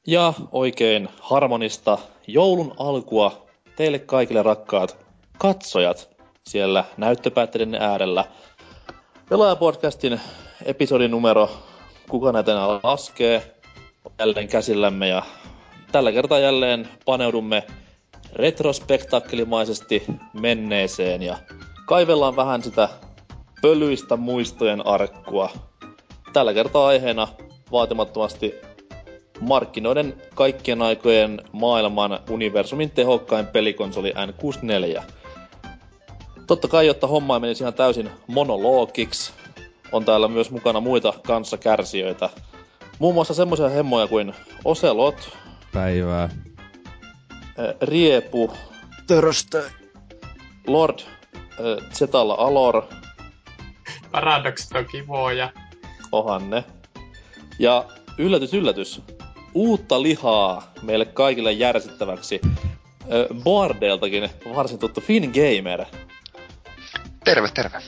Ja oikein harmonista joulun alkua teille kaikille rakkaat katsojat siellä näyttöpäätteiden äärellä. Pelaajapodcastin episodin numero, kuka näitä enää laskee, on jälleen käsillämme ja tällä kertaa jälleen paneudumme retrospektakkelimaisesti menneeseen ja kaivellaan vähän sitä pölyistä muistojen arkkua. Tällä kertaa aiheena vaatimattomasti markkinoiden kaikkien aikojen maailman universumin tehokkain pelikonsoli N64. Totta kai, jotta homma menisi ihan täysin monologiksi, on täällä myös mukana muita kanssakärsijöitä. Muun muassa semmoisia hemmoja kuin Ocelot. Päivää. Riepu. Törstöi. Lord Zetalla Alor. Paradox on kivoja. Ohanne. Ja yllätys, yllätys. Uutta lihaa meille kaikille järjestettäväksi. Boardeltakin varsin tuttu Fingamer. Terve, terve.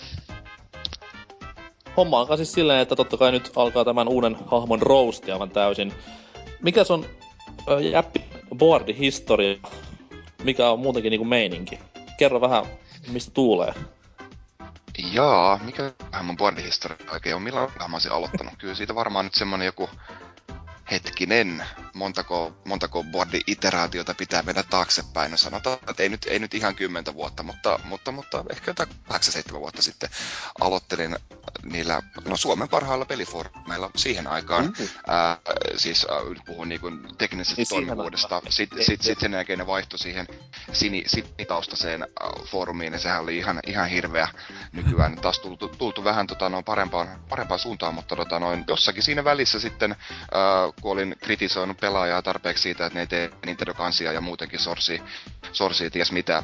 Homma alkaa siis silleen, että totta kai nyt alkaa tämän uuden hahmon roasti aivan täysin. Mikäs on jäppi boardin historia? Mikä on muutenkin niinku meininki? Kerro vähän, mistä tuulee. Jaa, mikä mun boardihistoria oikein on? Milloin mä olisin aloittanut? Kyllä siitä varmaan nyt semmonen joku hetkinen, montako boardi-iteraatiota pitää mennä taaksepäin. No sanotaan, että ei nyt ihan 10 vuotta, mutta ehkä jotain 8-7 vuotta sitten aloittelin niillä, Suomen parhailla pelifoorumeilla siihen aikaan. Siis nyt puhun niinku teknisestä toimivuudesta. Sitten sen jälkeen ne vaihtoi siihen sinitaustaiseen foorumiin, ja sehän oli ihan hirveä nykyään. Taas tultu vähän parempaan suuntaan, mutta jossakin siinä välissä sitten kun olin kritisoinut pelaajaa tarpeeksi siitä, että ne ei tee Nintendo-kansia ja muutenkin sorsii ties mitä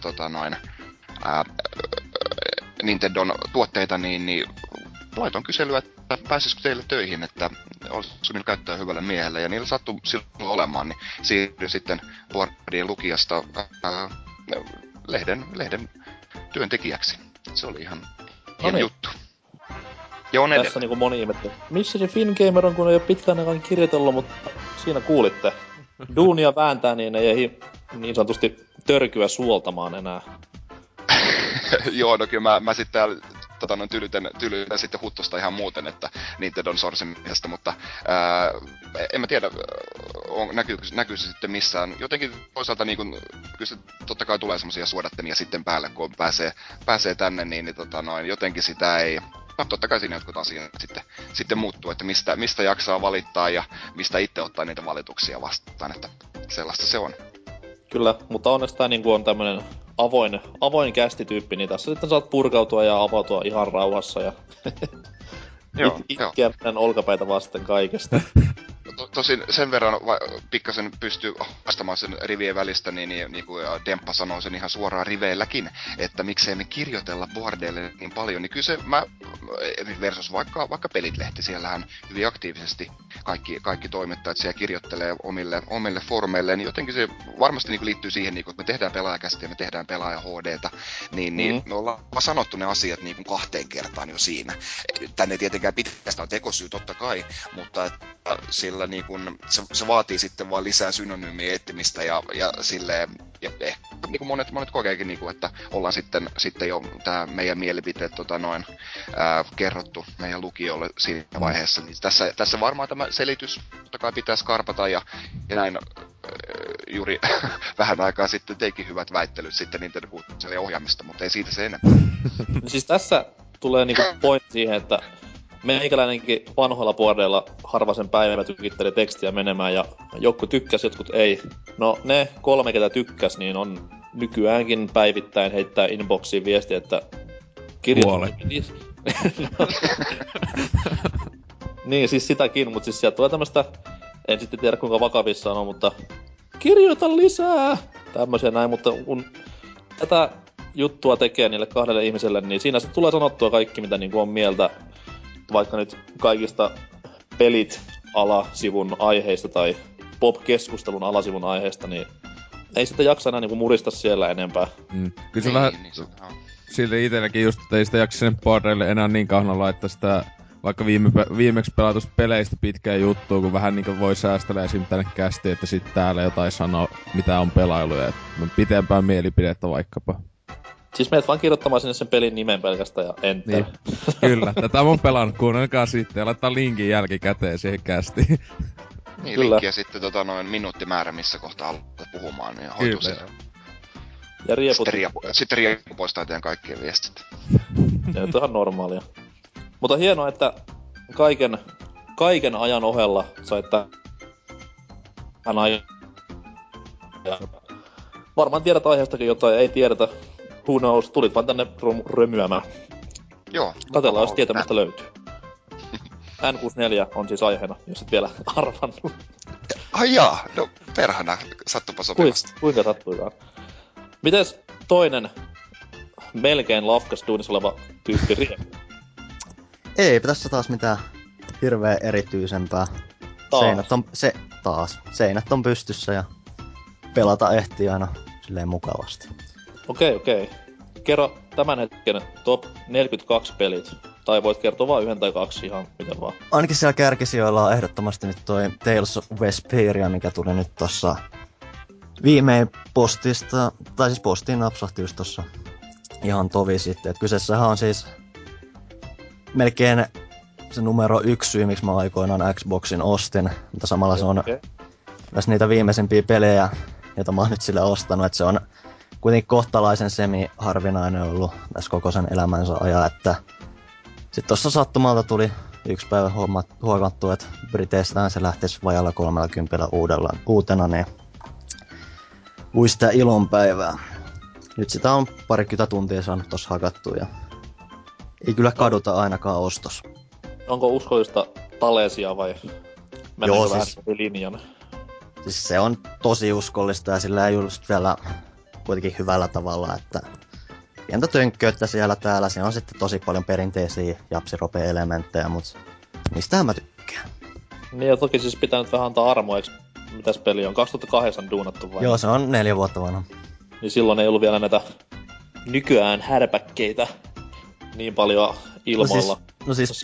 Nintendon tuotteita, niin laitoin kyselyä, että pääsisikö teille töihin, että olisiko niillä käyttöä hyvälle miehelle, ja niillä sattui silloin olemaan, niin siirryin sitten boardien lukijasta lehden työntekijäksi. Se oli ihan hieno juttu. Ja on tässä niinku moni ihmettä. Missä se Fingamer on, kun ei oo pitkään aikaan kirjoitellut, mutta siinä kuulitte. Duunia vääntää, niin ei ehdi niin sanotusti törkyä suoltamaan enää. Joo, no kyllä mä sitten täällä tylytän sitten huttusta ihan muuten, että Nintendon sorsimiestä, mutta en mä tiedä, näkyy se sitten missään. Jotenkin toisaalta niin kun, kyllä se totta kai tulee semmosia suodattimia sitten päälle, kun pääsee tänne, niin jotenkin sitä ei. No, totta kai siinä jotkut asiat sitten muuttuu, että mistä jaksaa valittaa ja mistä itse ottaa niitä valituksia vastaan, että sellaista se on. Kyllä, mutta onneksi tää niinku on tämmönen avoin kästityyppi, niin tässä sitten saat purkautua ja avautua ihan rauhassa ja itkeä olkapäitä vasten kaikesta. Tosin sen verran pikkasen pystyy vastaamaan sen rivien välistä, niin kuin Demppa sanoo sen ihan suoraan riveilläkin, että miksei me kirjoitella boardeille niin paljon, niin kyllä se versus vaikka Pelit-lehti, siellähän hyvin aktiivisesti kaikki toimittajat siellä kirjoittelee omille foorumeilleen, niin jotenkin se varmasti niin liittyy siihen, niin kun me tehdään pelaajakästiä ja me tehdään pelaaja HD:tä, niin me ollaan sanottu ne asiat niin kuin 2 kertaan jo siinä. Tänne ei tietenkään pitäisi, on tekosyy totta kai, mutta sillä niin kun, se vaatii sitten vaan lisää synonyymien etsimistä ja silleen, ja ehkä niin monet kokeekin, niin kuin, että ollaan sitten jo tää meidän mielipiteet kerrottu meidän lukijoille siinä vaiheessa. Niin tässä varmaan tämä selitys totta kai pitää skarpata ja näin juuri vähän aikaa sitten teikin hyvät väittelyt sitten Nintendo 6 ohjaamista, mutta ei siitä se enempää. Siis tässä tulee niinku point siihen, että meikäläinenkin vanhoilla boardeilla harvasen päivänä tykitteli tekstiä menemään ja jotkut tykkäs, jotkut ei. No ne 3, ketä tykkäs, niin on nykyäänkin päivittäin heittää inboxiin viestiä, että Huolet. Niin, siis sitäkin, mutta siis sieltä tulee tämmöstä, en sitten tiedä kuinka vakavissaan on, mutta kirjoita lisää! Tämmösiä näin, mutta kun tätä juttua tekee niille 2 ihmiselle, niin siinä sitten tulee sanottua kaikki, mitä niinku on mieltä, vaikka nyt kaikista pelit-alasivun aiheista tai pop-keskustelun alasivun aiheista, niin ei sitä jaksa enää niinku murista siellä enempää. Kyllä se vähän silti itelläkin just, että ei sitä jaksa sinne boardeille enää niin kauan laittaa sitä vaikka viimeksi pelatusta peleistä pitkään juttua, kun vähän niinku voi säästellä esim. Tänne kästiin, että sit täällä jotain sanoo, mitä on pelailu ja pitempään mielipidettä vaikkapa. Siis meidät vaan kirjoittamaan sinne sen pelin nimen pelkästään ja enter. Niin. Kyllä, tätä on pelannut, kuunnelkaa sitten ja laittaa linkin jälkikäteen siihen kästiin. Niin, Kyllä. linkki ja sitten minuuttimäärä, missä kohtaa haluat puhumaan, niin hoituu Kyllä. se. Ja rieput. Sitten Riepu poistaa teidän kaikkien viestit. Se on ihan normaalia. Mutta hienoa, että kaiken ajan ohella saitte hän ajan. Ja varmaan tiedät aiheestakin jotain, ei tiedetä. Who knows, tulit vaan tänne römyämään. Joo. Katellaan, jos tietämästä löytyy. N64 on siis aiheena, jos et vielä arvannut. Ai jaa, no perhana, sattupa sopivasti. Kuinka sattuikaan. Mites toinen melkein lafkas duunissa oleva tyyppi Riepu? Eipä tässä taas mitään hirveä erityisempää. Seinät on pystyssä ja pelata ehtii aina silleen mukavasti. Okei. Kerro tämän hetken top 42 pelit. Tai voit kertoa vain yhden tai kaksi ihan miten vaan. Ainakin siellä kärkisijoilla on ehdottomasti nyt toi Tales of Vesperia, mikä tuli nyt tossa viimein postista, tai siis postiin napsahti just tossa ihan tovi sitten. Et kyseessähän on siis melkein se numero 1 syy, miksi mä aikoinaan Xboxin ostin, mutta samalla se on tässä niitä viimeisimpiä pelejä, joita mä oon nyt sille ostanut, että se on kuitenkin kohtalaisen semi-harvinainen ollut tässä koko sen elämänsä ajan, että sitten tossa sattumalta tuli yksi päivä huomattu, että Briteistään se lähtisi vajalla 30 uutena, niin uista ilonpäivää. Nyt sitä on parikymmentä tuntia saanut tossa hakattua ja ei kyllä kaduta ainakaan ostos. Onko uskollista talesia vai mennäänkö vähän linjan? Siis se on tosi uskollista ja sillä ei just vielä kuitenkin hyvällä tavalla, että pientä tönkköyttä siellä täällä. Siinä on sitten tosi paljon perinteisiä japsirope-elementtejä, mutta niistähän mä tykkään. Niin ja toki siis pitää nyt vähän antaa armoa, eiks mitäs peli on? 2008 duunattu vai? Joo, se on 4 vuotta vanha. Niin silloin ei ollut vielä näitä nykyään härpäkkeitä niin paljon ilmoilla. No siis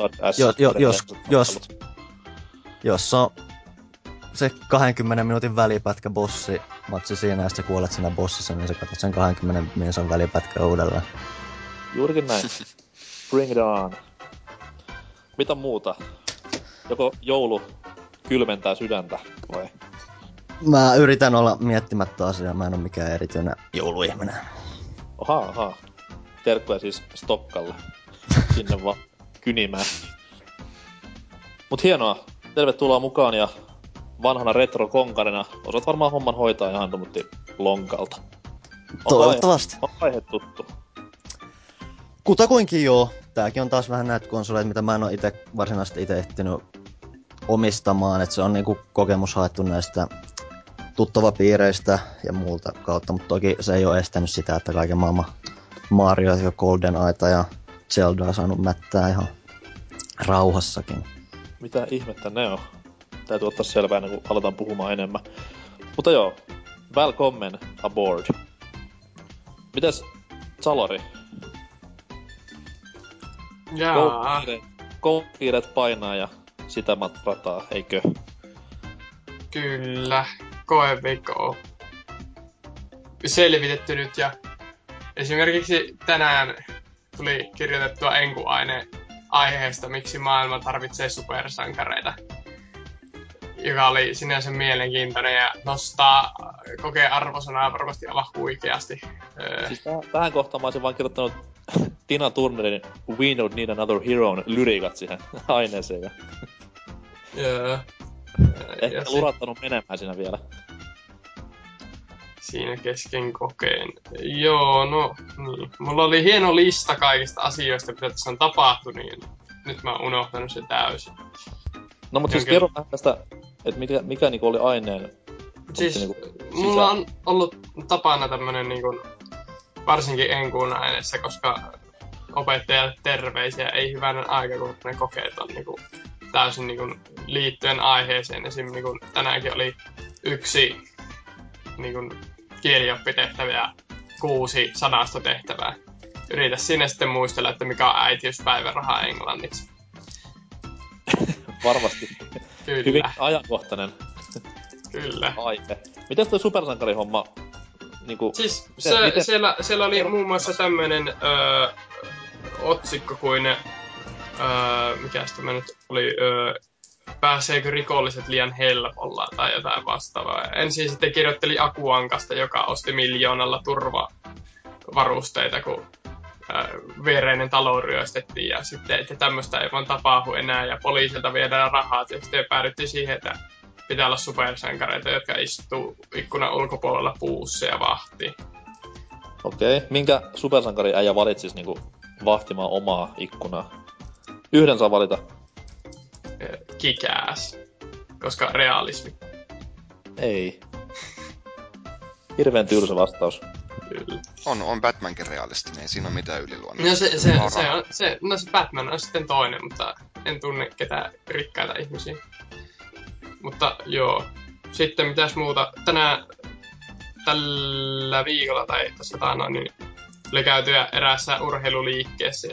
jos on se 20 minuutin välipätkä matsi siinä ja sitten kuolet siinä bossissa, niin sä katsot sen 20 minuutin välipätkä uudelleen. Juurikin näin. Bring it on. Mitä muuta? Joko joulu kylmentää sydäntä vai? Mä yritän olla miettimättä asiaa, mä en oo mikään erityinen jouluihminen. Oha. Terkkuja siis Stokkalle. Sinne vaan kynimään. Mut hienoa. Tervetuloa mukaan ja vanhana retrokonkarina osaat varmaan homman hoitaa ihan tommotti lonkalta. Toivottavasti. On aihe tuttu. Kutakuinkin joo. Tääkin on taas vähän näitä konsoleita, mitä mä en oo varsinaisesti ite ehtinyt omistamaan. Et se on niinku kokemus haettu näistä tuttavapiireistä ja muulta kautta. Mutta toki se ei oo estänyt sitä, että kaiken maailman Mario ja Golden Aita ja Zeldaa saanut mättää ihan rauhassakin. Mitä ihmettä ne on? Täytyy ottaa selvää ennen kuin aletaan puhumaan enemmän. Mutta joo, welcome aboard. Mites Salori? Jaa. Koukkiiret painaa ja sitä matrataa, eikö? Kyllä. Koeviikko on selvitetty nyt ja esimerkiksi tänään tuli kirjoitettua enkuaine aiheesta, miksi maailma tarvitsee supersankareita. Joka oli sinänsä mielenkiintoinen ja nostaa kokearvosanaa varmasti aivan huikeasti. Siis tähän kohtaan mä olisin vaan kirjoittanut Tina Turnerin We Don't Need Another Hero lyriikat siihen aineeseen. Ja Joo. ehkä lurattanut menemään siinä vielä. Siinä kesken kokeen. Joo, no niin. Mulla oli hieno lista kaikista asioista, mitä tässä on tapahtunut, niin nyt mä oon unohtanut sen täysin. No mut siis kerro vähän tästä, että mikä niinku oli aineen. Siis niinku mulla on ollut tapana tämmönen niinku, varsinkin enkuun aineessa, koska opettajat terveisiä ei hyvänen aika, kun ne kokeet on niinku täysin niinku liittyen aiheeseen. Esim. Niinku tänäänkin oli yksi niinku kielioppitehtävä ja 6 sanastotehtävää. Yritä sinne sitten muistella, että mikä on äitiyspäiväraha englanniksi. varmasti Kyllä. hyvin ajankohtainen Kyllä. aihe. Mites toi supersankarihomma? Niinku, Siis miten? siellä oli muun muassa tämmönen otsikko kuin, mikäs tämä nyt oli, pääseekö rikolliset liian helpolla tai jotain vastaavaa. Ensin sitten kirjoitteli Akuankasta, joka osti 1 miljoonalla turvavarusteita, kun viereinen talo ryöstettiin ja sitten, että tämmöistä ei vaan tapahdu enää ja poliisilta viedään rahat ja sitten päädyttiin siihen, että pitää olla supersankareita, jotka istuu ikkunan ulkopuolella puussa ja vahtii. Okei. Minkä supersankari äijä valitsis niinku vahtimaan omaa ikkunaa? Yhden saa valita. Kick-ass, koska realismi. Ei. Hirveen tylsä vastaus. Kyllä. On Batmankin realistinen, ei siinä ole mitään yliluonnollista. No se Batman on sitten toinen, mutta en tunne ketään rikkaita ihmisiä. Mutta joo. Sitten mitäs muuta? Tällä viikolla tai tässä taannoin, niin oli käytyä eräässä urheiluliikkeessä,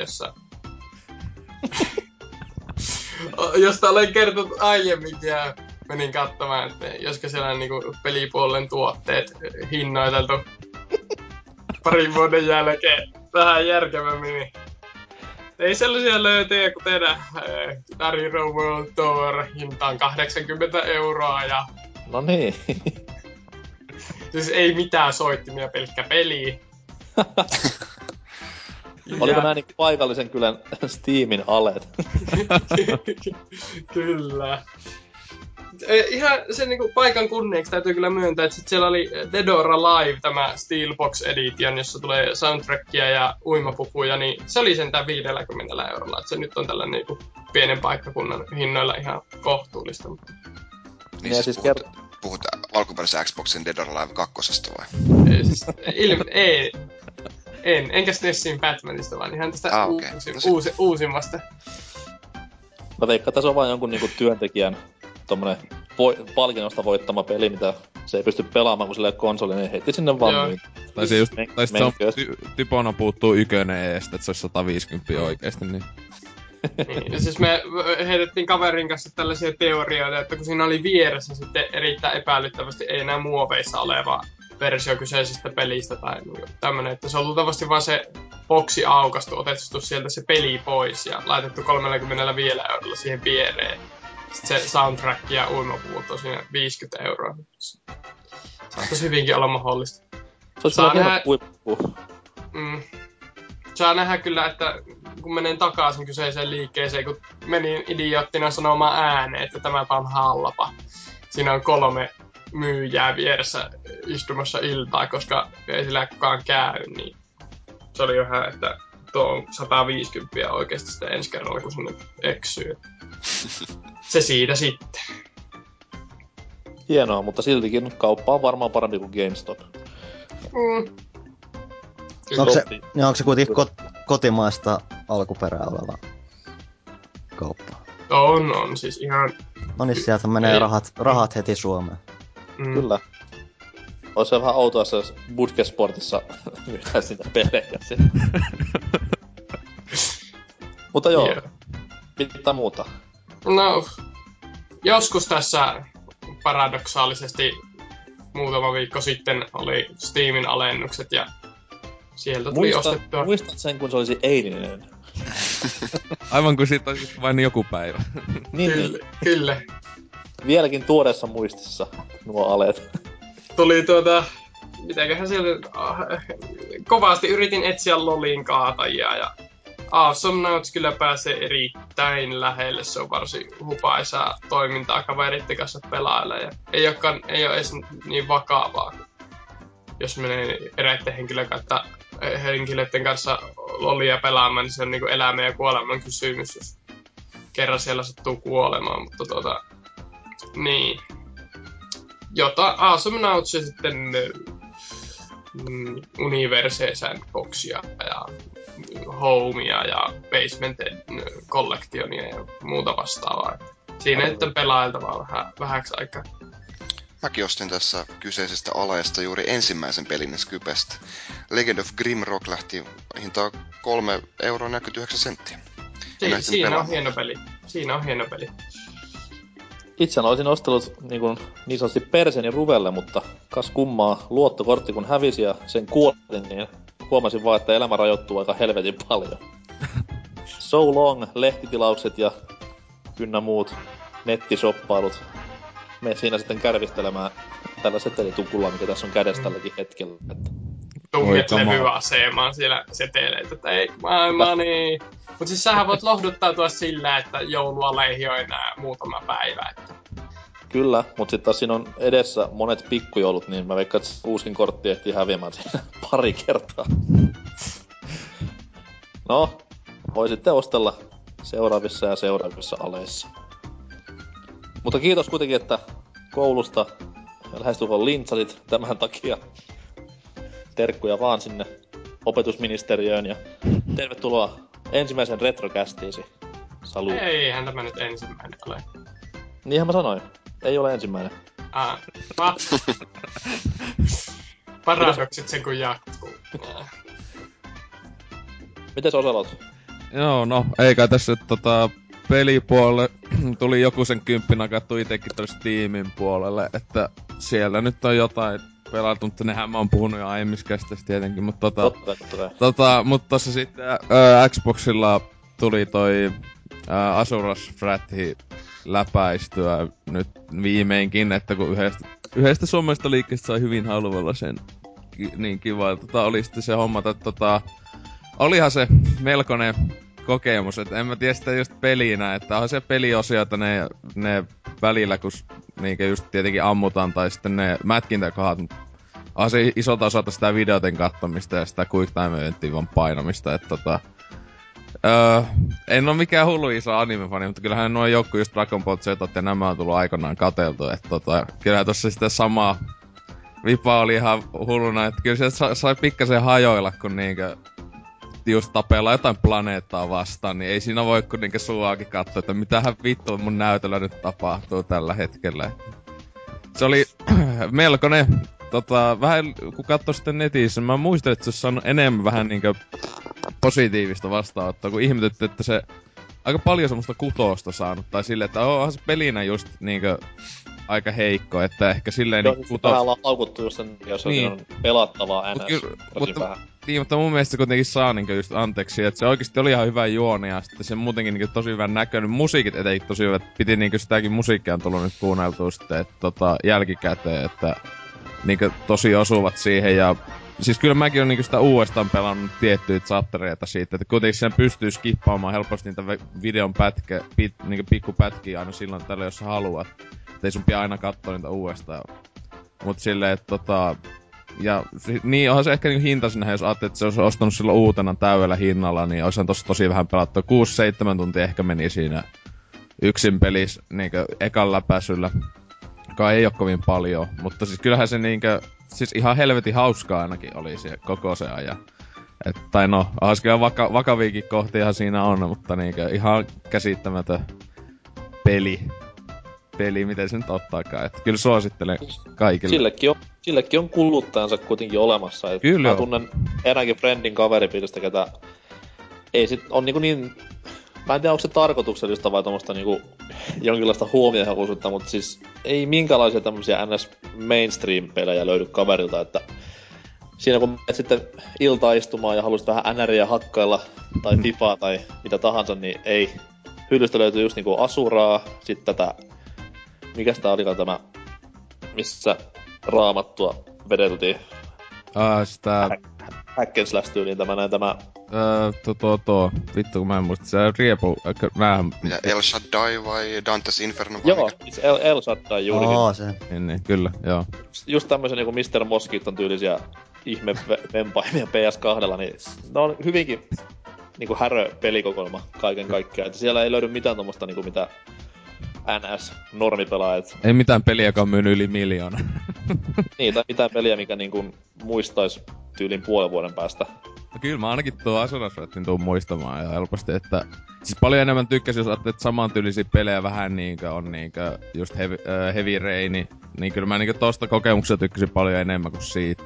josta olen kertonut aiemminkin ja menin katsomaan, että josko siellä on niinku pelipuolen tuotteet hinnoiteltu parin vuoden jälkeen vähän järkevämmin. Niin ei sellaisia löytyjä kuten Guitar Hero World Tour, hintaan 80 € ja No niin. siis ei mitään soittimia, pelkkä peli. Oliko nää niinku paikallisen kylän Steamin alet? Kyllä. Ihan sen niinku paikan kunniaksi täytyy kyllä myöntää, että sit siellä oli Dead or Alive, tämä Steelbox Edition, jossa tulee soundtrackia ja uimapukuja, niin se oli sentään 50 €. Et se nyt on tällä niinku pienen paikkakunnan hinnoilla ihan kohtuullista. Niin siis puhut alkuperäisen Xboxin Dead or Alive 2 vai? Ei. Enkä SNESin Batmanista, vaan ihan tästä uusimmasta. Mä veikkaan, että se on vaan jonkun niinku työntekijän tommonen palkinnosta voittama peli, mitä se ei pysty pelaamaan, kun sillä ei ole konsoli, niin heti sinne vaan myy. Tai se just, tai sit se on typona puuttuu ykönen eestä, että se olisi 150 oikeesti, niin. Niin, siis me heitettiin kaverin kanssa tällaisia teorioita, että kun siinä oli vieressä sitten erittäin epäilyttävästi ei enää muoveissa oleva versio kyseisestä pelistä tai tämmönen, että se on luultavasti vaan se boksi aukastu, otettu sieltä se peli pois ja laitettu 35 € siihen viereen. Sitten se soundtrack ja uimapuvut on siinä 50 €. Saattaisi hyvinkin olla mahdollista. Saa nähdä kyllä, että kun menen takaisin kyseiseen liikkeeseen, kun menin idioottina sanomaan ääneen, että tämäpä on halpa. Siinä on 3 myyjää vieressä istumassa iltaa, koska ei sillä kukaan käy, niin se oli vähän, että tuo on 150 oikeasti sitten ensi kerralla, kun sinne eksyy. Se siitä sitten. Hienoa, mutta siltikin kauppa on varmaan parempi kuin GameStop. Onko se kuitenkin kotimaista alkuperää oleva kauppa? On siis ihan. No niin, sieltä menee rahat heti Suomeen. Kyllä. Olisi se vähän outoa, jos Budgesportissa myytäisi niitä pelejä. Mutta joo, mitä muuta? No, joskus tässä paradoksaalisesti muutama viikko sitten oli Steamin alennukset ja sieltä tuli ostettua. Muistat sen, kun se olisi eilinen. Aivan kuin siitä olisi vain joku päivä. Kyllä. Vieläkin tuoreessa muistissa nuo alet. Tuli mitäköhän siellä, kovasti yritin etsiä LOLin kaatajia ja Awesome Nauts kyllä pääsee erittäin lähelle, se on varsin hupaisaa toimintaa kaveritten kanssa pelailla ja ei ole edes niin vakavaa, jos menee eräiden henkilöiden kanssa LOLia pelaamaan, niin se on niinku elämän ja kuoleman kysymys, jos kerran siellä sattuu kuolemaan, mutta niin. Awesome Nauts ja sitten Universe Sandboxia ja Homea ja Basement Collectionia ja muuta vastaavaa. Siinä nyt on pelailtavaa vähäksi aikaa. Mäkin ostin tässä kyseisestä aleesta juuri ensimmäisen pelin Skypestä. Legend of Grimrock lähti hintaan 3,49 €. Siinä on hieno peli. siinä on hieno peli. Itse olisin ostellut niin sanotusti perseni ruvelle, mutta kas kummaa luottokortti kun hävisi ja sen kuoletin, niin huomasin vaan, että elämä rajoittuu aika helvetin paljon. So long, lehtitilaukset ja ynnä muut nettishoppailut. Me siinä sitten kärvistelemään tällä setelitukulla, mikä tässä on kädessä tälläkin hetkellä. Tunget levyasemaan siellä seteleitä, että ei maailmani. Mut siis sähän voit lohduttautua sillä, että joulua leihioi enää muutama päivä. Että. Kyllä, mut sit taas siinä on edessä monet pikkujoulut, niin mä veikkaan, että uuskin kortti ehtii häviämään siinä pari kertaa. No, voi sitten ostella seuraavissa aleissa. Mutta kiitos kuitenkin, että koulusta lähestulkoon lintsasit tämän takia. Terkkuja vaan sinne opetusministeriöön ja tervetuloa ensimmäisen retrokästiisi. Salu. Eihän tämä nyt ensimmäinen ole. Niinhän mä sanoin. Ei ole ensimmäinen. Paradoksit sen kun jatkuu. Mites Oselot? Joo, no, eikä tässä pelipuolelle tuli joku sen 10 nakattu itekin tuolle Steamin puolelle, että siellä nyt on jotain pelattu, mutta nehän mä oon puhunut jo aiemmissa käsittelyssä tietenkin, mutta mutta tossa sitten Xboxilla tuli toi Asuras Wrathi läpäistyä nyt viimeinkin, että kun yhdestä suomalaisesta liikkeestä sai hyvin halvalla sen niin kiva, oli sitten se homma, että olihan se melkoinen kokemus, että en mä tiedä sitä just pelinä, että onhan se peliosioita ne välillä, kun niinkö just tietenkin ammutaan, tai sitten ne mätkintäkohat, onhan se isolta osalta sitä videoten kattomista ja sitä quick time eventin vaan painamista, että en oo mikään hullu iso anime-fani, mutta kyllähän nuo joku just Dragon Ball Zetot ja nämä on tullut aikanaan katseltu, että kyllähän tossa sitä samaa vipaa oli ihan hulluna, että kyllä se sai pikkasen hajoilla, kun niinkö just tapellaan jotain planeettaa vastaan, niin ei siinä voi kun niinkö suuakin katsoa, että mitähän vittua mun näytöllä nyt tapahtuu tällä hetkellä. Se oli melkoinen, vähän kun katsoi sitten netissä, mä muistelin, että se olisi saanut enemmän vähän niinkö positiivista vastaanottoa, kun ihmetytti, että se aika paljon semmoista kutosta saanut, tai silleen, että onhan se pelinä just niinkö aika heikko, että ehkä silleen niin kutosta. Vähän laukuttu just sen, jos niin. On pelattavaa NS, mutta mun mielestä se kuitenkin saa niinkö just anteeksi, että se oikeesti oli ihan hyvä juoni, ja sitten se muutenkin niinkö tosi hyvän näköinen. Musiikit etenkin tosi hyvät, piti niinkö sitäkin musiikkia on tullut nyt kuunneltua sitten, että jälkikäteen, että niinkö tosi osuvat siihen, ja siis kyllä mäkin on niinku sitä uudestaan pelannut tiettyjä chaptereita siitä, että kuitenkin sen pystyy skippaamaan helposti niitä videon niinku pikkupätkiä aina silloin tällä, jos sä haluat. Ei sun pidä aina katsoa niitä uudestaan. Mut silleen, että ja niin onhan se ehkä niinku hintaisena, jos ajattelet, että se olisi ostanut silloin uutena täydellä hinnalla, niin olisihan tosi vähän pelattu. 6-7 tuntia ehkä meni siinä yksin pelissä niinku ekan läpäisyllä. Joka ei oo kovin paljon, mutta siis kyllähän se niinkö siis ihan helvetin hauskaa ainakin oli se koko se ajan. Tai no, hauskoja vakaviikin kohtiahan siinä on, mutta niinkö ihan käsittämätön peli, miten se nyt ottaakaan. Että kyllä suosittelen kaikille. Sillekin on kuluttajansa kuitenkin olemassa. Kyllä mä tunnen eräänkin friendin kaveripiiristä, ketä ei sit on niin mä en tiedä, onko se tarkoituksellista vai tommoista niinku jonkinlaista huomiohakuisuutta, mutta siis ei minkälaisia tämmösiä NS mainstream-pelejä löydy kaverilta, että siinä kun menet sitten iltaistumaan ja haluaisit vähän NRiä hakkailla tai Fifaa tai mitä tahansa, niin ei. Hyllystä löytyy just niinku Asuraa, sit tätä, mikäs tää olikaan tämä, missä Raamattua vedeltiin. Sitä Hack and slash tyyliin tämä. Vittu kun mä en muista, se riepu, vähän. Ja El Shaddai vai Dante's Inferno vai joo, El Shaddai juurikin. Se. Niin, kyllä, joo. Just tämmösen niinku Mr. Moskiton tyylisiä ihme-vempaimia PS2, niin ne on hyvinkin niinku härö pelikokoelma kaiken kaikkiaan. Että siellä ei löydy mitään tommoista niinku mitä NS-normipelaajat. Ei mitään peliä, joka on myynyt yli 1 000 000. Niin, tai mitään peliä, mikä niinku muistais tyylin puolen vuoden päästä. No kyllä mä ainakin tuo Asuras-Wrathin tuun muistamaan ja helposti, että siis paljon enemmän tykkäsin, jos ajattelet samantyylisiä pelejä vähän niinkö on niinkö just Heavy Rain, niin kyllä mä niinkö tosta kokemuksesta tykkäsin paljon enemmän kuin siitä.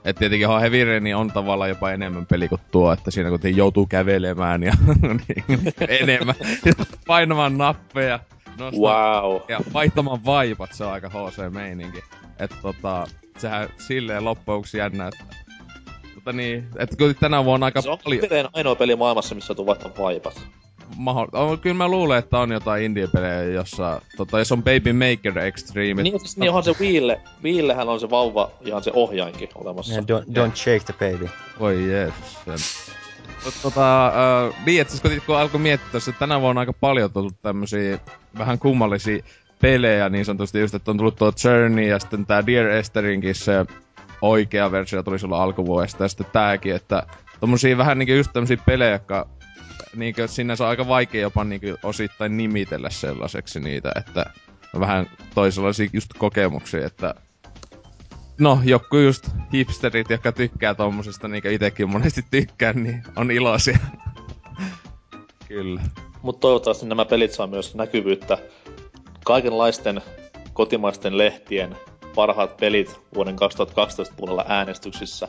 Et tietenkin Heavy Rain on tavallaan jopa enemmän peli kuin tuo, että siinä kun joutuu kävelemään ja niin, enemmän painamaan nappeja. Wow. Ja vaihtamaan vaipat, se on aika HC-meininki. Että sehän silleen loppujen jännä, että mutta niin, että kyllä tänä vuonna aika paljon... Se on ainoa peli maailmassa, missä tuu vaihtaa vaipat. Kyllä mä luulen, että on jotain indie-pelejä, jossa... jos on Baby Maker Extreme... Niin, siis niin onhan se Wiillehän on se vauva, ihan se ohjainkin olemassa. Yeah, don't shake the baby. Voi Jeesus sen. Niin, että siis kun alkoi miettiä, että tänä vuonna aika paljon tullut tämmösiä vähän kummallisia pelejä, niin sanotusti just, että on tullut tuo Journey ja sitten tää Dear Esterinkin se oikea versio tuli sulla alkuvuodesta ja sitten tääkin, että tommosia vähän niinku just tämmösiä pelejä, jotka niinku sinänsä on aika vaikea jopa niinku osittain nimitellä sellaiseksi niitä, että vähän toisenlaisia just kokemuksia, että no, joku just hipsterit, jotka tykkää tommosesta, niinku itekin monesti tykkään, niin on iloisia. Kyllä. Mut toivottavasti nämä pelit saa myös näkyvyyttä kaikenlaisten kotimaisten lehtien parhaat pelit vuoden 2012 puolella äänestyksissä.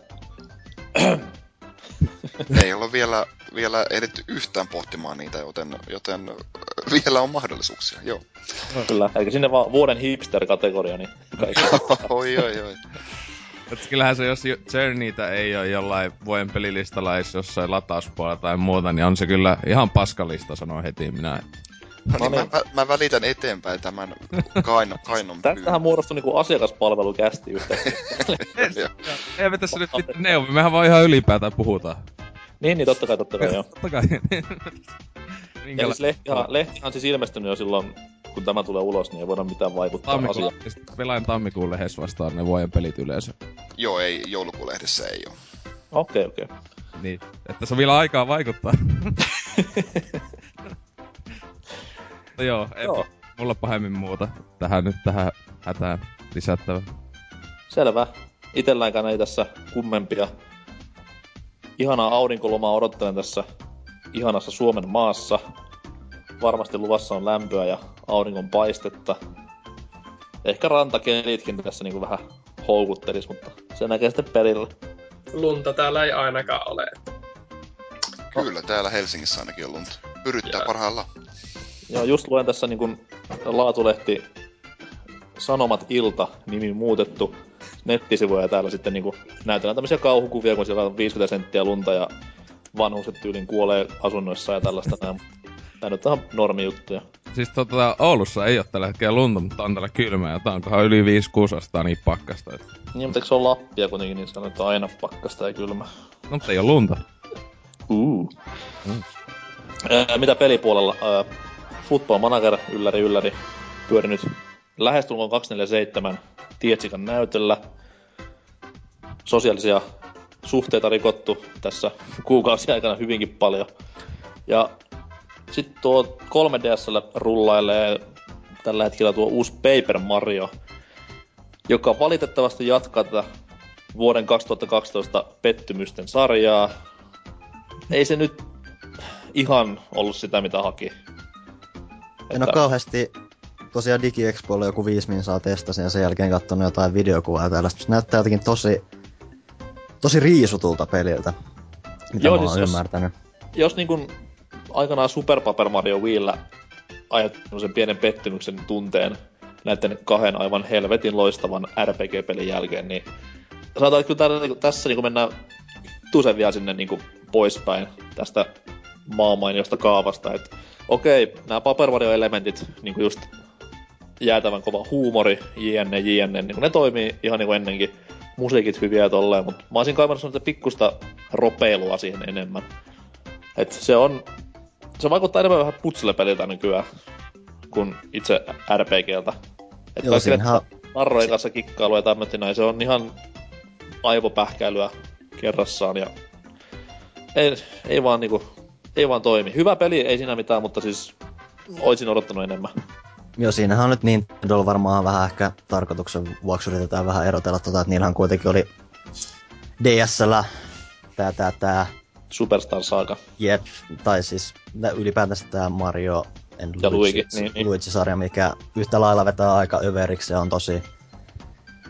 Ei ole vielä ehditty yhtään pohtimaan niitä, joten vielä on mahdollisuuksia, joo. Kyllä, eli sinne vaan vuoden hipster-kategoria, niin kaikki. Oi. Et kyllähän se, jos Journeytä ei ole jollain vuoden pelilistalla edes jossain latauspuolella tai muuta, niin on se kyllä ihan paskalista, sanoo heti minä. No niin, mä välitän eteenpäin tämän kainon pyyn. Tästähän muodostui niinku asiakaspalvelukästi yhtäkkiä. Ei me tässä nyt mitään neuvi, mehän vaan ihan ylipäätään puhutaan. Niin, totta kai joo. Totta kai. Ja siis lehtihan siis ilmestynyt jo silloin, kun tämä tulee ulos, niin ei voida mitään vaikuttaa asiaan. Pelaajan tammikuun lehdessä vastaan ne vuoden pelit yleensä. Joo, ei, joulukuun lehdessä ei oo. Okei. Niin, että se on vielä aikaa vaikuttaa. No joo, ei mulla pahemmin muuta tähän hätään lisättävä. Selvä. Itelläänkään ei tässä kummempia. Ihanaa aurinkolomaa odottelen tässä ihanassa Suomen maassa. Varmasti luvassa on lämpöä ja auringon paistetta. Ehkä rantakelitkin tässä niinku vähän houkuttelis, mutta se näkee sitten perillä. Lunta täällä ei ainakaan ole. Kyllä, täällä Helsingissä ainakin on lunta. Pyryttää parhaillaan. Joo, just luen tässä niin kun laatulehti Sanomat Ilta nimi muutettu nettisivuja ja täällä sitten niin näytellään tämmöisiä kauhukuvia, kun siellä on 50 senttiä lunta ja vanhukset tyylin kuolee asunnoissa ja tällaista näin. Tää nyt on normijuttuja. Siis Oulussa ei oo tällä hetkellä lunta, mutta on täällä kylmää ja tää onkohan yli 5-6 astaa niin pakkasta. Että... Niin, mutta eikö se on Lappia kuitenkin, niin se on nyt aina pakkasta ja kylmä. No, mutta ei oo lunta. Mitä pelipuolella? Football Manager, ylläri, pyörinyt lähestulkoon 247 Tietsikan näytöllä. Sosiaalisia suhteita rikottu tässä kuukausien aikana hyvinkin paljon. Ja sitten tuo 3DS:llä rullailee tällä hetkellä tuo uusi Paper Mario, joka valitettavasti jatkaa tätä vuoden 2012 pettymysten sarjaa. Ei se nyt ihan ollut sitä, mitä haki. En oo kauheasti tosiaan DigiExpoilla joku 5 minsaa testasin ja sen jälkeen kattonut jotain videokuvaa ja tällaista. Se näyttää jotenkin tosi riisutulta peliltä, mitä mä oon ymmärtänyt. Jos niin kun aikanaan Super Paper Mario Wiillä aiheutti sen pienen pettymyksen tunteen näiden kahden aivan helvetin loistavan RPG-pelin jälkeen, niin sanotaan, että kyllä tässä niin mennään tusen vielä sinne niin poispäin tästä maamainiosta kaavasta, että okei, nämä Paper Mario-elementit, niin just jäätävän kova huumori, jne, niin ne toimii ihan niin kuin ennenkin, musiikit hyviä ja tolleen, mutta mä olisin kaivannut sellaista pikkusta ropeilua siihen enemmän. Et se vaikuttaa enemmän vähän putslepeliltä nykyään, kuin itse RPGltä. Et joo, siinähän... Narrojen kanssa kikkailu ja tämmöinen näin, se on ihan aivopähkäilyä kerrassaan ja ei vaan toimi. Hyvä peli, ei siinä mitään, mutta siis oisin odottanut enemmän. Joo, siinähän on nyt Nintendolla varmaan vähän ehkä tarkoituksen vuoksi yritetään vähän erotella että niillähän kuitenkin oli DS:llä tää Superstar Saga. Jep, tai siis ylipäätänsä tää Mario ja Luigi-sarja, mikä yhtä lailla vetää aika överiksi ja on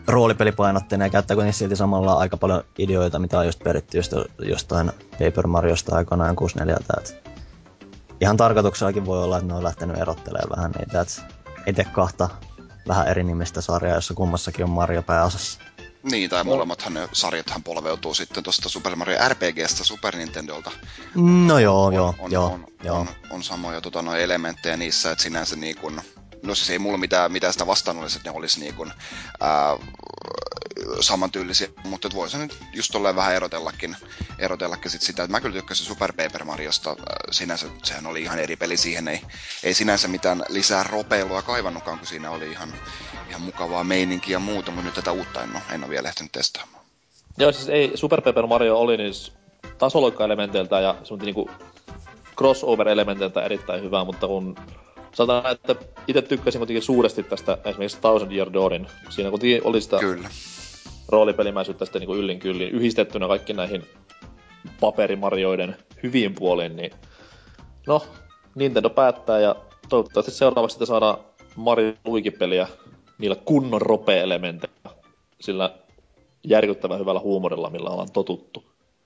roolipelipainotteinen ja käyttää kuitenkin silti samalla aika paljon ideoita, mitä on just peritty jostain Paper Mariosta aikoinaan 64. Ihan tarkoituksellakin voi olla, että ne on lähtenyt erottelemaan vähän niitä, että ei tee kahta vähän eri nimistä sarjaa, jossa kummassakin on Mario pääosassa. Niin, tai molemmathan ne sarjathan polveutuu sitten tuosta Super Mario RPGstä Super Nintendolta. No joo. On samoja elementtejä niissä, että sinänsä niin kun, no siis ei mulla mitään sitä vastaan olisi, että ne olisi niin kun, samantyylisiä, mutta voisi nyt just tolleen vähän erotellakin sit sitä, että mä kyllä tykkäsin Super Paper Mariosta sinänsä, sehän oli ihan eri peli, siihen ei sinänsä mitään lisää ropeilua kaivannutkaan, kun siinä oli ihan mukavaa meininkiä ja muuta, mutta nyt tätä uutta en ole vielä ehtinyt testaamaan. Joo, siis ei, Super Paper Mario oli niin tasoloikka-elementeiltä ja semmoinen niinku crossover-elementeiltä erittäin hyvää, mutta kun sanotaan, että itse tykkäsin kuitenkin suuresti tästä esimerkiksi Thousand Year Doorin. Siinä kuitenkin oli sitä Kyllä. roolipelimäisyyttä sitten niinku yllin kyllin yhdistettynä kaikki näihin paperimarioiden hyviin puoliin, niin no, Nintendo päättää ja toivottavasti seuraavaksi sitten saadaan Mario Luigi-peliä niillä kunnon rope-elementeillä, sillä järkyttävän hyvällä huumorilla, millä ollaan totuttu.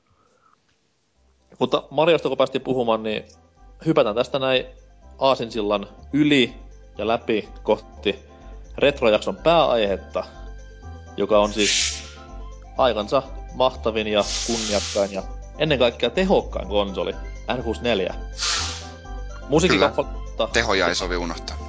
Mutta Mariosta kun päästiin puhumaan, niin hypätään tästä näin aasinsillan yli ja läpi kohti retrojakson pääaihetta, joka on siis aikansa mahtavin ja kunniakkain ja ennen kaikkea tehokkain konsoli, N64. Musiikkikappaletta... Tehoja ei sovi unohtaa.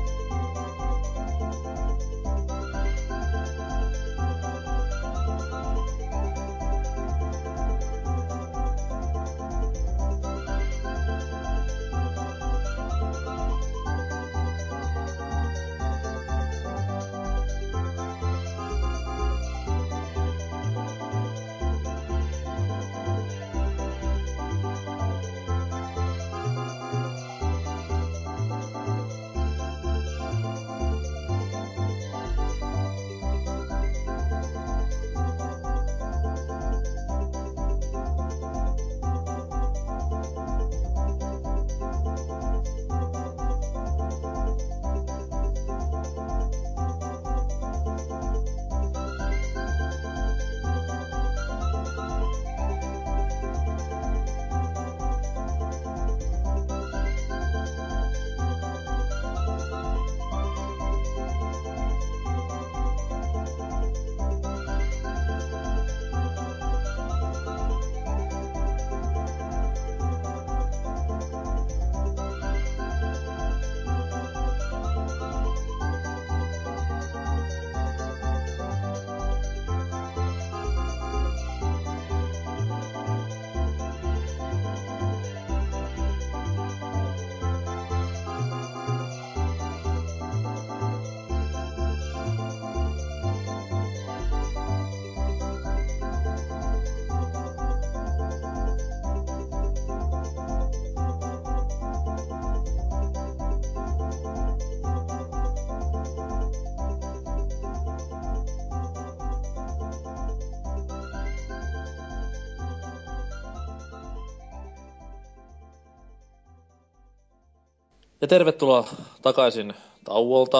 Ja tervetuloa takaisin tauolta.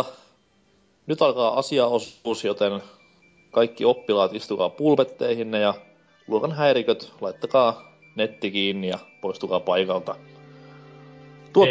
Nyt alkaa asiaosuus, joten kaikki oppilaat istukaa pulpetteihinne ja luokan häiriköt laittakaa netti kiinni ja poistukaa paikalta. Tuo.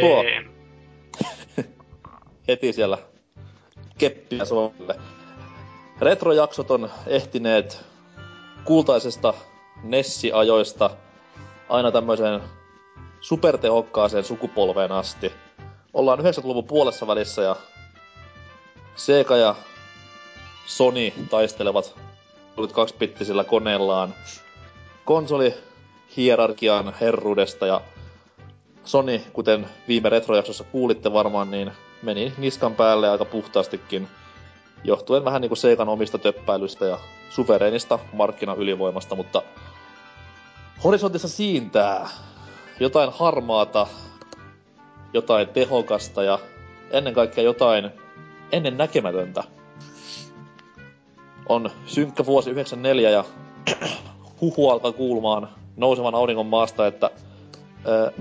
Heti siellä keppiä Suomelle. Retrojaksot on ehtineet kultaisesta Nessi-ajoista aina tämmöiseen supertehokkaaseen sukupolveen asti. Ollaan 90-luvun puolessa välissä ja Sega ja Sony taistelevat 2-bittisillä koneellaan konsolihierarkian herruudesta ja Sony, kuten viime retrojaksossa kuulitte varmaan, niin meni niskan päälle aika puhtaastikin, johtuen vähän niinku Segan omista töppäilystä ja suvereenista markkinaylivoimasta, mutta horisontissa siintää jotain harmaata, jotain tehokasta ja ennen kaikkea jotain ennen näkemätöntä. On synkkä vuosi 94 ja huhu alkaa kuulumaan nousevan auringon maasta, että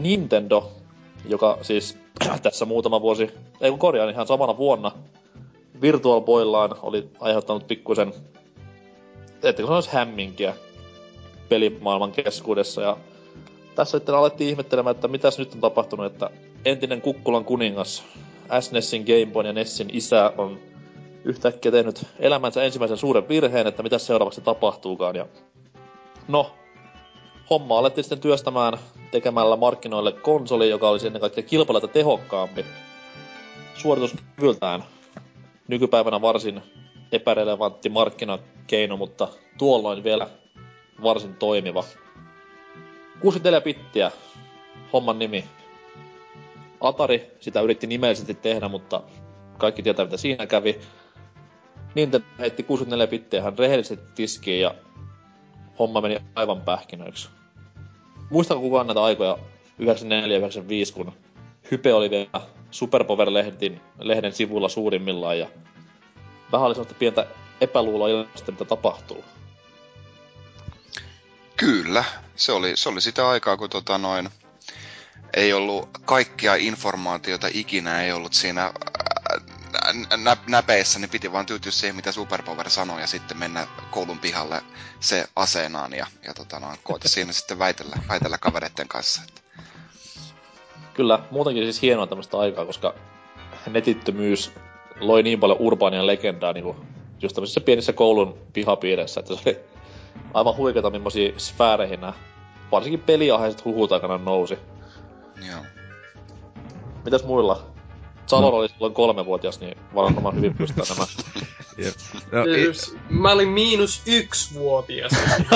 Nintendo, joka siis tässä muutama vuosi, ei kun korjaan ihan samana vuonna, Virtual Boyllaan oli aiheuttanut pikkuisen, etteikö sanoisi hämminkiä pelimaailman keskuudessa. Ja tässä sitten alettiin ihmettelemään, että mitäs nyt on tapahtunut, että entinen Kukkulan kuningas, SNESin, Game Boyn ja Nessin isä on yhtäkkiä tehnyt elämänsä ensimmäisen suuren virheen, että mitä seuraavaksi tapahtuukaan. Ja no, homma alettiin sitten työstämään tekemällä markkinoille konsoli, joka olisi ennen kaikkea kilpailijoita tehokkaampi. Suorituskyvyltään nykypäivänä varsin epärelevantti markkinakeino, mutta tuolloin vielä varsin toimiva. 64 bittiä, homman nimi. Atari sitä yritti nimellisesti tehdä, mutta kaikki tietää mitä siinä kävi. Nintendo heitti 64 bittiä hän rehellisesti tiskiin ja homma meni aivan pähkinöiksi. Muistatko kukaan näitä aikoja 94-95, kun hype oli vielä Super Power-lehden sivuilla suurimmillaan ja vähän oli sellaista pientä epäluuloa ilmeisesti, mitä tapahtuu. Kyllä, se oli sitä aikaa, kun ei ollut kaikkia informaatiota ikinä, ei ollut siinä näpeissä, niin piti vaan tyytyä siihen, mitä Superpower sanoi, ja sitten mennä koulun pihalle se aseenaan, ja koeta siinä sitten väitellä kavereiden kanssa. Kyllä, muutenkin siis hienoa tämmöistä aikaa, koska netittömyys loi niin paljon urbaania legendaa niinku just tämmöisissä pienissä koulun pihapiireissä, että se oli aivan huikeeta, millaisia sfääreihin nää varsinkin peliaheiset huhut aikana nousi. Joo. Mitäs muilla? Salolla oli silloin 3-vuotias, niin varmaan hyvin pystyä nämä. Mä olin -1-vuotias.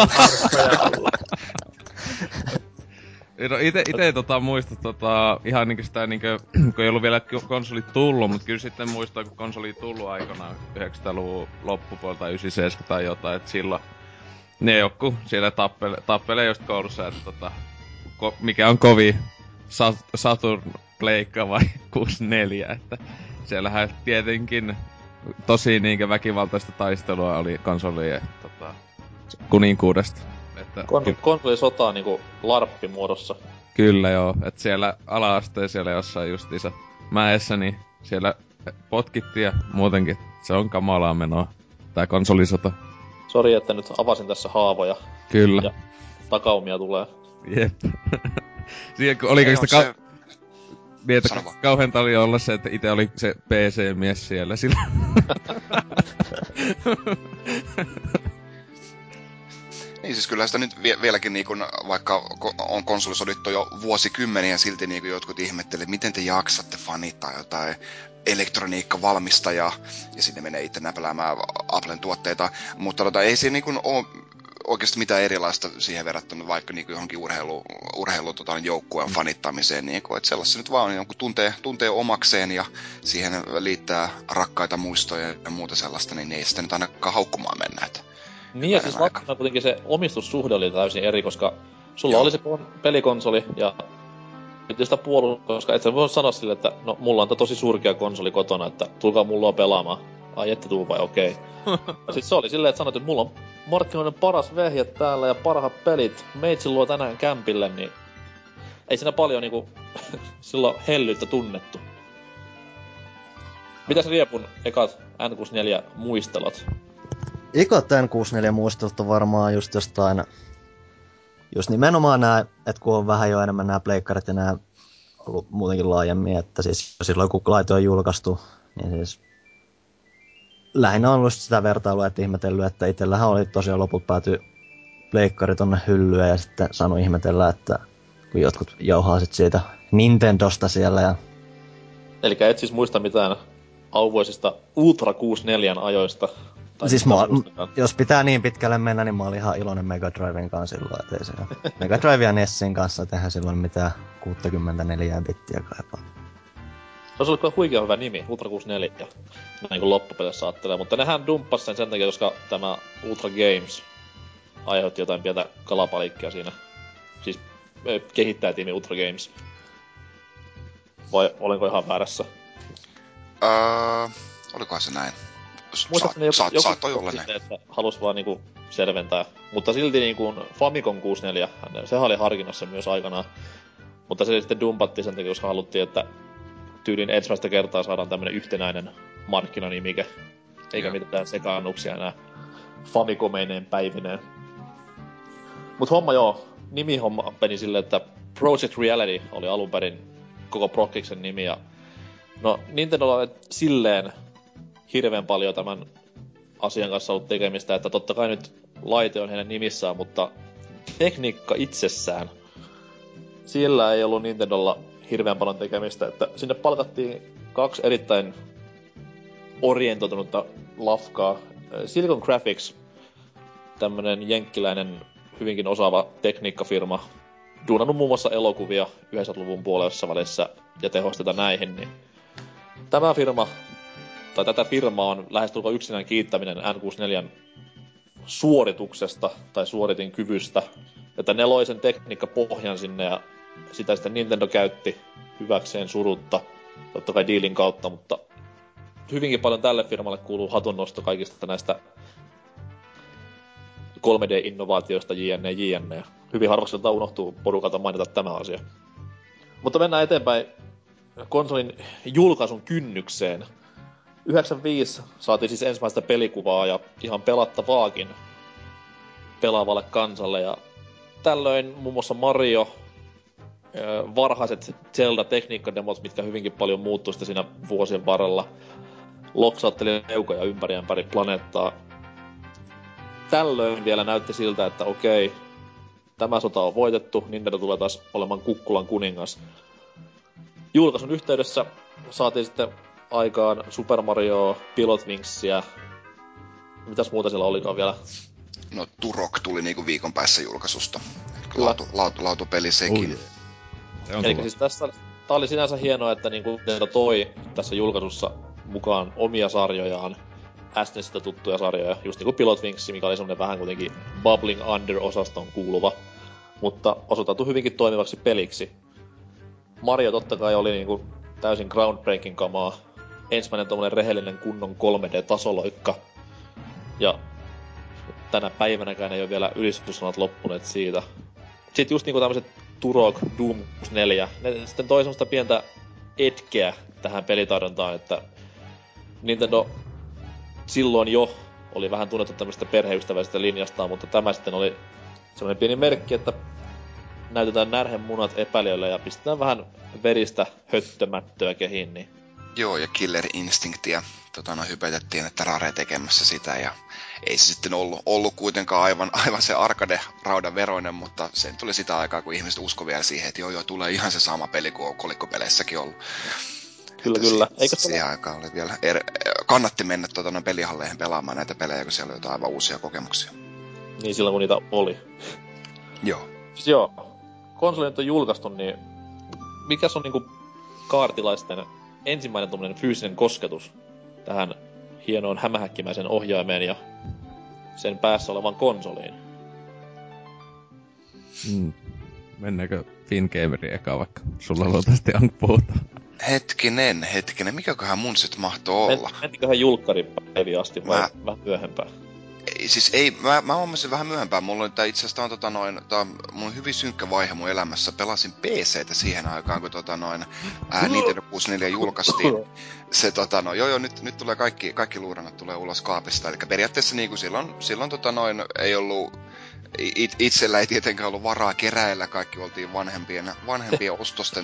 No ite muistat ihan niinkö sitä niinkö, kun ei ollut vielä konsoli tullut, mut kyllä sitten muistaa, kun konsoli tullut aikanaan 90-luvun loppupuolta 97 tai jotain, et silloin ne joku siellä tappelee just koulussa, että mikä on kovin Saturn pleikka vai 64, että siellähän tietenkin tosi niinkö väkivaltaista taistelua oli konsolien kuninkuudesta. Että konsolisota niinku larppimuodossa. Kyllä joo, että siellä ala-asteen siellä jossain justiinsa mäessä, niin siellä potkittiin ja muutenkin se on kamalaa menoa, tää konsolisota. Sori, että nyt avasin tässä haavoja. Kyllä. Ja takaumia tulee. Jep. Siihen oliko sitä niin, että kauheinta oli olla se, että ite oli se PC-mies siellä sillä. Niin siis kyllä sitä nyt vieläkin niin kun, vaikka on konsolisodittu jo vuosikymmeniä, silti niin kuin jotkut ihmettelee, miten te jaksatte fanittaa jotain elektroniikkavalmistajaa, ja sinne menee itse näpäläämään Applen tuotteita, mutta ei siinä niin kun ole oikeasti mitään erilaista siihen verrattuna vaikka niin johonkin joukkueen fanittamiseen, niin kuin, että sellaista nyt vaan jonkun tuntee omakseen ja siihen liittää rakkaita muistoja ja muuta sellaista, niin ei sitä nyt ainakaan haukkumaan mennä. Että niin ja siis lapsena kuitenkin se omistussuhde oli täysin eri, koska sulla oli se pelikonsoli ja nyt sitä koska et sä voi sanoa sille, että no mulla on tosi surkea konsoli kotona, että tulkaa mulla pelaamaan. Ai ette tuu vai okei. Ja sit se oli silleen, että sanoit, että mulla on markkinoiden paras vehje täällä ja parhaat pelit. Meitsi luo tänään kämpille, niin ei siinä paljon niinku silloin hellyyttä tunnettu. Mitäs Riepun ekat N64 muistelot? Ekat N64 muistelut on varmaan just jostain, just nimenomaan nää, että kun on vähän jo enemmän nää pleikkarit ja nää ollut muutenkin laajemmin, että siis silloin kun laite on julkaistu, niin siis lähinnä on ollut sitä vertailua, että ihmetellyt, että itsellähän oli tosiaan loput pääty pleikkari tonne hyllyä ja sitten saanut ihmetellä, että kun jotkut jauhaa sit siitä Nintendosta siellä ja... Elikkä et siis muista mitään auvoisista Ultra 64 ajoista? Siis jos pitää niin pitkälle mennä, niin mä olin ihan iloinen Mega Driven kanssa silloin, ettei se Mega Drive ja Nessin kanssa tehdä silloin mitään 64 bittiä kaipaa. Se olisi ollut kyllä huikea hyvä nimi, Ultra 64, näin kuin loppupeleissä ajattelee, mutta nehän dumppasi sen takia, koska tämä Ultra Games aiheutti jotain pientä kalapalikkia siinä. Siis kehittäjätiimi Ultra Games. Vai olenko ihan väärässä? Olikohan se näin? Muistaakseni saattoi olla näin. Että halus vaan niinku selventää. Mutta silti niinku Famicom 64, sehän oli harkinnassa myös aikanaan. Mutta se sitten dumpattiin sen takia, koska haluttiin, että tyylin ensimmäistä kertaa saadaan tämmönen yhtenäinen markkinanimike, eikä mitään sekaannuksia enää Famicomeineen päivineen. Mut nimihomma meni silleen, että Project Reality oli alun perin koko Prokkiksen nimi, ja no Nintendolla oli silleen hirveän paljon tämän asian kanssa ollut tekemistä, että totta kai nyt laite on heidän nimissään, mutta tekniikka itsessään, sillä ei ollut Nintendolla hirveän paljon tekemistä, että sinne palkattiin 2 erittäin orientoitunutta lafkaa. Silicon Graphics, tämmönen jenkkiläinen hyvinkin osaava tekniikkafirma, duunannut muun muassa elokuvia 90-luvun puolessa välissä ja tehosteita näihin, niin tämä firma, tai tätä firmaa on lähestulkoon yksinään kiittäminen N64 suorituksesta tai suoritin kyvystä, että ne loi sen tekniikkapohjan sinne ja sitä sitten Nintendo käytti hyväkseen surutta, totta kai dealin kautta, mutta hyvinkin paljon tälle firmalle kuuluu hatunnosto kaikista näistä 3D-innovaatioista jne. Hyvin harvakselta unohtuu porukalta mainita tämä asia. Mutta mennään eteenpäin konsolin julkaisun kynnykseen. 95 saatiin siis ensimmäistä pelikuvaa ja ihan pelattavaakin pelaavalle kansalle. Ja tällöin muun muassa Mario, varhaiset Zelda-tekniikkademot, mitkä hyvinkin paljon muuttui sitten siinä vuosien varrella, loksautteli leukoja ympäri planeettaa. Tällöin vielä näytti siltä, että okei, tämä sota on voitettu, Nintendo tulee taas olemaan kukkulan kuningas. Julkaisun yhteydessä saatiin sitten aikaan Super Mario, Pilot Wingsia. Mitäs muuta siellä olikaan vielä? No Turok tuli niinku viikon päässä julkaisusta. Kyllä. Lautupeli sekin. Eli siis tää oli sinänsä hienoa, että niinku Nintendo toi tässä julkaisussa mukaan omia sarjojaan, SNESistä tuttuja sarjoja, just niinku Pilot Wings, mikä oli semmonen vähän kuitenkin Bubbling Under-osaston kuuluva, mutta osoittautui hyvinkin toimivaksi peliksi. Mario totta kai oli niinku täysin groundbreaking kamaa. Ensimmäinen tommonen rehellinen kunnon 3D-tasoloikka. Ja tänä päivänäkään ei oo vielä ylistyssanat loppuneet siitä. Sitten just niinku tämmöset Turok, Doom 64, ne sitten toi semmoista pientä etkeä tähän pelitaidontaan, että Nintendo silloin jo oli vähän tunnettu tämmöstä perheystävällisestä linjastaan, mutta tämä sitten oli semmoinen pieni merkki, että näytetään närhemunat epäilijöille ja pistetään vähän veristä höttömättöä kehiin, niin... Joo, ja Killer Instinctia hypätettiin, että Rare tekemässä sitä, ja ei se sitten ollut kuitenkaan aivan se arcade-raudan veroinen, mutta se tuli sitä aikaa, kun ihmiset usko vielä siihen, että joo, tulee ihan se sama peli kuin on kolikkopeleissäkin ollut. Kyllä. Eikö siihen aikaan oli vielä kannatti mennä pelihalleihin pelaamaan näitä pelejä, kun siellä oli jotain aivan uusia kokemuksia. Niin silloin, kun niitä oli. Joo. Siis joo, konsoli nyt on julkaistu, niin mikäs on niinku kaartilaisten ensimmäinen tommonen fyysinen kosketus tähän hienoon hämähäkkimäisen ohjaimeen ja sen päässä olevan konsoliin? Mennäänkö Fingameriin eka vaikka? Sulla luultavasti puhutaan. Hetkinen, mikäköhän mun sit mahtoo olla? Mentiköhän julkkaripäiviä asti vai vähän myöhempään? Mä huomasin vähän myöhempään. Mulla oli itse asiassa mulla on hyvin synkkä vaihe mun elämässä. Pelasin PC:tä siihen aikaan, kun Nintendo 64 julkaistiin. Se nyt tulee kaikki luuranat tulee ulos kaapista. Eli periaatteessa niinku silloin ei ollut itsellä ei tietenkään ollut varaa keräillä, kaikki oltiin vanhempien ostosten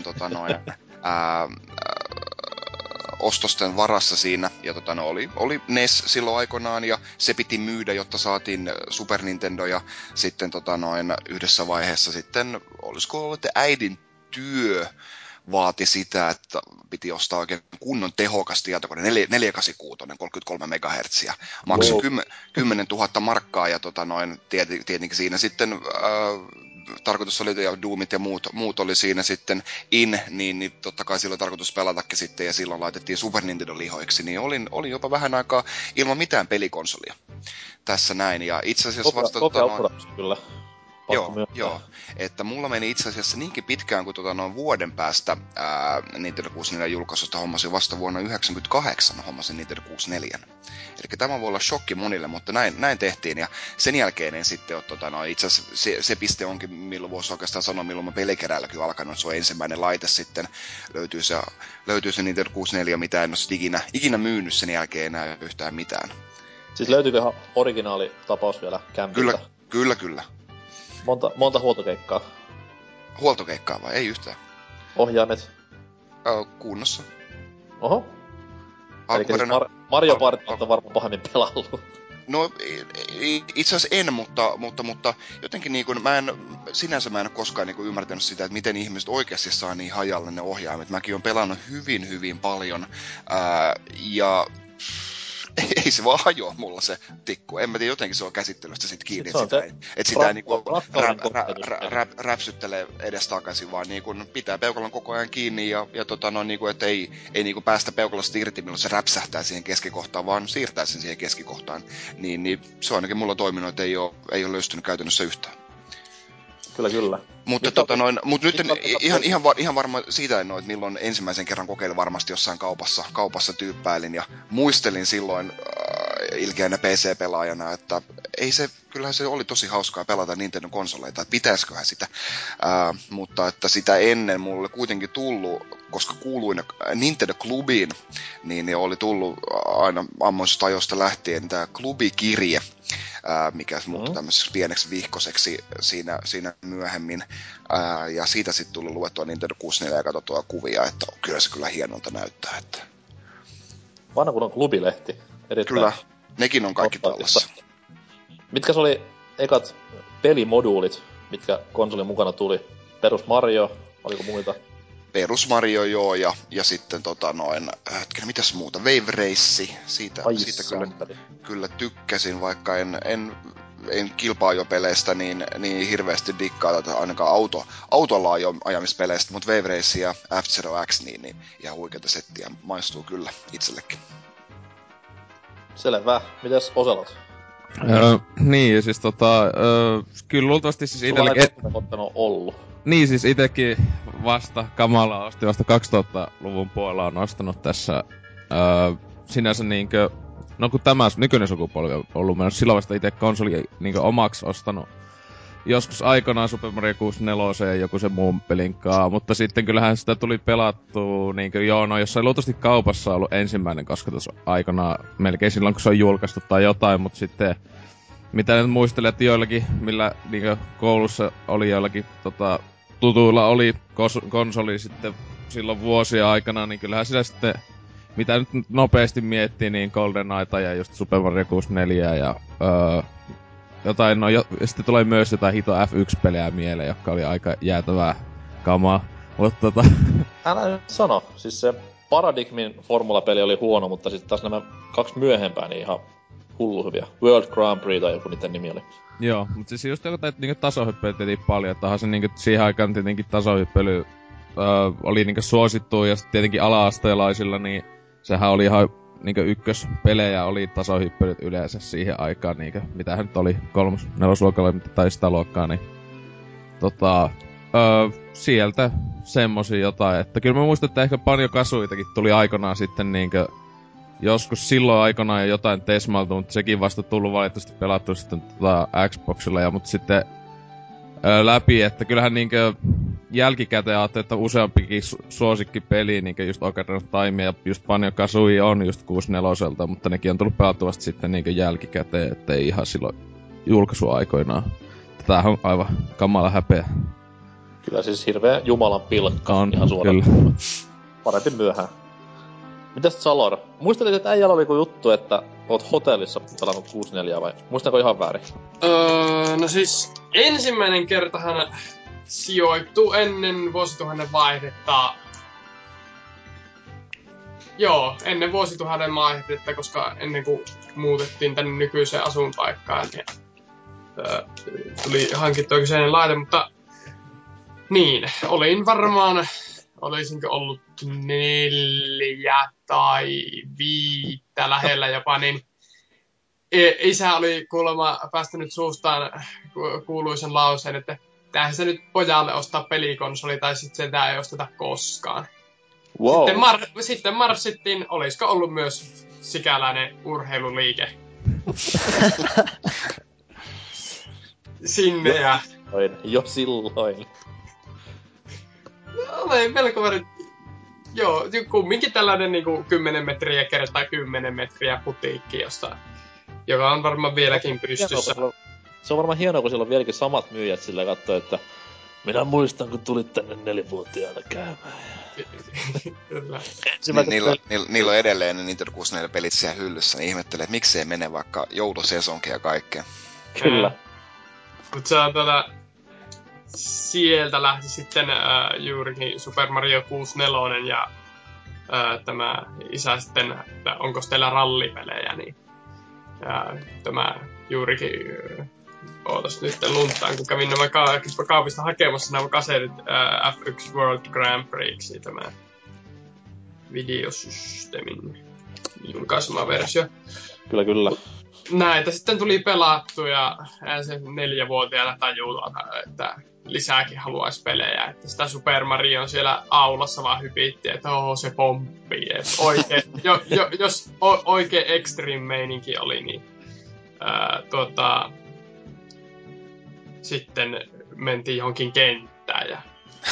ostosten varassa siinä, ja oli NES silloin aikoinaan, ja se piti myydä, jotta saatiin Super Nintendo, ja sitten yhdessä vaiheessa sitten, olisiko ollut äidin työ vaati sitä, että piti ostaa oikein kunnon tehokas tietokone, 486, 33 MHz, maksoi 10 000 markkaa, ja tietenkin siinä sitten tarkoitus oli, ja Doomit ja muut oli siinä sitten niin totta kai silloin tarkoitus pelatakin sitten, ja silloin laitettiin Super Nintendo lihoiksi, niin olin jopa vähän aikaa ilman mitään pelikonsolia tässä näin, ja itse asiassa vasta kyllä. Joo. Että mulla meni itse asiassa niinkin pitkään kuin noin vuoden päästä Nintendo 64 julkaisusta hommasin vasta vuonna 1998 hommasin Nintendo 64. Eli tämä voi olla shokki monille, mutta näin tehtiin. Ja sen jälkeen en sitten ole, itse asiassa se piste onkin, milloin voisi oikeastaan sanoa, milloin mä pelikeräilläkin alkanut. Se on ensimmäinen laite sitten. Löytyy se Nintendo 64, mitä en ole ikinä myynyt sen jälkeen enää yhtään mitään. Siis löytyyköhän originaali-tapaus vielä kämpiltä? Kyllä. Monta huoltokeikkaa? Huoltokeikkaa vai? Ei yhtään. Ohjaimet? Kunnossa. Oho. Eli siis Mario Party on varmaan pahemmin pelannut. No itse asiassa en, mutta jotenkin niin kuin, mä en ole koskaan niin kuin ymmärtänyt sitä, että miten ihmiset oikeasti saa niin hajalle ne ohjaimet. Mäkin olen pelannut hyvin paljon ja ei se vaan hajoa mulla se tikku. En mä tiedä, jotenkin se on käsittelystä sit kiinni, että sitä ei niinku räpsyttele edestakaisin, vaan niinku pitää peukalon koko ajan kiinni ja niinku, että ei niinku päästä peukalasta irti, milloin se räpsähtää siihen keskikohtaan, vaan siirtää sen siihen keskikohtaan. Niin se on ainakin mulla toiminut, että ei ole löystynyt käytännössä yhtään. Kyllä. Mutta nyt ihan varma siitä en ole, että milloin ensimmäisen kerran kokeilin varmasti jossain kaupassa tyyppäilin ja muistelin silloin ilkeänä PC-pelaajana, että kyllähän se oli tosi hauskaa pelata Nintendo-konsoleita, että pitäisiköhän sitä, mutta että sitä ennen mulle kuitenkin tullut, koska kuuluin Nintendo-klubiin, niin oli tullut aina ammoisesta ajoista lähtien tämä klubikirje, mikä muuttui tämmöiseksi pieneksi vihkoseksi siinä myöhemmin. Ja siitä sitten tuli luettua Nintendo 64 ja katsottua kuvia, että kyllä se kyllä hienolta näyttää. Että... Vanha kun on klubilehti. Erittäin. Kyllä, nekin on kaikki tallessa. Mitkä oli ekat pelimoduulit, mitkä konsolin mukana tuli? Perus Mario, oliko muita? Perus Mario joo, ja sitten mitäs muuta, Wave Race, siitä kyllä tykkäsin, vaikka en kilpa-ajopeleistä niin hirveästi dikkaa ainakaan autolla ajamispeleistä, mutta Wave Race ja F-Zero X niin ihan huikeita settiä, maistuu kyllä itsellekin. Selvä. Mitäs Oselot? Niin, siis kyllä luultavasti siis itsellekin... Sulla ollut. Niin, siis itekin kamalaa osti vasta 2000-luvun puolella on ostanut tässä sinänsä niinkö... No kun tämä nykyinen sukupolvi on ollut menossa, silloin vasta ite konsoli niinkö omaksi ostanut. Joskus aikanaan Super Mario 64 ja joku se muun pelinkaa, mutta sitten kyllähän sitä tuli pelattua niinkö jossain luultavasti kaupassa ollut ensimmäinen kosketus aikanaan, melkein silloin kun se on julkaistu tai jotain, mutta sitten mitä nyt muistelen, että joillakin, millä niinkö koulussa oli joillakin tutuilla oli konsoli sitten silloin vuosia aikana, niin kyllähän sitä sitten, mitä nyt nopeasti miettii, niin GoldenEyeta ja just Super Mario 64 ja jotain, sitten tulee myös jotain hito F1-pelejä mieleen, jotka oli aika jäätävää kamaa, mutta Älä nyt sano, siis se Paradigmin formulapeli oli huono, mutta sitten taas nämä 2 myöhempää niin ihan hullu hyviä. World Grand Prix tai joku niiden nimi oli. Joo, mutta siis just joku niinku tasohyppely tietenkin paljon, että se niinku siihen aikaan tietenkin tasohyppely oli niinku suosittu ja sitten tietenkin ala-asteelaisilla, niin sehän oli ihan niinku ykköspelejä oli tasohyppelyt yleensä siihen aikaan niinku, mitähän nyt oli 3-4 luokalla tai sitä luokkaa, niin sieltä semmosia jotain, että kyllä mä muistan, että ehkä Banjo Kazooietakin tuli aikanaan sitten niinkö joskus silloin aikanaan jo jotain tesmailtu, mutta sekin vasta tullut valitettavasti pelattu sitten Xboxilla mutta sitten läpi, että kyllähän niinkö jälkikäteen ajattelin, että useampikin suosikkipeli, niinkö just Ocarina of Time ja just Banjo Kazooie on just 64, mutta nekin on tullut pelattu vasta sitten niinkö jälkikäteen, ettei ihan silloin julkaisuaikoinaan. Tämähän on aivan kamala häpeä. Kyllä siis hirveä jumalan pilkka on, ihan suoraan. Kyllä. Parempi myöhään. Mitäs Salor? Muistelit, että äijällä oli joku juttu, että oot hotellissa pelannut 64 vai muistanko ihan väärin? No siis ensimmäinen kertahan sijoittuu ennen vuosituhannen vaihdetta. Joo, ennen vuosituhannen vaihdetta, koska ennen kuin muutettiin tänne nykyiseen asuinpaikkaan, niin tuli hankittua kyseinen laite, mutta niin, olin varmaan, olisinko ollut 4 tai 5 lähellä jopa, niin isä oli kuulemma päästänyt suustaan kuuluisen lauseen, että tämähän se nyt pojalle ostaa pelikonsoli, tai sitten sitä ei osteta koskaan. Wow. Sitten marssittiin, olisiko ollut myös sikäläinen urheiluliike. Sinne ja... Jo silloin. Olen melko varmaan... Joo, kumminkin tällainen niinku 10 metriä kertaa 10 metriä putiikki, joka on varmaan vieläkin pystyssä. Se on varmaan hienoa, kun siellä on vieläkin samat myyjät sillä katsoo, että minä muistan, kun tulit tänne 4-vuotiaana käymään. Kyllä. Niillä on edelleen ne Nintendo 64-pelit siellä hyllyssä, niin ihmettelee, että miksei mene vaikka joulusesonkin ja kaikkea. Kyllä. Mutta se on sieltä lähti sitten juurikin Super Mario 64 ja tämä isä sitten, että onko teillä rallipelejä, niin tämä juurikin, ootas nyt luntaan, kun kävin nämä kaupista hakemassa nämä kasetit F1 World Grand Prix, tämä videosysteemin julkaisema versio. Kyllä. Näitä sitten tuli pelattu ja se 4-vuotiaana tajuaa, että lisääkin haluaisi pelejä. Että sitä Super Mario on siellä aulassa vaan hypitti, että se pomppii. Jos oikein extreme meininki oli, niin sitten mentiin johonkin kenttään ja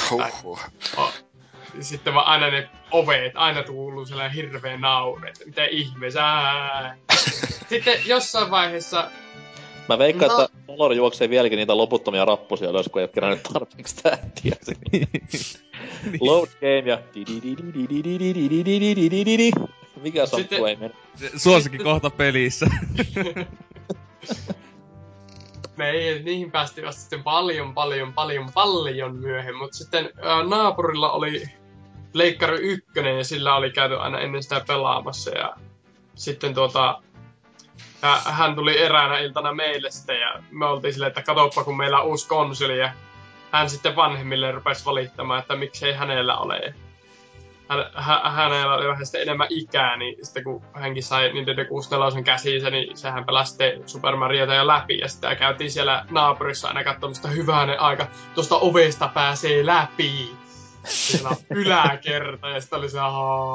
sitten vaan aina ne ovet, aina kuuluu sellainen hirveä nauru, että mitä ihmeessä. Sitten jossain vaiheessa... Mä veikkaan, että Valor juoksee vieläkin niitä loputtomia rappusia ylös, kun ei ole kerännyt tarpeeksi tähtiä. Load game ja mikä samppu ei mene? Suosikin kohta pelissä. Niihin päästiin vasta sitten paljon myöhemmin, mutta sitten naapurilla oli Pleikkari 1 ja sillä oli käyty aina ennen sitä pelaamassa ja sitten hän tuli eräänä iltana meille sitten ja me oltiin silleen, että katoppa kun meillä on uusi konsoli ja hän sitten vanhemmille rupesi valittamaan, että miksei hänellä ole. Hänellä oli vähän sitten enemmän ikää, niin sitten kun hänkin sai Nintendo 64 käsiinsä, niin sehän pelasi sitten Super Mariota jo läpi. Ja sitten käytiin siellä naapurissa aina katsomassa, hyvänen aika, tuosta ovesta pääsee läpi. Siellä on yläkerta ja sitten oli se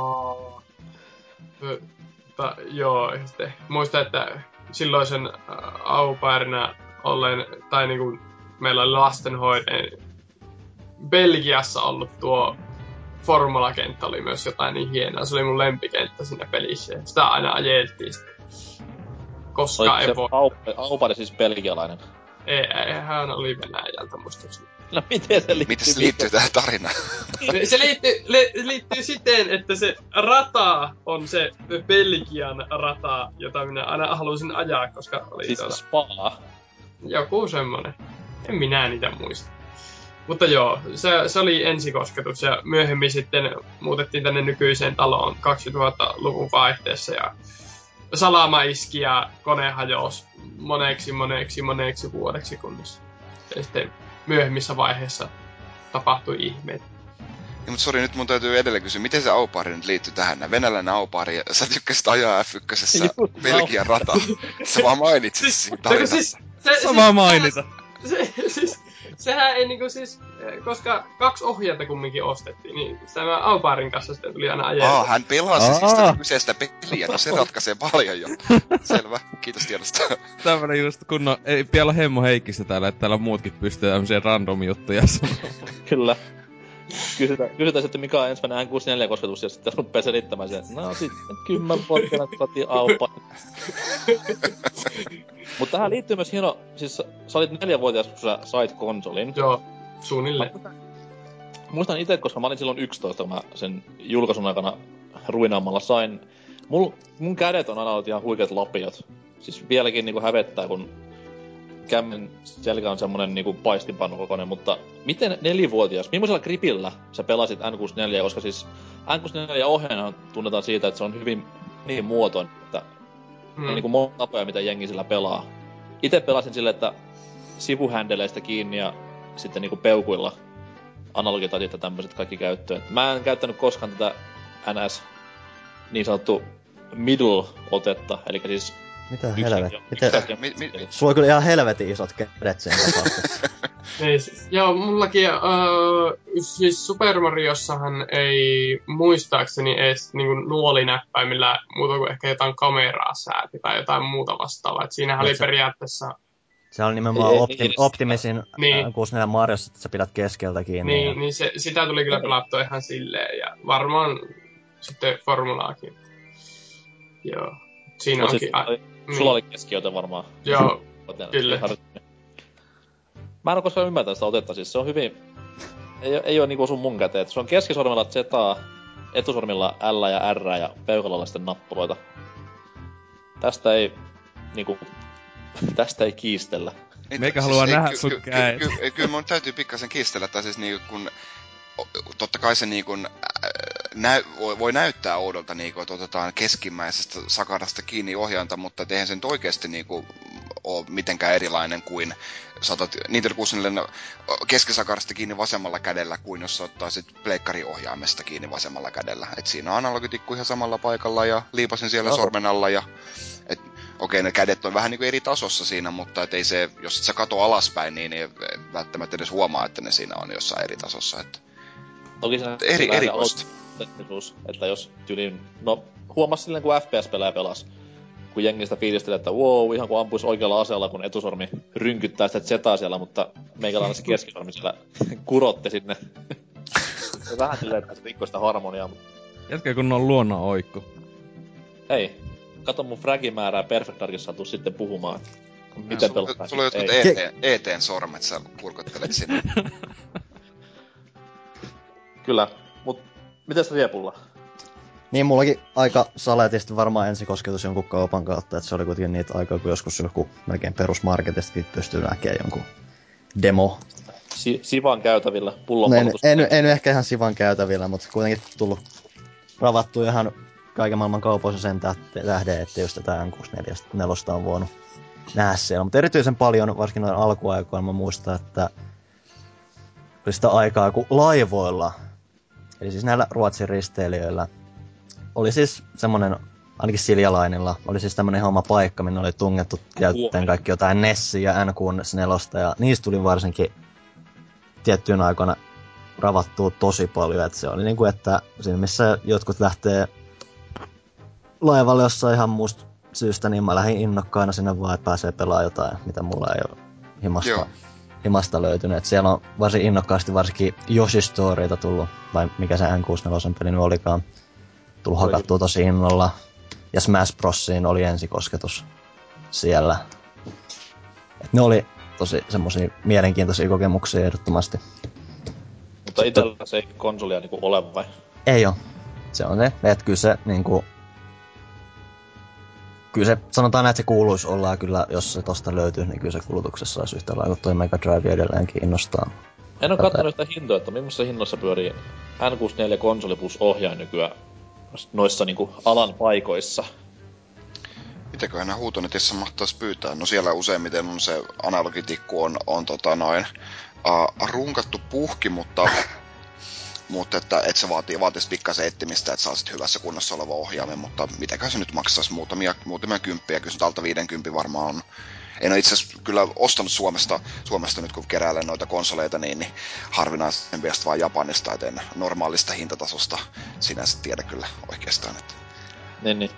joo, ja sitten muistan, että silloisen aupairina ollen, tai niinku meillä oli lastenhoiden Belgiassa ollut tuo formulakenttä oli myös jotain niin hienoa. Se oli mun lempikenttä siinä pelissä. Sitä aina ajeltiin. Koska ei voi. Aupari siis belgialainen? Ei, hän oli Venäjältä muistaakseni. No miten se liittyy tähän tarinaan? Se liittyy siten, että se rata on se Belgian rata, jota minä aina halusin ajaa, koska oli siis Spa? Joku semmonen. En minä niitä muista. Mutta joo, se oli ensikosketus ja myöhemmin sitten muutettiin tänne nykyiseen taloon 2000-luvun vaihteessa ja salama iski ja kone hajosi moneksi vuodeksi, kunnes sitten myöhemmissä vaiheissa tapahtui ihmeet. Ja, mutta sori, nyt mun täytyy edelleen kysyä, miten se aupari nyt liittyy tähän? Venäläinen aupari ja sä tykkäsit ajaa F1:ssä Belgian rata. Sä vaan mainitsit siinä tarinassa. Sä vaan mainita. Sehän ei niinku siis, koska 2 ohjainta kumminkin ostettiin, niin tämä auparin kanssa sitten tuli aina ajeltua. Hän pelasi siis tätä kyseistä peliä, no se ratkaisee paljon jo. Selvä, kiitos tiedosta. Tämmönen just kunnon, ei vielä Hemmo Heikkistä täällä, että täällä muutkin pystyy tämmösiä random juttuja sanomaan. Kyllä. Kysytään sitten, mikä on ensimmäinen N64-kosketus, ja sitten rupeaa selittämään sen, että no sitten 10 vuotta saatiin auparin. Mutta tähän liittyy myös hieno, siis sä olit 4-vuotias, kun sä sait konsolin. Joo, suunnilleen. Muistan itse, koska mä olin silloin 11, kun mä sen julkaisun aikana ruinaamalla sain. Mun kädet on aina ollut ihan huikeat lapiot. Siis vieläkin niinku hävettää, kun kämmen selkä on semmonen niinku paistinpannukokoinen, mutta miten 4-vuotias, millaisella gripillä sä pelasit N64, koska siis N64-ohjeenhan tunnetaan siitä, että se on hyvin niin muotoinen, että on niinku monta tapoja, mitä jengi sillä pelaa. Itse pelasin silleen, että sivuhändeleistä kiinni ja sitten niinku peukuilla analogitatit ja tämmöset kaikki käyttöön. Mä en käyttänyt koskaan tätä NS niin sanottu middle-otetta, eli siis Mitä Yksin helvetti? jo. Miten? Sulla on kyllä ihan helvetin isot kädet sen tapauksessa. Niin, joo, mullakin, siis Super Mariossahan ei muistaakseni edes niinku nuolinäppäimillä muuta kuin ehkä jotain kameraa sääti tai jotain muuta vastaavaa. Et siinähän oli periaatteessa... Se on nimenomaan Ei Optimisin niin. 64 Mariossa, että sä pidät keskeltä kiinni. Niin sitä tuli kyllä pelattua ihan silleen, ja varmaan sitten formulaakin. Joo, siinä Mut onkin... Sulla oli keskiötä varmaan. Joo, kyllä. Mä en oo koskaan ymmärtänyt sitä otetta, siis se on hyvin... Ei oo niinku sun mun käteen, että se on keskisormella Zetaa, etusormilla L ja R ja peukalalla sitten nappuloita. Tästä ei... niinku... Tästä ei kiistellä. Meikä haluaa nähdä sun käet. Kyllä mun täytyy pikkasen kiistellä, tai siis niinku kun... Totta kai se niinku... voi näyttää oudolta niinku, että otetaan keskimmäisestä sakarasta kiinni ohjainta, mutta eihän se nyt oikeesti niinku... ole mitenkään erilainen kuin saatat Nintendo 64 keskisakarasta kiinni vasemmalla kädellä kuin jos ottaisit pleikkariohjaimesta kiinni vasemmalla kädellä. Et siinä on analogitikku ihan samalla paikalla ja liipasin siellä sormen alla ja okei, ne kädet on vähän niinku eri tasossa siinä, mutta et ei se, jos et sä kato alaspäin, niin ei välttämättä edes huomaa, että ne siinä on jossain eri tasossa. Et toki se erikoista. Että jos tyyliin, no huomas silleen kun FPS-pelejä pelas, kun jengistä fiilisteli, että wow, ihan kuin ampuisi oikealla aseella, kun etusormi rynkyttää sitä Zetaa siellä, mutta meikäläinen se keskisormi siellä kurotti sinne. Vähän silleen, että se rikkoi sitä harmoniaa. Jätkä kun on luonnon oikku. Hei, kato mun fragimäärää Perfect Darkissa, tuu sitten puhumaan. Miten pelataan? Sulla on jotkut ET:n sormet, sä kurkottelet sinne. Kyllä, mut mites Riepulla? Niin, mullakin aika saletisti varmaan ensikosketus jonkun kaupan kautta, että se oli kuitenkin niitä aikaa, kun joskus joku melkein perusmarketistakin pystyy näkemään jonkun demo. Sivan käytävillä, pullonpalautus. En ehkä ihan Sivan käytävillä, mutta kuitenkin tullut ravattua ihan kaiken maailman kaupoissa sen tähden, että just tätä N64 on voinut nähdä siellä. Mutta erityisen paljon, varsinkin noin alkuaikoina, mä muistan, että oli sitä aikaa, kun laivoilla, eli siis näillä Ruotsin risteilijöillä, oli siis semmonen, ainakin Siljalainilla, oli siis tämmönen oma paikka, minne oli tungettu käyttäen kaikki jotain Nessiä ja N64, ja niistä tuli varsinkin tiettyyn aikoina ravattua tosi paljon, että se oli niinku, että siinä missä jotkut lähtee laivalle jossain ihan muusta syystä, niin mä lähdin innokkaana sinne vaan, että pääsee pelaamaan jotain, mitä mulla ei ole himasta löytynyt. Et siellä on varsin innokkaasti varsinkin Yoshi Storyta tullut, vai mikä se N64 peli nyt olikaan, tullut hakattua tosi innolla. Ja Smash Brosiin oli ensikosketus siellä. Et ne oli tosi semmosia mielenkiintoisia kokemuksia ehdottomasti. Mutta itellä se ei konsolia niinku ole vai? Ei oo. Se on se, että kyllä se niinku... Kyllä se, sanotaan näin, että se kuuluisi olla kyllä, jos se tosta löytyy, niin kyllä se kulutuksessa olisi yhtä lailla, kun toi Mega Drive edelleenkin innostaa. En oo kattonut yhtä hintoja, että millaisessa hinnoissa pyörii N64 konsoli plus ohjain nykyään noissa niinku alan paikoissa. Mitäköhän nää huutonetissä mahtais pyytää? No siellä useimmiten on se analogitikku on runkattu puhki, mutta että se vaatis pikkasen etsimistä, että saisit hyvässä kunnossa oleva ohjaimen, mutta mitäköhän se nyt maksaisi muutamia kymppiä, kyllä se alta 50 varmaan on. En ole itse asiassa kyllä ostanut Suomesta nyt kun keräilen noita konsoleita, niin harvinaisen vasta vaan Japanista, et en normaalista hintatasosta sinänsä tiedä kyllä oikeastaan. Että. Niin.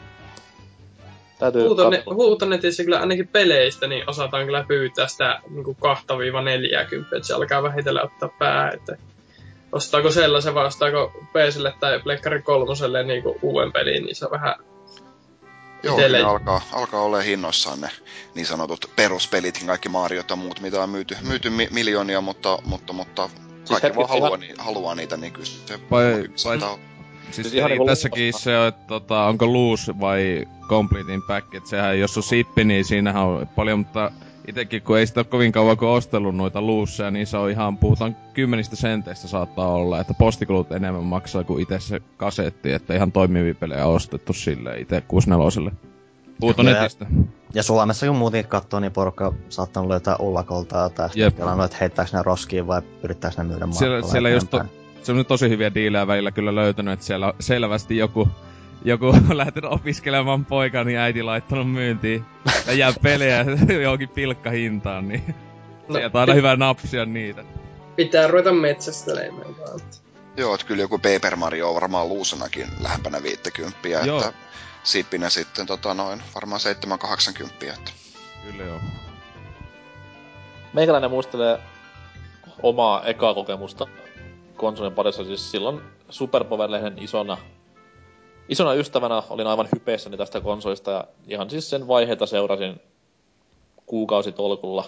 Huutonetissä kyllä ainakin peleistä niin osataan kyllä pyytää sitä niin 2-40, että se alkaa vähitellen ottaa pää, että ostaako sellaisen vai ostaako PC:lle tai Pleikkari 3:lle niin uuden pelin, niin se on vähän... Joo, ne alkaa olla hinnoissaan ne niin sanotut peruspelitkin, kaikki Mariot ja muut, mitä on myyty miljoonia, mutta kaikki siis vaan haluaa niitä, niin kyllä se... Siis tässäkin se on, että onko loose vai complete in pack, että sehän jos on sippi, niin siinähän on paljon, mutta itekin kun ei sitä ole kovin kauan kun ostellut noita looseja, niin se on ihan, puhutaan 10 senteistä saattaa olla, että postikulut enemmän maksaa kuin itse se kasetti, että ihan toimivia pelejä ostettu silleen ite 64. Puhutaan netistä. Ja Suomessa kun muuten katsoo, niin porukka saattanut löytää ullakolta tai pelannut, että heittääkö ne roskiin vai yrittääkö ne myydä markkinoilla. Siellä just se on tosi hyviä diilejä välillä kyllä löytänyt, että siellä on selvästi joku joku lähtenyt opiskelemaan poika, niin äiti laittanut myyntiin ja pelejä johonkin pilkkahintaan, niin sieltä aina hyvä napsia niitä. Pitää ruveta metsästelemään vaan. Joo, että kyllä joku Paper Mario on varmaan luusenakin lähempänä 50, että sippinä sitten varmaan 7-80. Että. Kyllä joo. Meikäläinen muistelee omaa ekaa kokemusta konsolin parissa, siis silloin Super Power-lehden isona ystävänä olin aivan hypeissäni tästä konsolista ja ihan siis sen vaiheita seurasin kuukausitolkulla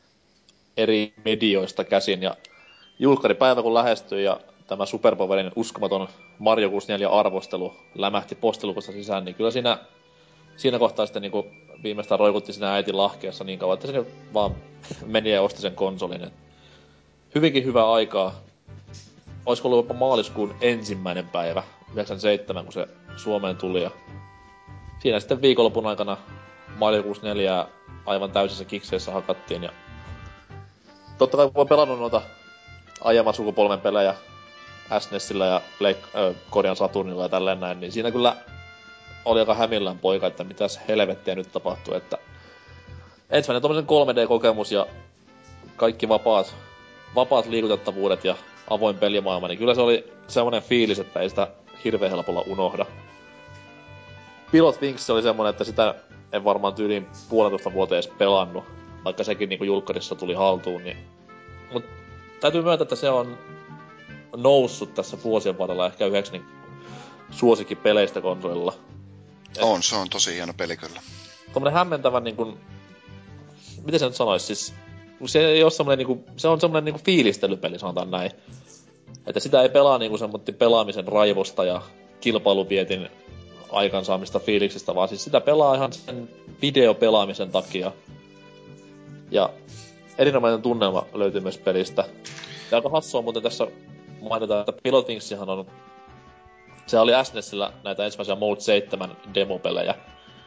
eri medioista käsin ja julkkaripäivä kun lähestyi ja tämä Super Powerin uskomaton Mario 64-arvostelu lämähti postilukosta sisään, niin kyllä siinä kohtaa sitten niinku viimeistään roikutti siinä äitin lahkeessa niin kauan, että se vaan meni ja osti sen konsolin. Et hyvinkin hyvää aikaa. Olisiko ollut jopa maaliskuun 1. päivä, 97, kun se Suomeen tuli. Ja siinä sitten viikonlopun aikana Mario 64 aivan täysissä kikseissä hakattiin. Ja totta kai kun olen pelannut noita aiemman sukupolven pelejä SNESillä ja Korean Saturnilla ja tälleen näin, niin siinä kyllä oli aika hämillään poika, että mitäs helvettiä nyt tapahtuu, että ensimmäinen tommosen 3D-kokemus ja kaikki vapaat liikutettavuudet ja avoin pelimaailma, niin kyllä se oli semmonen fiilis, että ei sitä hirveän helpolla unohda. Pilot Wings oli semmonen, että sitä en varmaan tyyliin 1,5 vuoteen edes pelannut, vaikka sekin niinku julkkarissa tuli haltuun, niin mut täytyy myöntää, että se on noussut tässä vuosien varrella ehkä yhdeksi niin suosikkipeleistä konsolilla. Se on tosi hieno peli kyllä. Tommonen hämmentävän niinkun, miten se nyt sanois siis, se ei oo semmonen niinku, se on semmonen niinku fiilistelypeli, sanotaan näin. Että sitä ei pelaa niinku semmonen pelaamisen raivosta ja kilpailuvietin aikansaamista fiiliksistä, vaan siis sitä pelaa ihan sen videopelaamisen takia. Ja erinomainen tunnelma löytyy myös pelistä. Ja aika hassua muuten tässä mainitaan, että Pilot Wingsihan on, se oli SNESillä näitä ensimmäisiä Mode 7 demopelejä.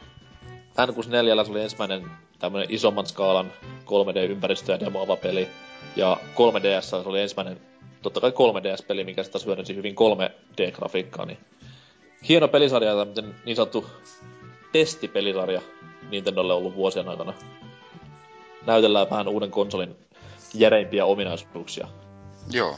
N64 se oli ensimmäinen tämmönen isomman skaalan 3D-ympäristöä demoava peli. Ja 3DS se oli ensimmäinen, totta kai 3DS-peli, mikä sitä hyödynsi hyvin 3D-grafiikkaa. Niin hieno pelisarja ja tämmönen niin sanottu testipelisarja Nintendolle ollut vuosien aikana. Näytellään vähän uuden konsolin järeimpiä ominaisuuksia. Joo.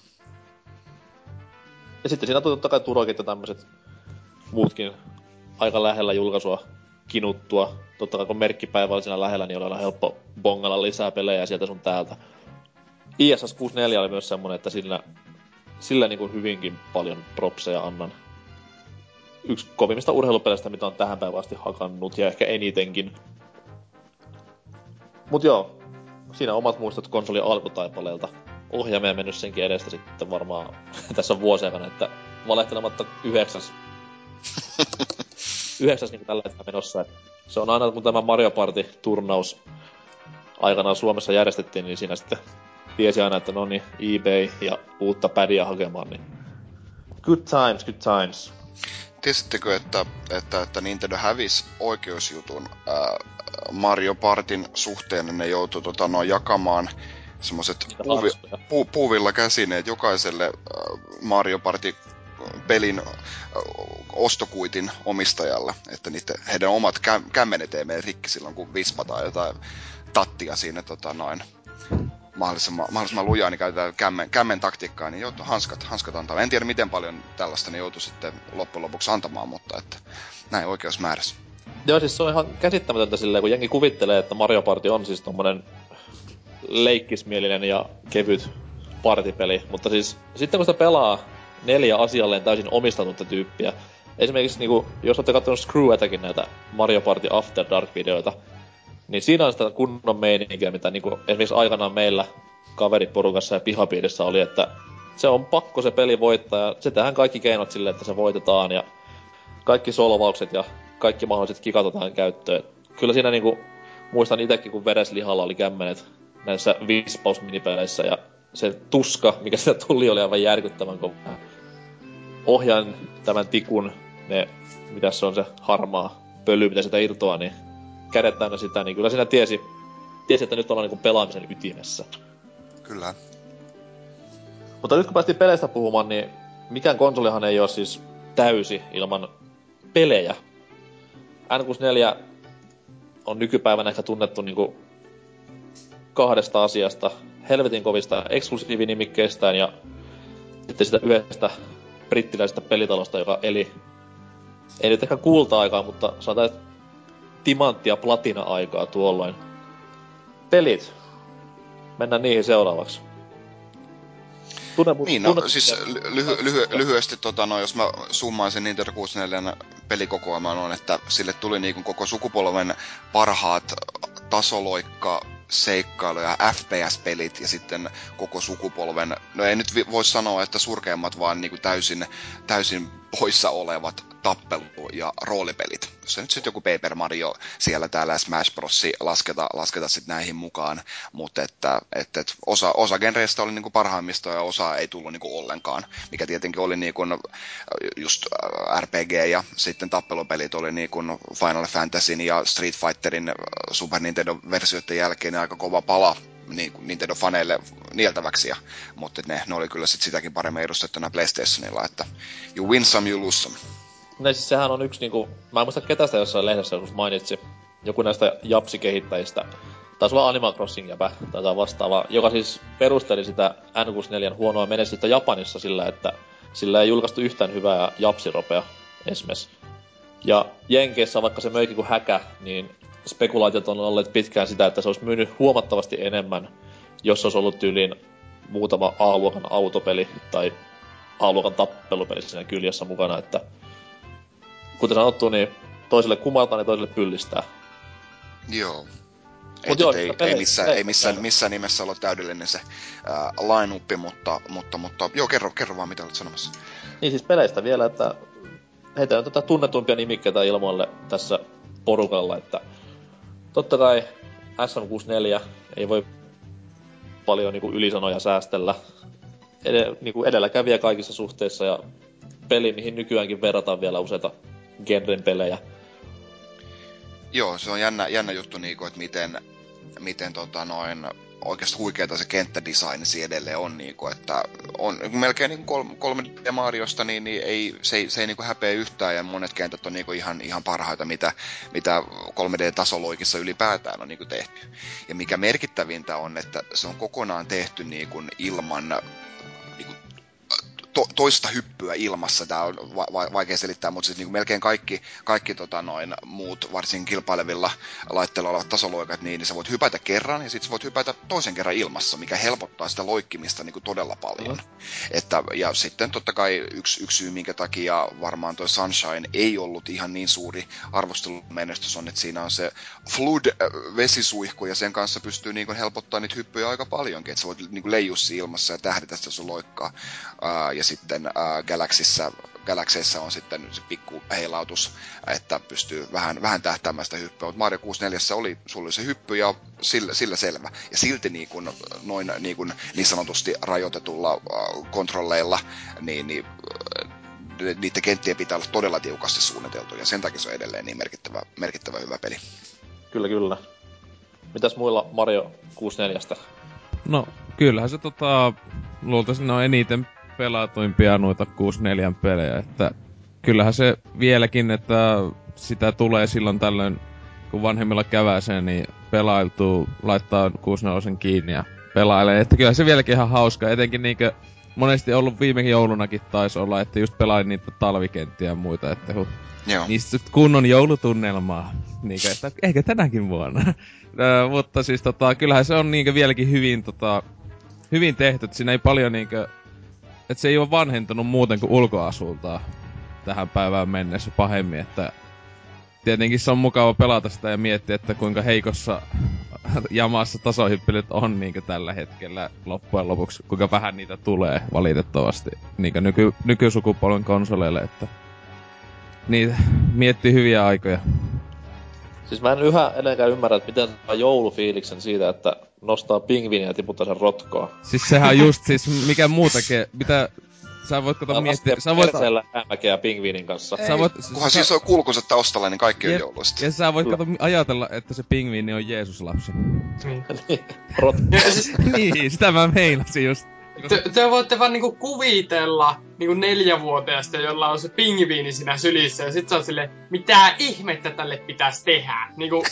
Ja sitten siinä totta kai Turokit ja tämmöset muutkin aika lähellä julkaisua kinuttua. Totta kai kun merkkipäivä oli siinä lähellä, niin oli helppo bongalla lisää pelejä sieltä sun täältä. ISS 64 oli myös semmonen, että sillä niinku hyvinkin paljon propseja annan. Yksi kovimmista urheilupeleistä, mitä on tähän päivään asti hakannut, ja ehkä enitenkin. Mut joo, siinä omat muistot konsolin alkutaipaleelta. Ohjaaminen mennyt senkin edestä sitten varmaan tässä vuosien aikana, että valehtelematta 9. Niin tällä hetkellä menossa. Se on aina, kun tämä Mario Party-turnaus aikanaan Suomessa järjestettiin, niin siinä sitten tiesi aina, että no niin, eBay ja uutta pädiä hakemaan, niin good times. Tiesittekö, että Nintendo hävisi oikeusjutun Mario Partin suhteen, ne joutui jakamaan semmoset puuvilla käsineet jokaiselle Mario Party pelin ostokuitin omistajalle, että heidän omat kämmenet ei mene rikki silloin, kun vispataan jotain tattia siinä mahdollisimman lujaa, niin käytetään kämmen taktiikkaa, niin joutuu hanskat antaa. En tiedä miten paljon tällaista ne joutui sitten loppujen lopuksi antamaan, mutta että näin oikeus määräsi. Joo, siis se on ihan käsittämätöntä silleen, kun jengi kuvittelee, että Mario Party on siis tommonen leikkismielinen ja kevyt partipeli, mutta siis sitten kun sitä pelaa 4 asialleen täysin omistatunutta tyyppiä, esimerkiksi niinku, jos olette kattonut Screw Attackin näitä Mario Party After Dark-videoita, niin siinä on sitä kunnon meininkiä, mitä niinku esimerkiksi aikanaan meillä kaveriporukassa ja pihapiirissä oli, että se on pakko se peli voittaa ja se tehdään kaikki keinot silleen, että se voitetaan ja kaikki solvaukset ja kaikki mahdolliset kikat otetaan käyttöön. Kyllä siinä niinku, muistan itekin kun vereslihalla oli kämmenet näissä vispausminipeleissä ja se tuska, mikä sitä tuli, oli aivan järkyttävän kova. Ohjaan tämän tikun, mitäs se on se harmaa pöly, mitä sitä irtoaa, niin kädet täynnä sitä, niin kyllä siinä tiesi, että nyt ollaan niinku pelaamisen ytimessä. Kyllä. Mutta nyt kun päästiin peleistä puhumaan, niin mikään konsolihan ei oo siis täysi ilman pelejä. N64 on nykypäivänä ehkä tunnettu niinku kahdesta asiasta. Helvetin kovista eksklusiivinimikkeistään ja sitten sitä yhdestä brittiläisestä pelitalosta, joka eli, ei nyt ehkä kulta-aikaa, mutta sanotaan, että timantti- ja platina-aikaa tuolloin. Pelit. Mennään niihin seuraavaksi. Siis lyhyesti jos mä summaan sen Nintendo 64 pelikokoelman on, että sille tuli niinku koko sukupolven parhaat tasoloikka, seikkailu- ja FPS-pelit ja sitten koko sukupolven, no ei nyt voi sanoa, että surkeimmat, vaan niinku täysin poissa olevat tappelu- ja roolipelit. Jos nyt sitten joku Paper Mario siellä täällä ja Smash Bros. Lasketa sitten näihin mukaan, mutta että osa genreistä oli niinku parhaimmista ja osa ei tullut niinku ollenkaan, mikä tietenkin oli niinku just RPG ja sitten tappelupelit oli niinku Final Fantasyn ja Street Fighterin Super Nintendo-versioiden jälkeen aika kova pala niin Nintendo-faneille nieltäväksi, mutta ne oli kyllä sit sitäkin paremmin edustettuna PlayStationilla, että you win some, you lose some. No siis sehän on yksi niinku, mä en muista ketä sitä jossain lehdessä joskus mainitsi, joku näistä japsikehittäjistä, taisi olla Animal Crossing jäpä tai vastaavaa, joka siis perusteli sitä N64 huonoa menestystä Japanissa sillä, että sillä ei julkaistu yhtään hyvää japsiropea esimerkiksi. Ja Jenkeissä, vaikka se möikin kuin häkä, niin spekulaatiot on olleet pitkään sitä, että se olisi myynyt huomattavasti enemmän, jos olisi ollut tyyliin muutama A-luokan autopeli tai A-luokan tappelupeli siinä kyljessä mukana, että kuten sanottu, niin toiselle kumartaa, niin toiselle pyllistää. Joo. Ei missään nimessä ole täydellinen se line-up, mutta joo, kerro vaan, mitä olet sanomassa. Niin siis peleistä vielä, että heitään tätä tunnetumpia nimikkeitä ilmoille tässä porukalla, että totta kai SM64 ei voi paljon niinku ylisanoja säästellä. Niinku edelläkävijä kaikissa suhteissa ja peli, mihin nykyäänkin verrataan vielä useita genren pelejä. Joo, se on jännä juttu niinku, että miten oikeasti huikeeta se kenttädesign edelleen on niinku, että on melkein niinku 3D Mariosta niin se ei niinku häpeä yhtään ja monet kentät on niinku ihan parhaita mitä 3D-tasoloikissa ylipäätään on niinku tehty. Ja mikä merkittävintä on, että se on kokonaan tehty niinku ilman niinku toista hyppyä ilmassa. Tää on vaikea selittää, mutta siis niinku melkein kaikki muut, varsin kilpailevilla laitteilla olevat tasoloikat, niin sä voit hypätä kerran ja sitten sä voit hypätä toisen kerran ilmassa, mikä helpottaa sitä loikkimista niinku todella paljon. Ja sitten totta kai yksi syy, minkä takia varmaan toi Sunshine ei ollut ihan niin suuri arvostelumenestys on, että siinä on se Flood-vesisuihku ja sen kanssa pystyy niinku helpottaa niitä hyppyjä aika paljonkin, että sä voit niinku leijua ilmassa ja tähditä sitä sun loikkaa. Ja sitten Galaxyssä on sitten se pikku heilautus, että pystyy vähän tähtäämään sitä hyppyä. Mutta Mario 64 sulla oli se hyppy ja sillä selvä. Ja silti niin sanotusti rajoitetulla kontrolleilla, niin niiden kenttien pitää olla todella tiukasti suunniteltu. Ja sen takia se on edelleen niin merkittävä hyvä peli. Kyllä. Mitäs muilla Mario 64? No, kyllähän se luultavasti ne on eniten pelatuimpia noita 64 pelejä, että kyllähän se vieläkin, että sitä tulee silloin tällöin, kun vanhemmilla käväsee, niin pelailtuu, laittaa 64 kiinni ja pelailee, että kyllä se vieläkin ihan hauska, etenkin niinkö monesti ollut viime joulunakin taisi olla, että just pelain niitä talvikenttiä ja muita, että niistä kunnon joulutunnelmaa, niinkö, että ehkä tänäkin vuonna. Mutta siis kyllähän se on niinkö vieläkin hyvin tehty, että siinä ei paljon niinkö, että se ei ole vanhentunut muuten kuin ulkoasultaan tähän päivään mennessä pahemmin, että tietenkin se on mukava pelata sitä ja miettiä, että kuinka heikossa jamassa tasohyppelyt on niinkö tällä hetkellä loppujen lopuksi, kuinka vähän niitä tulee valitettavasti niinkö nykysukupolven konsoleille, että niitä miettii hyviä aikoja. Siis mä en yhä edelleenkään ymmärrä, että miten saa joulufiiliksen siitä, että nostaa pingviiniä ja tiputtaa sen rotkoa. Siis sehän on just, mikä muu tekee, mitä sä voit miettiä, sä voit perseellä hämäkeä pingviinin kanssa. Kunhan siis on kulkunsa taustalla, niin kaikki on joulusta. Ja sä voit ajatella, että se pingviini on Jeesus-lapsi. Rotkoa. Niin, sitä mä meinasin just. Te voitte vaan niinku kuvitella niinku 4-vuotiaasta, jolla on se pingviini siinä sylissä, ja sit se on silleen, mitä ihmettä tälle pitäis tehdä? Niinku,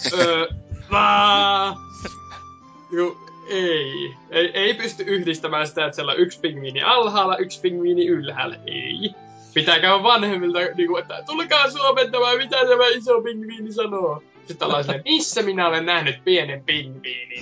ei pysty yhdistämään sitä, että siellä on yksi pingviini alhaalla, yksi pingviini ylhäällä. Ei. Pitää käydä vanhemmilta, niinku, että tulkaa suomentamaan, mitä tämä iso pingviini sanoo. Sitten ollaan silleen, missä minä olen nähnyt pienen pingviinin?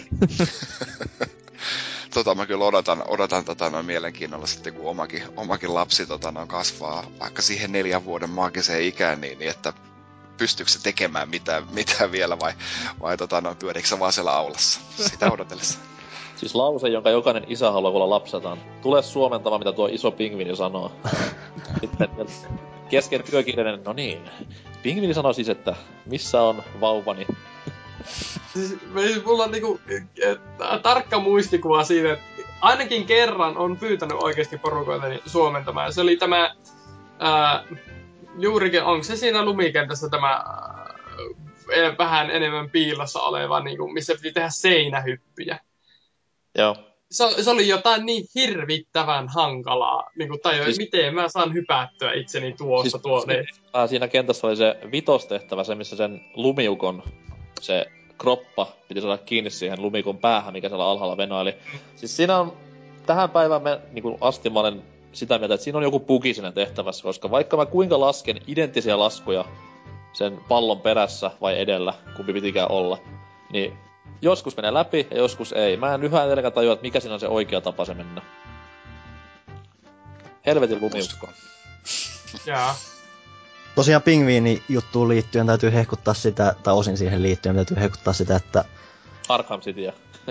Mä kyllä odotan mielenkiinnolla sitten, kun omakin lapsi kasvaa vaikka siihen 4 vuoden maagiseen ikään, niin että pystyykö se tekemään mitään vielä vai pyöriikö se vaan siellä aulassa? Sitä odotellessa. Siis lause, jonka jokainen isä haluaa kuulla lapseltaan. Tule suomentamaan, mitä tuo iso pingviini sanoo. Sitten kesken työkiireinen, no niin. Pingviini sanoo siis, että missä on vauvani? Siis mulla on niinku tarkka muistikuva siitä, että ainakin kerran on pyytänyt oikeesti porukoitani suomentamaan. Se oli tämä, juurikin, onko se siinä lumikentässä tämä vähän enemmän piilossa oleva, niinku, missä piti tehdä seinähyppyjä. Joo. Se oli jotain niin hirvittävän hankalaa, niinku, tai siis, miten mä saan hypättyä itseni tuossa siis, tuonne. Siinä kentässä oli se vitostehtävä, se missä sen lumiukon, se kroppa piti saada kiinni siihen lumikon päähän, mikä siellä alhaalla venoili. Siis siinä on, tähän päivään niin asti mä olen sitä mieltä, että siinä on joku bugi siinä tehtävässä, koska vaikka mä kuinka lasken identtisiä laskuja sen pallon perässä vai edellä, kumpi pitikään olla, niin joskus menee läpi ja joskus ei. Mä en yhä edelläkään tajua, että mikä siinä on se oikea tapa se mennä. Helvetin lumiukko. Jaa. Tosiaan pingviini-juttuun liittyen täytyy hehkuttaa sitä, tai osin siihen liittyen täytyy hehkuttaa sitä, että... Arkham Cityä.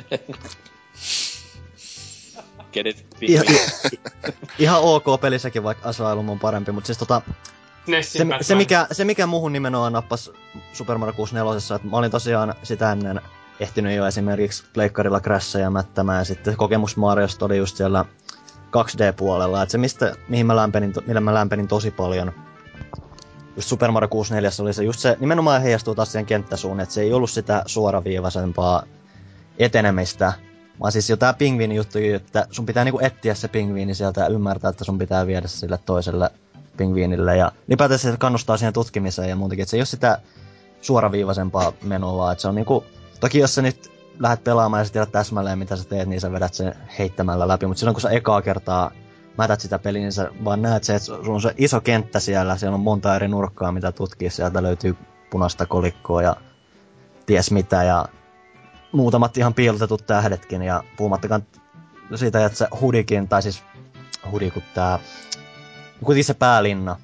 Get it? Ihan ok pelissäkin, vaikka Asylum on parempi, mutta siis se mikä muuhun nimenomaan nappasi Super Mario 64, että mä olin tosiaan sitä ennen ehtinyt jo esimerkiksi pleikkarilla crashia mättämään, ja sitten kokemus Mariosta oli just siellä 2D-puolella, että se millä mä lämpenin tosi paljon just Super Mario 64 oli se just se, nimenomaan heijastuu taas siihen kenttäsuun, että se ei ollut sitä suoraviivaisempaa etenemistä, vaan siis jo tää pingviini-juttu, että sun pitää niinku etsiä se pingviini sieltä ja ymmärtää, että sun pitää viedä sille toiselle pingviinille, ja ylipäätään se kannustaa siihen tutkimiseen ja muutenkin, että se ei ole sitä suoraviivaisempaa menoa, vaan että se on niinku, toki jos sä nyt lähdet pelaamaan ja sä tiedät täsmälleen mitä sä teet, niin sä vedät sen heittämällä läpi, mutta silloin kun sä ekaa kertaa mätät sitä peliä, niin sä vaan näet se, että sun on se iso kenttä siellä on monta eri nurkkaa, mitä tutkii, sieltä löytyy punaista kolikkoa ja ties mitä, ja muutamat ihan piilotetut tähdetkin, ja puhumattakaan siitä, että se Hudikin, tai siis Hudi, kun tää, kuitenkin se päälinna,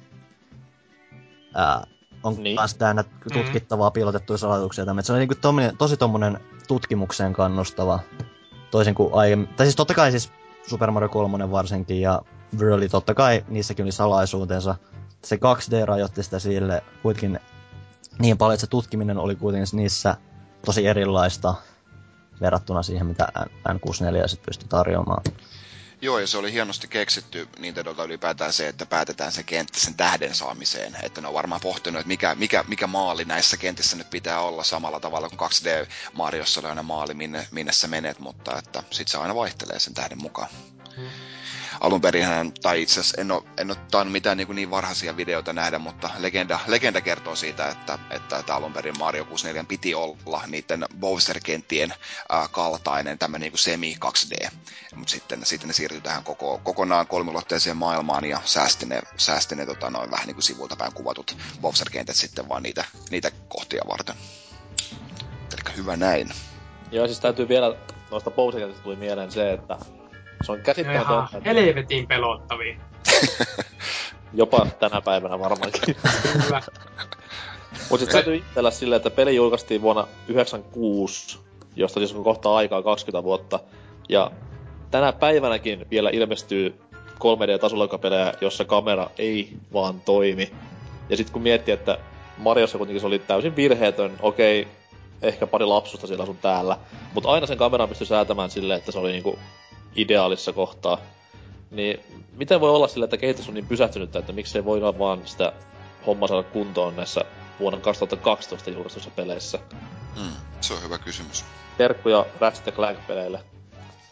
on niin taas täynnä tutkittavaa piilotettuja salatuksia, se on niinku tosi tommonen tutkimukseen kannustava, toisin kuin aiemmin, tai siis totta kai siis Super Mario 3 varsinkin, ja Whirly totta kai, niissäkin oli salaisuutensa. Se 2D rajoitti sitä sille kuitenkin niin paljon, että se tutkiminen oli kuitenkin niissä tosi erilaista verrattuna siihen, mitä N64 sit pystyi tarjoamaan. Joo, ja se oli hienosti keksitty Nintendolta ylipäätään se, että päätetään se kenttä sen tähden saamiseen. Että ne on varmaan pohtinut, että mikä maali näissä kentissä nyt pitää olla samalla tavalla kuin 2D-Mariossa oli aina maali, minne sä menet, mutta että sit se aina vaihtelee sen tähden mukaan. Alun perinhän, tai itse asiassa en ole tainnut mitään niin varhaisia videoita nähdä, mutta legenda kertoo siitä, että alun perin Mario 64 piti olla niiden Bowser-kenttien kaltainen tämmöinen niin semi 2D. Mutta sitten ne siirtyi tähän kokonaan kolmiulotteiseen maailmaan ja säästi ne vähän niin kuin sivulta päin kuvatut Bowser-kentät sitten vaan niitä kohtia varten. Eli hyvä näin. Joo, siis täytyy vielä noista Bowser-kentistä tuli mieleen se, että se on käsittämätöntä. Ihan helvetin pelottavia. Jopa tänä päivänä varmaankin. Kyllä. Mut sit täytyy itsellä silleen, että peli julkaistiin vuonna 1996, josta siis on kohta aikaa 20 vuotta. Ja tänä päivänäkin vielä ilmestyy 3D-tasolokapelejä, jossa kamera ei vaan toimi. Ja sit kun miettii, että Mariossa kuitenkin se oli täysin virheetön, okei, ehkä pari lapsusta siellä sun täällä, mutta aina sen kameran pystyi säätämään silleen, että se oli niinku ideaalissa kohtaa. Niin miten voi olla sillä, että kehitys on niin pysähtynyttä, että miksei voida vaan sitä hommaa saada kuntoon näissä vuonna 2012 julkaistuissa peleissä? Se on hyvä kysymys. Terkkuja Ratchet & Clank-peleille.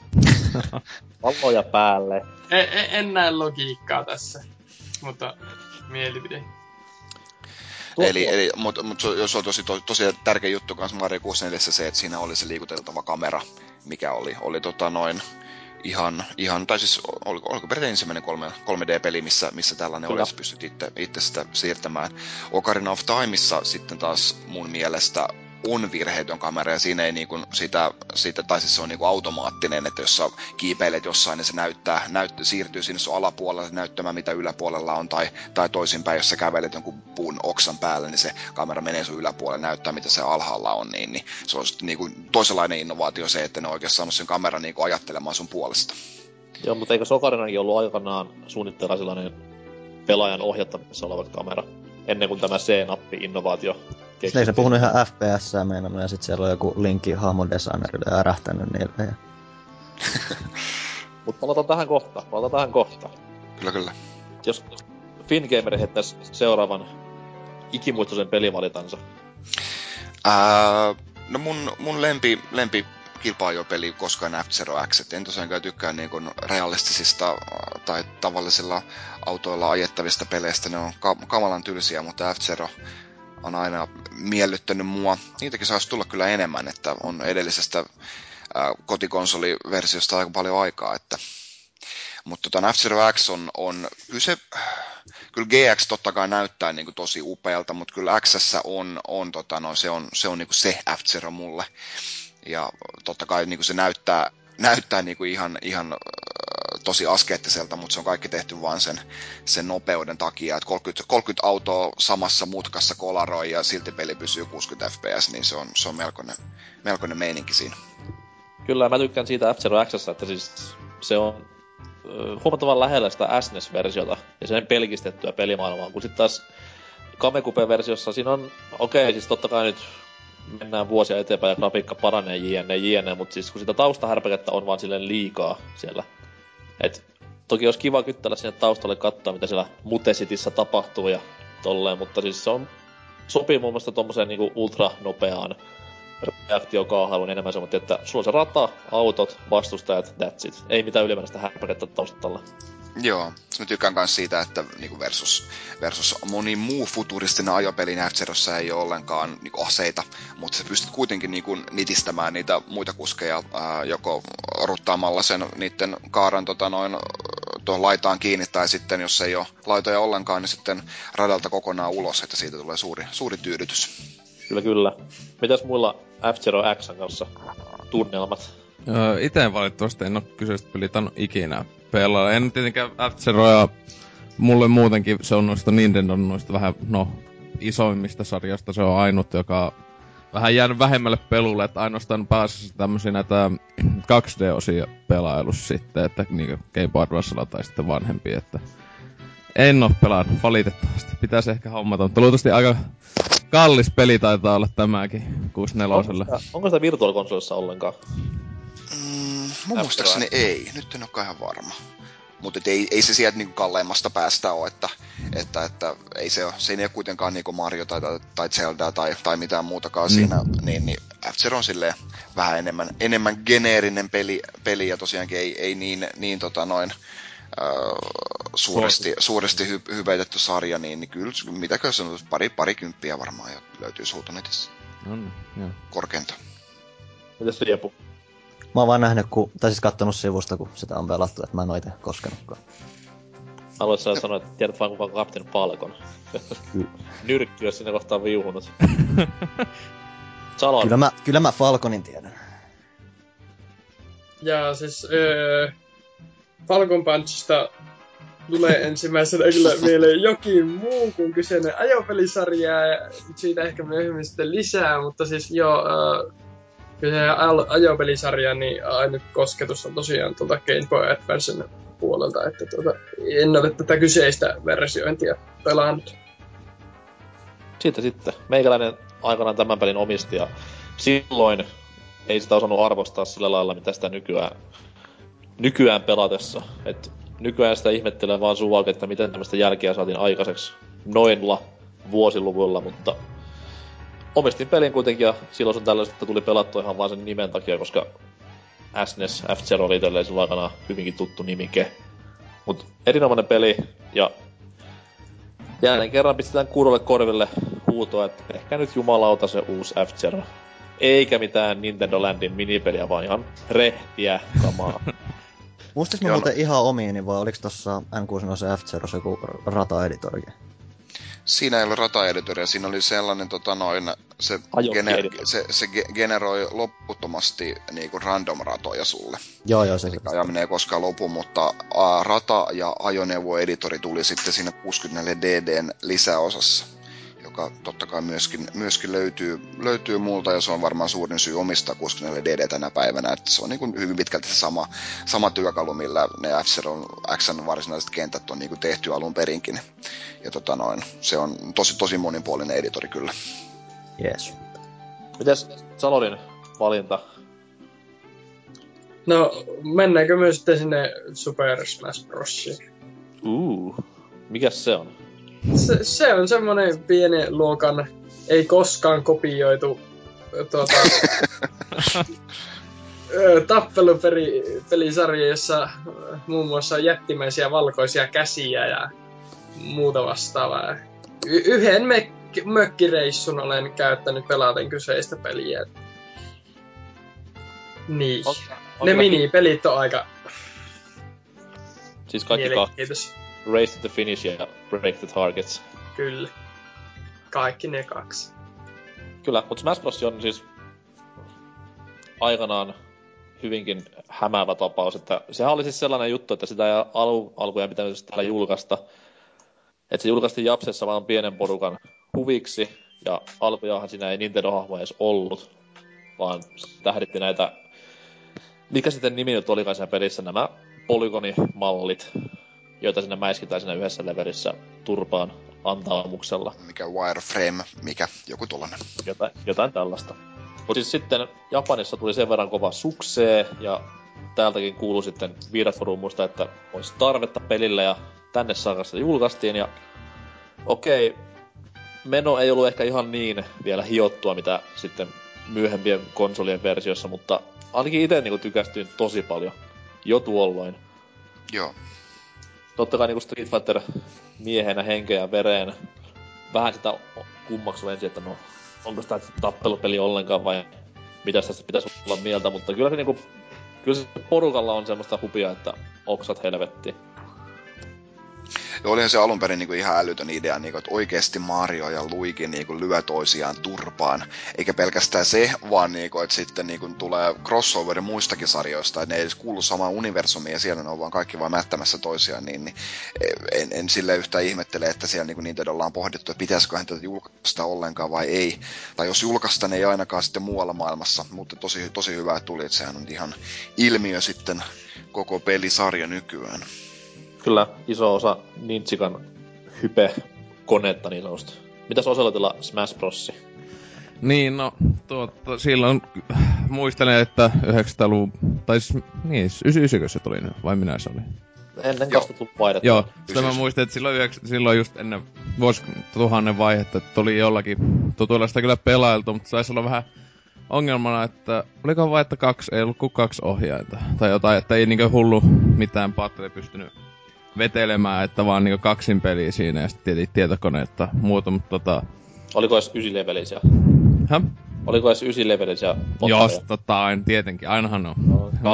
Palloja päälle. En näe logiikkaa tässä, mutta mielipide. Mutta jos on tosi tärkeä juttu kanssa Mario 64 se, että siinä oli se liikuteltava kamera, mikä oli ihan tai siis oliko periaatteessa ensimmäinen 3D-peli, missä tällainen Kyllä. oli, että pystyt itse sitä siirtämään. Ocarina of Timeissa sitten taas mun mielestä on virheetön kamera, ja siinä ei niinku sitä tai siis se on niinku automaattinen, että jos sä kiipeilet jossain, niin se siirtyy sinne sun alapuolelle näyttämään, mitä yläpuolella on, tai toisinpäin, jos sä kävelet jonkun puun oksan päälle, niin se kamera menee sun yläpuolelle näyttää, mitä se alhaalla on, niin se on niinku toisenlainen innovaatio se, että ne on oikeasti saanut sen kameran niinku ajattelemaan sun puolesta. Joo, mutta eikö Ocarinakin ollut aikanaan suunnitteilla sellainen pelaajan ohjattavissa oleva kamera, ennen kuin tämä C-nappi-innovaatio keksittiin? Ei se puhunut ihan FPS-ää meinannut, ja sit siellä on joku Linkin hahmodesigneri ärähtänyt niille. Ja... Mutta palataan tähän kohtaan. Kyllä. Jos Fingamer heittäis seuraavan ikimuistoisen pelivalitansa. No mun lempi kilpa-ajopeli koskaan F-Zero X, et en tosiaankaan tykkää niin realistisista tai tavallisilla autoilla ajettavista peleistä, ne on kamalan tylsiä, mutta F-Zero on aina miellyttänyt mua. Niitäkin saisi tulla kyllä enemmän, että on edellisestä kotikonsoliversiosta aika paljon aikaa, että mutta F-Zero X on kyllä GX totta kai näyttää niin kuin tosi upealta, mutta kyllä X:ssä se on niin kuin se F-Zero mulle. Ja totta kai niin kuin se näyttää niin kuin ihan tosi askeettiselta, mutta se on kaikki tehty vaan sen nopeuden takia. Että 30 autoa samassa mutkassa kolaroi ja silti peli pysyy 60 fps, niin se on melkoinen meininki siinä. Kyllä, mä tykkään siitä F-Zero X:ssä, että siis se on huomattavan lähellä sitä SNES-versiota ja sen pelkistettyä pelimaailmaa, kun sitten taas Kamekupe-versiossa siinä on, siis totta kai nyt mennään vuosia eteenpäin ja grafiikka paranee jne, mutta siis kun sitä taustahärpäkettä on vaan silleen liikaa siellä. Et toki olisi kiva kyttäillä sinne taustalle katsoa, mitä siellä Mutesitissä tapahtuu ja tolleen, mutta siis se sopii muun muassa tommoseen niinku ultranopeaan reaktiokaahailun enemmän semmoinen, että sulla on se rata, autot, vastustajat, that's it. Ei mitään ylimääräistä härpäkettä taustalla. Joo, mä tykkään myös siitä, että niinku versus moni muu futuristinen ajopeli F-Zerossa ei ole ollenkaan niinku aseita, mutta sä pystyt kuitenkin niinku nitistämään niitä muita kuskeja joko ruttaamalla sen niiden kaaran tuohon laitaan kiinni, tai sitten jos ei ole laitoja ollenkaan, niin sitten radalta kokonaan ulos, että siitä tulee suuri tyydytys. Kyllä. Mitäs muilla F-Zero X:n kanssa tunnelmat? Ite en valitettavasti en oo kyseistä peliä tainnut ikinä pelaa. En tietenkään F-Zeroa, mulle muutenkin se on noista vähän isoimmista sarjasta se on ainut, joka vähän jäänyt vähemmälle pelulle, että ainoastaan pääasiassa tämmösiä näitä 2D-osia pelailussa sitten, että niinku Game Boy Advancella tai sitten vanhempia, että en oo pelannut valitettavasti. Pitäisi ehkä hommata, mutta luultavasti aika kallis peli taitaa olla tämäkin 64. Onko sitä virtuaalikonsolissa ollenkaan? Mun muistaakseni ei. Nyt en olekaan ihan varma. Mutta ei se sieltä niinku kalleimmasta päästä ole, että ei se ei ole kuitenkaan niinku Mario tai Zelda tai mitään muutakaan siinä, niin F-Zero on silleen vähän enemmän geneerinen peli ja tosiaankin ei niin suuresti hypeitetty sarja, niin kyllä mitäkö se on, parikymppiä varmaan jo löytyy sulta netissä. Joo. Korkeinta. Mitäs Riepu? Mä oon vaan nähnyt, tai siis kattonut sivusta, kun sitä on pelattu, että mä en oo ite koskenutkaan. Haluaisit sä sanoa, että tiedät vaan kuka on Captain Falcon. Nyrkki jos siinä kohtaa viuhunut. Salon. Kyllä mä Falconin tiedän. Ja siis Falcon Punchista tulee ensimmäisenä kyllä mieleen jokin muu kuin kyseinen ajopelisarja, ja siitä ehkä myöhemmin sitten lisää, mutta siis kyseinen ajopelisarja, niin ainut kosketus on tosiaan Game Boy Advancen puolelta, että en ole tätä kyseistä versiointia pelannut. Sitten. Meikäläinen aikanaan tämän pelin omisti, ja silloin ei sitä osannut arvostaa sillä lailla, mitä sitä nykyään pelatessa. Et nykyään sitä ihmettelee vaan suu että miten tämmöistä jälkeä saatiin aikaiseksi noilla vuosiluvuilla, mutta omistin pelin kuitenkin ja silloin sun tällaisesta tuli pelattua ihan vaan sen nimen takia, koska SNES F-Zero oli itselleen silloin aikana hyvinkin tuttu nimike. Mut erinomainen peli, ja jälleen kerran pistetään kuurolle korville huutoa, että ehkä nyt jumalauta se uusi F-Zero. Eikä mitään Nintendo Landin minipeliä, vaan ihan rehtiä kamaa. Muistis mä muuten ihan omiini, vai oliks tossa N64 F-Zero joku rata-editorikin? Siinä ei ollut rata-editoria, siinä oli sellainen se generoi loputtomasti niinku random-ratoja sulle. Joo, se. Ajaminen ei koskaan lopu, mutta rata- ja ajoneuvoeditori tuli sitten siinä 64DDn lisäosassa, joka totta kai myöskin löytyy multa, ja se on varmaan suurin syy omistaa 64DD tänä päivänä, että se on niinku hyvin pitkälti se sama työkalu, millä ne F-Zero X:n varsinaiset kentät on niinku tehty alun perinkin. Ja se on tosi monipuolinen editori kyllä. Yes. Mites Salorin valinta? No, mennäänkö myös sitten sinne Super Smash Brosiin? Mikäs se on? Se on semmonen pienen luokan, ei koskaan kopioitu tappelupelisarja, jossa muun muassa jättimäisiä valkoisia käsiä ja muuta vastaavaa. Yhden mökkireissun olen käyttänyt pelaten kyseistä peliä. Niin. Ne minipelit on aika siis kaikki mielenkiintoisia. Race to the Finish ja Break the Targets. Kyllä. Kaikki ne 2. Kyllä, mutta Smash Bros. On siis aikanaan hyvinkin hämäävä tapaus, että sehän oli siis sellainen juttu, että sitä ei alkuja pitänyt täällä julkaista. Että se julkaistiin Japsessa vaan pienen porukan huviksi, ja alkujaanhan siinä ei Nintendo-hahmoja edes ollut, vaan tähditti näitä, mikä sitten nimi nyt olikaan siinä pelissä, nämä polygonimallit, joita sinne mäiskitään siinä yhdessä levelissä turpaan antaamuksella. Mikä wireframe, mikä joku tollanen. Jotain tällaista. Mutta siis sitten Japanissa tuli sen verran kova suksee, ja täältäkin kuului sitten viidattorummusta, että olisi tarvetta pelille, ja tänne saakka sitä julkaistiin, ja okei, meno ei ollut ehkä ihan niin vielä hiottua, mitä sitten myöhempien konsolien versiossa, mutta ainakin itse niinku tykästyin tosi paljon jo tuolloin. Joo. Totta kai niinku Street Fighter miehenä henkeen ja vereen vähän sitä kummaksu ensin, että no, onko tää tappelupeli ollenkaan vai mitä tästä pitäisi olla mieltä, mutta kyllä se porukalla on semmoista hupia, että oksat helvettiin. Ja olihan se alun perin niinku ihan älytön idea, niinku, että oikeesti Mario ja Luigi niinku lyö toisiaan turpaan. Eikä pelkästään se, vaan niinku, että sitten niinku tulee crossoveri muistakin sarjoista, että ne ei edes kuulu samaan universumiin ja siellä ne on vaan kaikki vaan mättämässä toisiaan, niin en sille yhtään ihmettele, että siellä niinku Nintendolla on pohdittu, että pitäisiköhän tätä julkaista ollenkaan vai ei. Tai jos julkaista, niin ei ainakaan sitten muualla maailmassa, mutta tosi hyvää tuli, että sehän on ihan ilmiö sitten koko pelisarja nykyään. Kyllä, iso osa Nintsikan hype-konetta niin sanotusti. Mitäs Oselotilla Smash Bros? Niin, no, silloin muistelen, että 900-luvun, tai siis, niin, 99 se tuli, vai minä se oli? Ennen 2000-luvun vaihdetta. Joo, sitä mä muistin, että silloin just ennen vuosituhannen vaihetta, että tuli jollakin tutuilla sitä kyllä pelailtu, mutta saisi olla vähän ongelmana, että oliko vain, että ei ollut kuin 2 ohjainta, tai jotain, että ei niinkö hullu mitään patteja pystynyt vetelemään, että vaan niinku 2 peliä siinä ja sitten tietokoneetta muuta, mutta Oliko edes 9-levelisiä? Häh? Oliko edes 9-levelisiä potteja? Joo, tietenkin, ainahan on.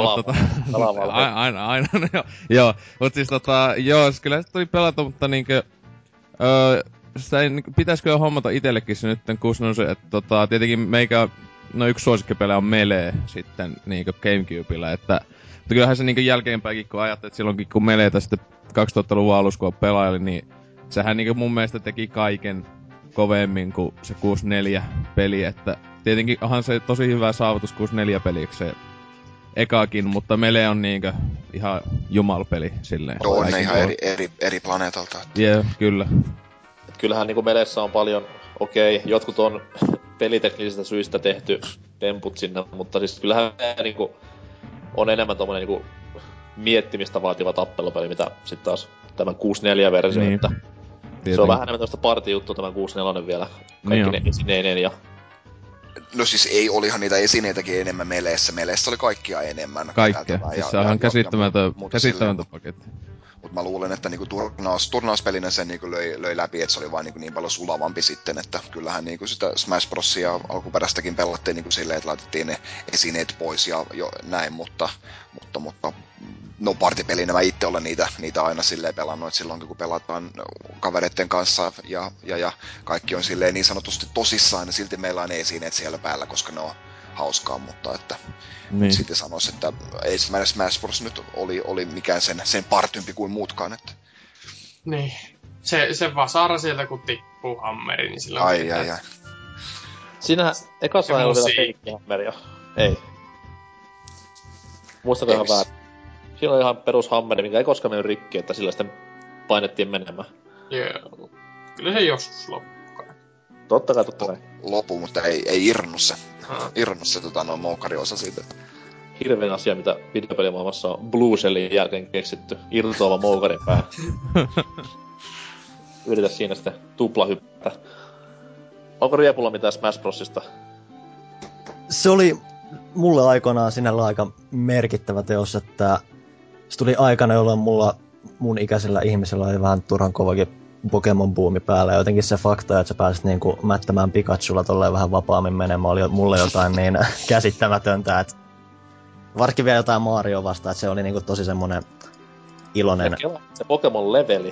Aina, joo. Mut siis joo, kyllä se tuli pelata, mutta niinkö sitä ei, pitäisikö jo hommata itellekin se nyt, kun se, että tietenkin meikä, no yksi suosikkipelejä on Melee sitten niinkö Gamecubella, että mutta kyllähän se niinkö jälkeenpäinkin, kun ajattelet silloinkin, kun Meleetä sitten 2000-luvun alussa, kun pelaili, niin sehän niinkö mun mielestä teki kaiken kovemmin kuin se 64-peli, että tietenkin onhan se tosi hyvä saavutus 64-peliksi se ekaakin, mutta Melee on niinkö ihan jumalpeli silleen. Joo, on ne ihan eri planeetalta. Jee, kyllä. Kyllähän niinku Meleessä on paljon, jotkut on peliteknisistä syistä tehty temput sinne, mutta siis kyllähän niinku on enemmän tommonen niinku miettimistä vaativa tappelupeli, mitä sit taas tämä 64-versio, niin. Että tietenkin. Se on vähän enemmän tämmöstä party-juttua tämä 64 vielä, kaikki niin ne esineineen ja No siis ei, olihan niitä esineitäkin enemmän Meleessä. Meleessä oli kaikkia enemmän. Kaikkea. Siis se on ihan käsittämätön paketti. Mutta mä luulen, että niinku turnauspelinä se niinku löi läpi, että se oli vaan niinku niin paljon sulavampi sitten, että kyllähän niinku sitä Smash Brosia alkuperäistäkin pelattiin niinku silleen, että laitettiin ne esineet pois ja jo näin, mutta no partipelinä mä itse olen niitä aina silleen pelannut, että silloin kun pelataan kavereiden kanssa ja kaikki on silleen niin sanotusti tosissaan, niin silti meillä on ne esineet siellä päällä, koska ne on hauskaa, mutta että niin. Sitten sanois, että ei Smash Bros nyt oli mikään sen partympi kuin muutkaan, että... Niin. Se vasara sieltä kun tippuu hammeri, niin silloin... Ai. Siinähän ekassa ei ollut vielä feikkihammeria. Ei. Muistako ihan väärin? Siinä oli ihan perushammeri, mikä ei koskaan mennyt rikki, että sillä sitten painettiin menemään. Joo. Kyllä se joskus loppuu. Totta kai. Lopu, mutta ei irronnut se. Irronnut se moukariosa siitä. Hirveän asia, mitä videopelimaailmassa on Blue Shellin jälkeen keksitty. Irtoava moukarin päähän. Yritä siinä sitten tuplahyppätä. Onko Riepulla mitään Smash Brosista? Se oli mulle aikoinaan sinällä aika merkittävä teos, että se tuli aikana, jolloin mun ikäisellä ihmisellä oli vähän turhan kovakin Pokemon-buumi päällä. Ja jotenkin se fakta, että sä pääsit niinku mättämään Pikachulla tolleen vähän vapaammin menemään, oli mulle jotain niin käsittämätöntä, että varsinkin vielä jotain Mario vastaan, että se oli niinku tosi semmonen iloinen... Se Pokemon-leveli.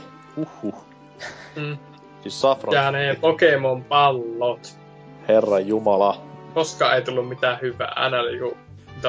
Siis Saffron... Ja ne Pokemon-pallot. Herran jumala. Koska ei tullut mitään hyvää. Aina niinku...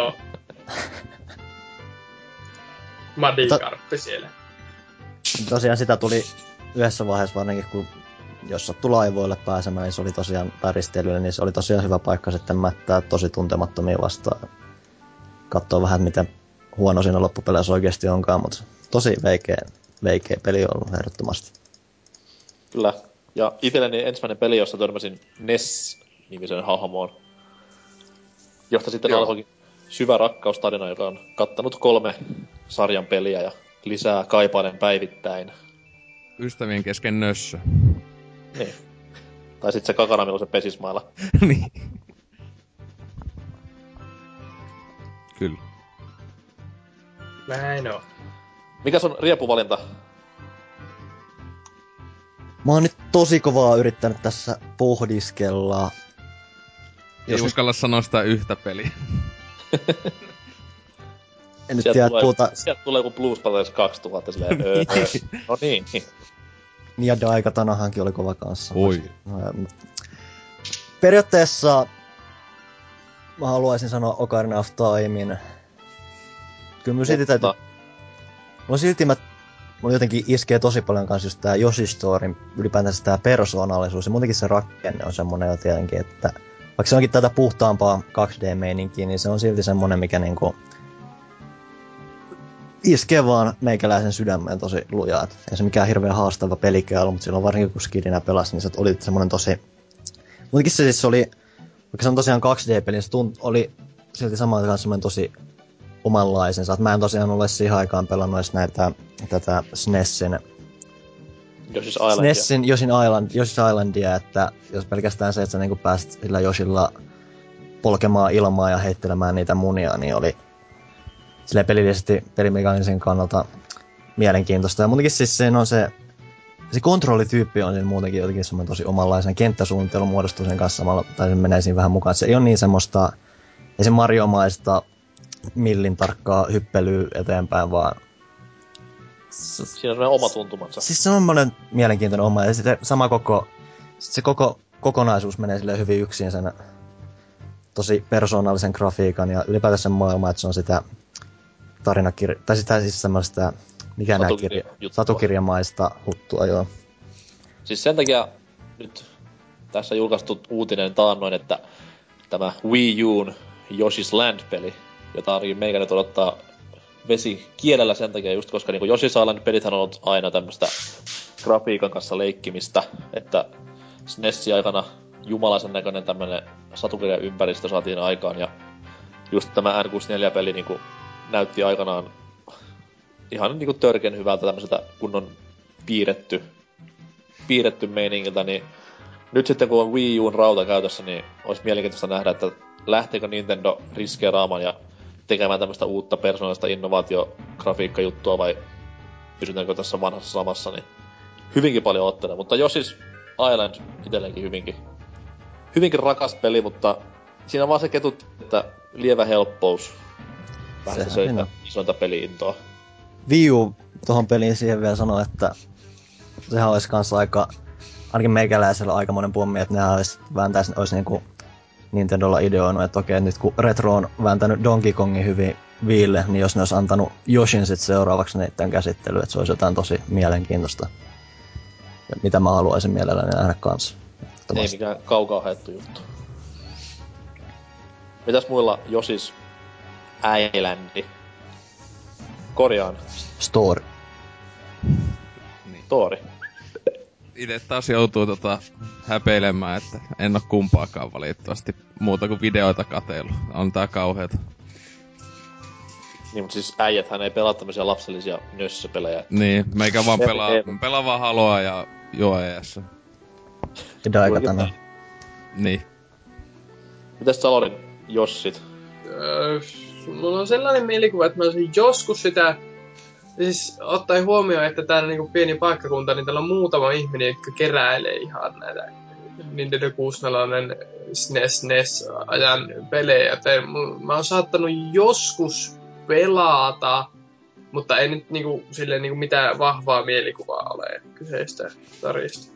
Magikarppi siellä. Tosiaan sitä tuli yhdessä vaiheessa varsinkin, kun jos sattui laivoille pääsemään, niin se oli tosiaan päristelyllä, niin se oli tosiaan hyvä paikka sitten mättää tosi tuntemattomia vastaan. Katsoo vähän, miten huono siinä loppupeleissä oikeasti onkaan, mutta tosi veikeä peli on ollut ehdottomasti. Kyllä. Ja itselleni ensimmäinen peli, jossa törmäsin Ness-nimisen hahmoon, josta sitten alkoikin syvä rakkaustarina, joka on kattanut 3 sarjan peliä ja lisää kaipailen päivittäin. Ystävien kesken nössö. Niin. Tai sit se kakana, milloin se pesismailla. Niin. Kyllä. Näin on. Mikäs on riepuvalinta? Mä oon nyt tosi kovaa yrittänyt tässä pohdiskella. Ei uskalla sanoa sitä yhtä peliä. En nyt tiedä, sieltä tulee joku Blues Brothers 2000 silleen, no niin. Niin ja Daikatanahankin oli kova kanssa. Oi. Periaatteessa mä haluaisin sanoa Ocarina of Timein. Kyllä silti täytyy... Mulla jotenkin iskee tosi paljon kans just tää Yoshi Storin, ylipäätänsä tää persoonallisuus ja muutenkin se rakenne on semmonen jo tietenkin, että vaikka se onkin tätä puhtaampaa 2D-meininkiä, niin se on silti semmonen, mikä niinku iskee vaan meikäläisen sydämeen tosi lujaa. Ei se mikään hirveän haastava pelikään ollut, mutta silloin varsinkin kun skidinä pelasi, niin se oli semmonen tosi... Muutenkin se siis oli, vaikka se on tosiaan 2D-peli, se oli silti samaan aikaan semmonen tosi omanlaisensa. Et mä en tosiaan ole siihen aikaan pelannut edes tätä SNESin... Yoshi's Islandia, että jos pelkästään se, että sä niinku pääsit sillä Yoshilla polkemaan ilmaa ja heittelemään niitä munia, niin oli silleen pelillisesti pelimekaanisen kannalta mielenkiintoista. Ja muutenkin siis se kontrollityyppi on siinä muutenkin jotenkin semmoinen tosi omanlaisen. Kenttäsuunnittelu muodostuu sen kanssa samalla, tai se menee siinä vähän mukaan. Se ei ole niin semmoista, ei se Mario-maista millin tarkkaa hyppelyä eteenpäin, vaan siinä on semmoinen oma tuntumansa. Siis se on semmoinen mielenkiintoinen oma, ja sitten se koko kokonaisuus menee silleen hyvin yksin sen tosi persoonallisen grafiikan ja ylipäätään sen maailman, että se on sitä tai sitä siis semmoista, mikä nää satukirjamaista huttua, joo. Siis sen takia nyt tässä julkaistu uutinen taannoin, että tämä Wii U:n Yoshi's Land-peli, jota ainakin meikä nyt odottaa vesi kielellä sen takia, just koska niinku Yoshi's Island-pelithän on ollut aina tämmöstä grafiikan kanssa leikkimistä, että SNESin aikana jumalaisen näköinen tämmönen satukirjan ympäristö saatiin aikaan, ja just tämä N64-peli niinku näytti aikanaan ihan niinku törken hyvältä tämmöseltä kunnon piirretty meiningiltä, niin nyt sitten kun on Wii U:n rauta käytössä, niin olisi mielenkiintoista nähdä, että lähteekö Nintendo riskeeraamaan ja tekemään tämmöistä uutta persoonallista innovaatiografiikkajuttua vai pysytäänkö tässä vanhassa samassa, niin hyvinkin paljon ottele. Mutta Yoshi's Island itselleenkin hyvinkin rakas peli, mutta siinä on vaan se ketut, että lievä helppous. Vähän se söi isointa peli-intoa. Wii U tohon peliin siihen vielä sanoo, että sehän olisi kanssa ainakin meikäläisellä aikamoinen pommi, että nehän olisi niinku Nintendolla ideoinut, että okei, nyt kun Retro on vääntänyt Donkey Kongin hyvin Wiille, niin jos ne olisi antanut Yoshin sit seuraavaksi niiden käsittelyyn, että se olisi jotain tosi mielenkiintoista. Ja mitä mä haluaisin mielelläni nähdä kanssa. Ei mikään kaukaa haettu juttu. Mitäs muilla Yoshi's Islandi? Korjaan. Story. Niin. Story. Itse taas joutuu häpeilemään, että en oo kumpaakaan valitettavasti muuta kuin videoita katsellut. On tää kauheeta. Niin, mutta siis äijäthän ei pelaa tämmösiä lapsellisia nössöpelejä. Niin, meikä vaan pelaa vaan Haloa ja juo ES. Ja Daikatana. Niin. Mitäs Salorin Jossit? Mulla on sellainen mielikuva, että mä olisin joskus sitä... Siis ottaen huomioon, että täällä niinku pieni paikkakunta, niin täällä on muutama ihminen, jotka keräilee ihan näitä Nintendo 64 SNES ajan pelejä. Joten mä oon saattanut joskus pelata, mutta ei nyt niinku, silleen, niinku mitään vahvaa mielikuvaa ole kyseistä tarista.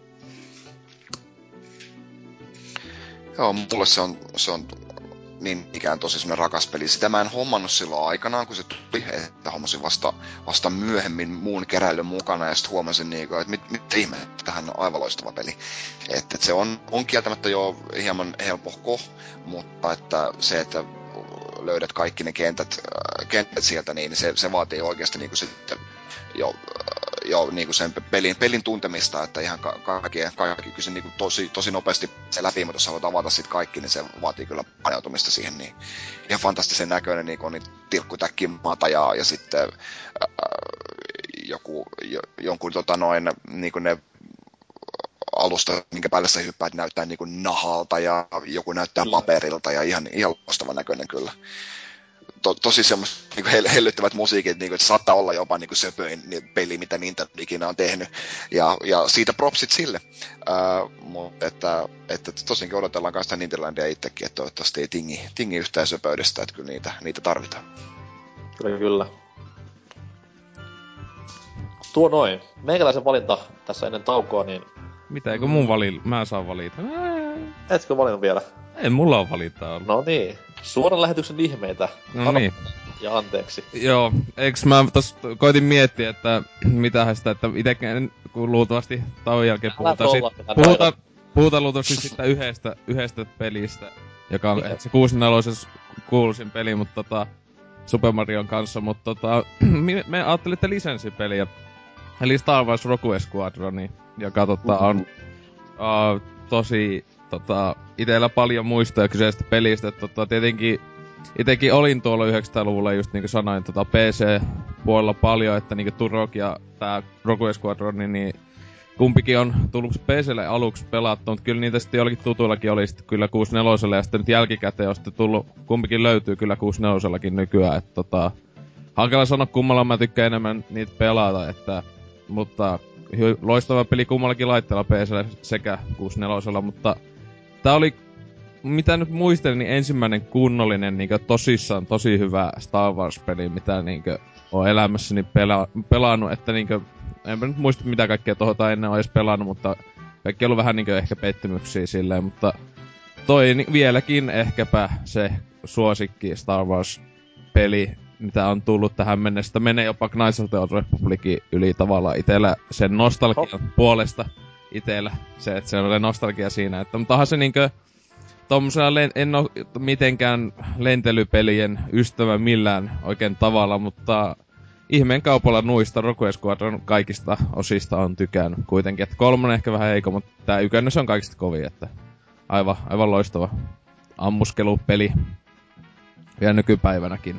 Joo, mulle se on niin ikään tosi semmonen rakas peli. Sitä mä en hommannut silloin aikanaan, kun se tuli, että hommasin vasta myöhemmin muun keräilyn mukana, ja sitten huomasin niinku, että mitä ihmettä, tähän on aivan loistava peli. Että se on kieltämättä jo hieman helpohko, mutta että se, että löydät kaikki ne kentät sieltä, niin se vaatii oikeasti niinku sitten jo niinku sen pelin tuntemista, että ihan kaikki kyllä se niinku tosi nopeasti se läpi, mutta jos haluat avata sit kaikki, niin se vaatii kyllä paneutumista siihen, niin ihan fantastisen näköinen niinku on tilkkutäkkimaata ja sitten jonkun niinku ne alusta, minkä päälle sä hyppäät, näyttää niinku nahalta ja joku näyttää paperilta ja ihan loistavan näköinen kyllä. Tosi semmoiset niinku hellyttävät musiikit, niinku, että se saattaa olla jopa niinku söpöin peli, mitä Nintendo ikinä on tehnyt. Ja siitä propsit sille. Mutta että tosinkin odotellaan kanssa Nintendolandia itsekin, että toivottavasti ei tingi yhtään söpöydestä, että kyllä niitä tarvitaan. Kyllä. Tuo noin. Meikäläisen valinta tässä ennen taukoa, niin... Mitä, eikö mun mä saan valita? Etkö valinnut vielä? Ei mulla on valintaa ollut. No niin. Suoran lähetyksen ihmeitä. No niin. Ja anteeksi. Joo, eiks mä tossa koitin miettiä, että mitähän sitä, että itekään, kun luultavasti tauon jälkeen puhutaan luultavasti sitten yhdestä pelistä, joka on se 64 kuuluisin peli, mutta Super Marion kanssa, mutta me ajattelitte lisenssipeliä, eli Star Wars Rogue Squadroni, joka on tosi itellä paljon muistoja kyseisestä pelistä, että tietenkin itekin olin tuolla 900-luvulla just niinku sanoin PC-puolella paljon, että niinku Turok ja tää Rogue Squadroni, niin kumpikin on tullut PC:lle aluksi pelattu, mutta kyllä niitä sitten jollakin tutuillakin oli sitten kyllä 64 ja sitten nyt jälkikäteen on sitten tullut, kumpikin löytyy kyllä 64 nykyään, että hankala sanoa kummalla mä tykkään enemmän niitä pelata, mutta loistava peli kummallakin laitteella PC:lle sekä 64, mutta tää oli, mitä nyt muistelin, niin ensimmäinen kunnollinen niinkö tosissaan tosi hyvä Star Wars-peli, mitä niinkö oon elämässäni pelannut, että niinkö, enpä nyt muista mitä kaikkea tohota ennen oon edes pelannut, mutta kaikki on ollut vähän niinkö ehkä pettymyksiä silleen, mutta toi vieläkin ehkäpä se suosikki Star Wars-peli, mitä on tullut tähän mennessä, menee jopa Knights of the Old Republicin yli tavallaan itellä sen nostalgian puolesta itellä, se, että se on nostalgia siinä, että mutta onhan se niinkö tommosella en oo mitenkään lentelypelien ystävä millään oikein tavalla, mutta ihmeen kaupalla nuista Rogue Squadron kaikista osista on tykännyt kuitenkin. Että 3 ehkä vähän heikko, mutta tää 1 on kaikista kovin, että aivan loistava ammuskelupeli vielä nykypäivänäkin.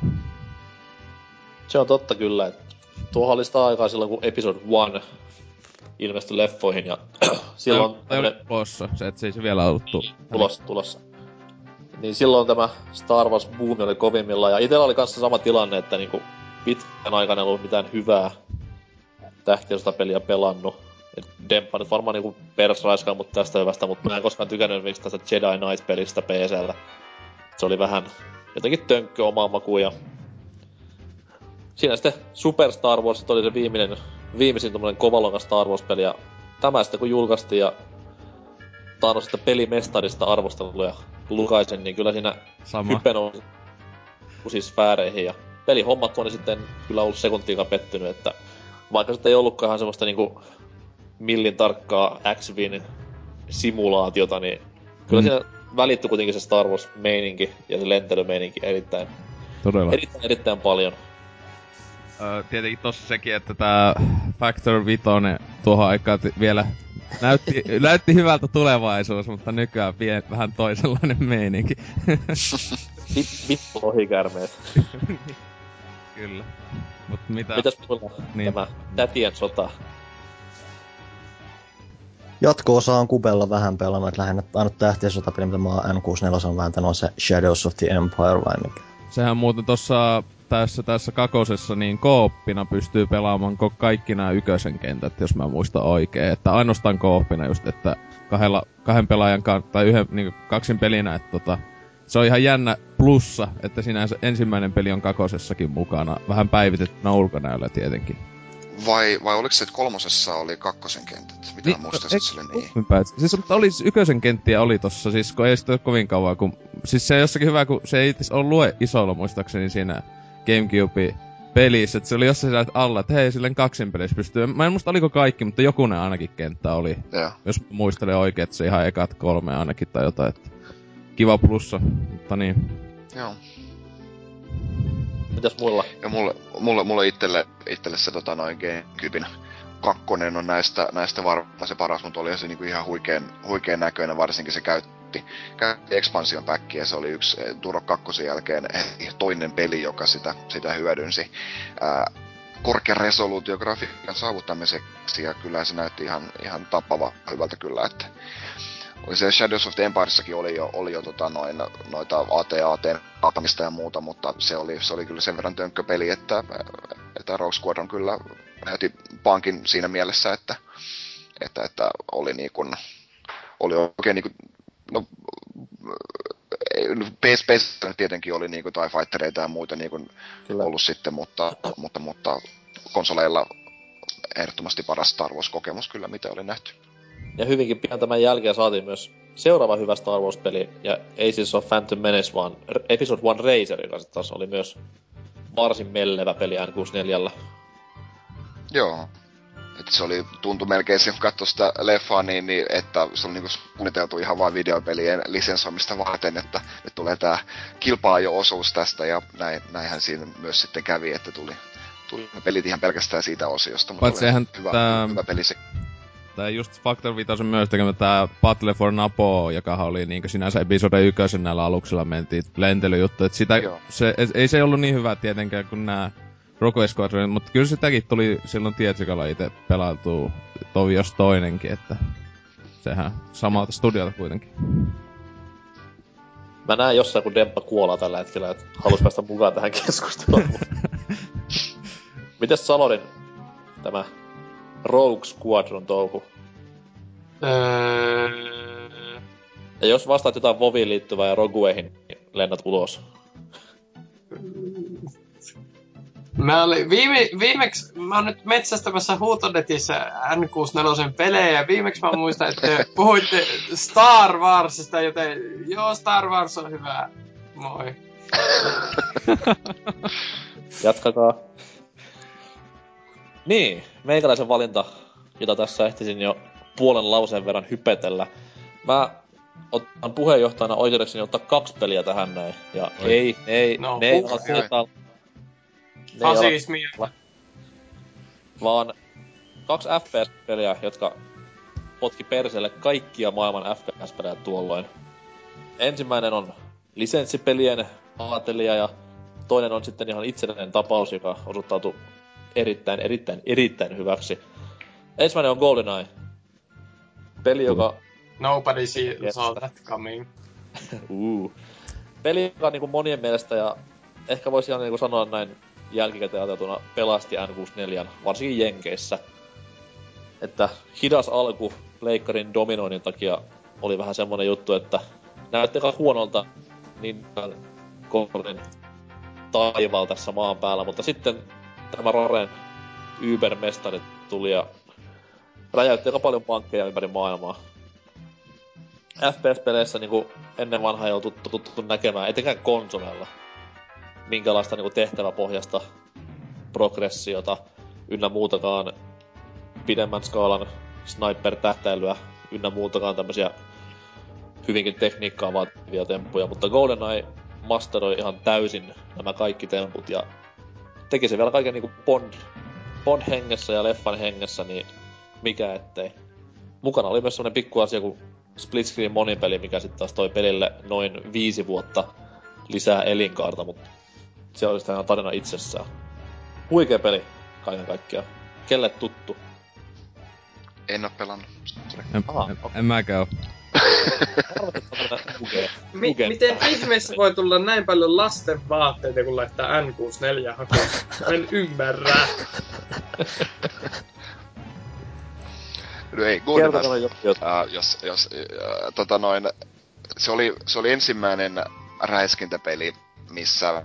Se on totta kyllä, että tuohon oli sitä aikaa silloin, kun Episode 1 ilmestyi leffoihin ja silloin... Ei ole tulossa, se et se ei se vielä ollut tulossa. Niin silloin tämä Star Wars boomi oli kovimmillaan, ja itellä oli kanssa sama tilanne, että niinku pitkän aikana ei ollut mitään hyvää tähtiösotapeliä pelannut. Et Demppa nyt varmaan niinku persraiskaa mut tästä hyvästä, mutta mä en koskaan tykännyt miksi tästä Jedi Knight-pelistä PC:llä. Se oli vähän jotenkin tönkkö omaan makuun, ja siinä sitten Super Star Wars oli se viimeisin tommonen kovaluokan Star Wars-peli, ja tämä sitten kun julkaistiin ja taannut sitten pelimestarista arvosteluja lukaisen, niin kyllä siinä hype nousi uusiin sfääreihin, ja pelihommat on sitten kyllä ollut sekuntiikaan pettynyt, että vaikka sitten ei ollutkaan ihan semmoista niinku millin tarkkaa X-Wing simulaatiota, niin kyllä siinä välittyi kuitenkin se Star Wars-meininki ja se lentelymeininki erittäin paljon. Tietenkin tossa sekin, että tää Factor 5 tuohon aikaan vielä näytti hyvältä tulevaisuus, mutta nykyään vähän toisenlainen meininki. Vittu ohikärmeet. Kyllä. Mut mitäs mulla tämä tätien sota? Jatko-osa on Kubella vähän pelannut, että lähinnä ainut tähtien sotapeli, mitä mä oon N64 on vääntänyt, on se Shadows of the Empire vai mikä. Sehän muuten tossa tässä kakosessa niin kooppina pystyy pelaamaan kaikki nämä ykösen kentät, jos mä muistan oikein. Että ainoastaan kooppina just, että kahden pelaajan tai yhden niin kaksin pelinä, että se on ihan jännä plussa, että sinänsä ensimmäinen peli on kakosessakin mukana. Vähän päivitettynä ulkonäöllä tietenkin. Vai oliko se, että kolmosessa oli kakkosen kentät? Mitä mä muistan, että se oli niin? Siis, mutta oli ykösen kenttiä oli tossa, siis kun ei sitä ole kovin kauan, kun... Siis se on jossakin hyvä, kun se ei ole lue isolla muistaakseni siinä GameCube-pelissä, että se oli jossain siellä alla, että hei, silleen kaksin pelissä pystyy... Mä en muista oliko kaikki, mutta jokunen ainakin kenttä oli. Yeah. Jos muistelen oikein, että se ihan ekat 3 ainakin tai jotain, että... Kiva plussa, mutta niin. Joo. Mitäs mulla? Ja mulle itselle se GameCuben 2 on näistä varmaan se paras, mutta oli se niinku ihan huikean näköinen, varsinkin se käytti expansion packia, se oli yksi Turok 2 jälkeen toinen peli, joka sitä hyödynsi korkean resoluutiografiikan saavuttamiseksi, ja kyllä se näytti ihan tappava hyvältä kyllä, että oli se Shadows of the Empiressakin oli jo noita AT-kaatamista ja muuta, mutta se oli kyllä sen verran tönkköpeli, että Rogue Squadron kyllä näytti pankin siinä mielessä, että oli niinkun oli oikein niinku PS tietenkin oli niinku TIE Fightereita ja muita niinku ollut sitten, mutta konsoleilla ehdottomasti paras Star Wars-kokemus kyllä, mitä oli nähty. Ja hyvinkin pian tämän jälkeen saatiin myös seuraava hyvä Star Wars-peli, ja ei siis ole Phantom Menace, vaan Episode 1 Racer, joka sitten taas oli myös varsin mellevä peli N64. Joo. Että se tuntui melkein, kun katsoi sitä leffaa, niin että se oli niinku suunniteltu ihan vain videopelien lisensoimista varten, että nyt tulee tää kilpaajo-osuus tästä, ja näinhän siinä myös sitten kävi, että tuli pelit ihan pelkästään siitä osiosta, mutta hyvä peli se. Tai just Factor 5 myös tekemä tää Battle for Napo, joka oli niinku sinänsä episode 1 näillä aluksilla mentiin lentelyjuttu, et ei se ollut niin hyvä tietenkään kuin nää Rogue Squadron, mutta kyllä sitäkin tuli silloin Tietsikalla ite pelailtuu tovi jos toinenkin, että sehän samalta studiolta kuitenkin. Mä näen jossain kun Demppa kuolaa tällä hetkellä, että halus päästä mukaan tähän keskusteluun. Mites Salorin tämä Rogue Squadron touhu? Ja jos vastaat jotain WoWiin liittyvää ja Rogueihin, niin lennät ulos. Viimeksi mä oon nyt metsästämässä Huutonetissä N64 pelejä, ja viimeksi mä muistan, että puhuitte Star Warsista, joten joo, Star Wars on hyvä. Moi. Jatkakaa. Niin, meikäläisen valinta, jota tässä ehtisin jo puolen lauseen verran hypetellä. Mä otan puheenjohtajana oikeudekseni ottaa 2 peliä tähän näin. Ja ne ei ala fasismia. Vaan 2 FPS-peliä, jotka potki perseelle kaikkia maailman FPS-pelejä tuolloin. Ensimmäinen on lisenssipelien aatelija ja toinen on sitten ihan itsenäinen tapaus, joka osoittautui erittäin hyväksi. Ensimmäinen on GoldenEye. Peli, joka... Nobody Yes. saw that coming. Peli, joka niinku monien mielestä, ja ehkä voisi ihan niinku sanoa näin jälkikäteen ajateltuna, pelasti N64, varsinkin Jenkeissä. Että hidas alku pleikkarin dominoinnin takia oli vähän semmonen juttu, että näytti aika huonolta niin konsolin taivaalla tässä maan päällä, mutta sitten tämä Raren Uber-mestari tuli ja räjäytti aika paljon pankkeja ympäri maailmaa. FPS-peleissä niinku ennen vanhaa ei ollut tuttu näkemään, etenkään konsolella, minkälaista niinku tehtäväpohjasta progressiota ynnä muutakaan pidemmän skaalan sniper-tähtäilyä ynnä muutakaan tämmösiä hyvinkin tekniikkaa vaativia temppuja, mutta GoldenEye masteroi ihan täysin nämä kaikki temput ja teki se vielä kaiken niinku Bond-hengessä ja leffan hengessä, niin mikä ettei. Mukana oli myös semmonen pikku asia kuin split screen monipeli, mikä sitten taas toi pelille noin 5 vuotta lisää elinkaarta, mutta se oli sitä ihan tarina itsessään. Huikea peli kaiken kaikkiaan. Kelle tuttu? En oo pelannut. En mäkään oo. Miten ihmeessä voi tulla näin paljon lasten vaatteita, kun laittaa N64 hakuun? En ymmärrä. No ei, GoldenEye, se oli ensimmäinen räiskintäpeli, missä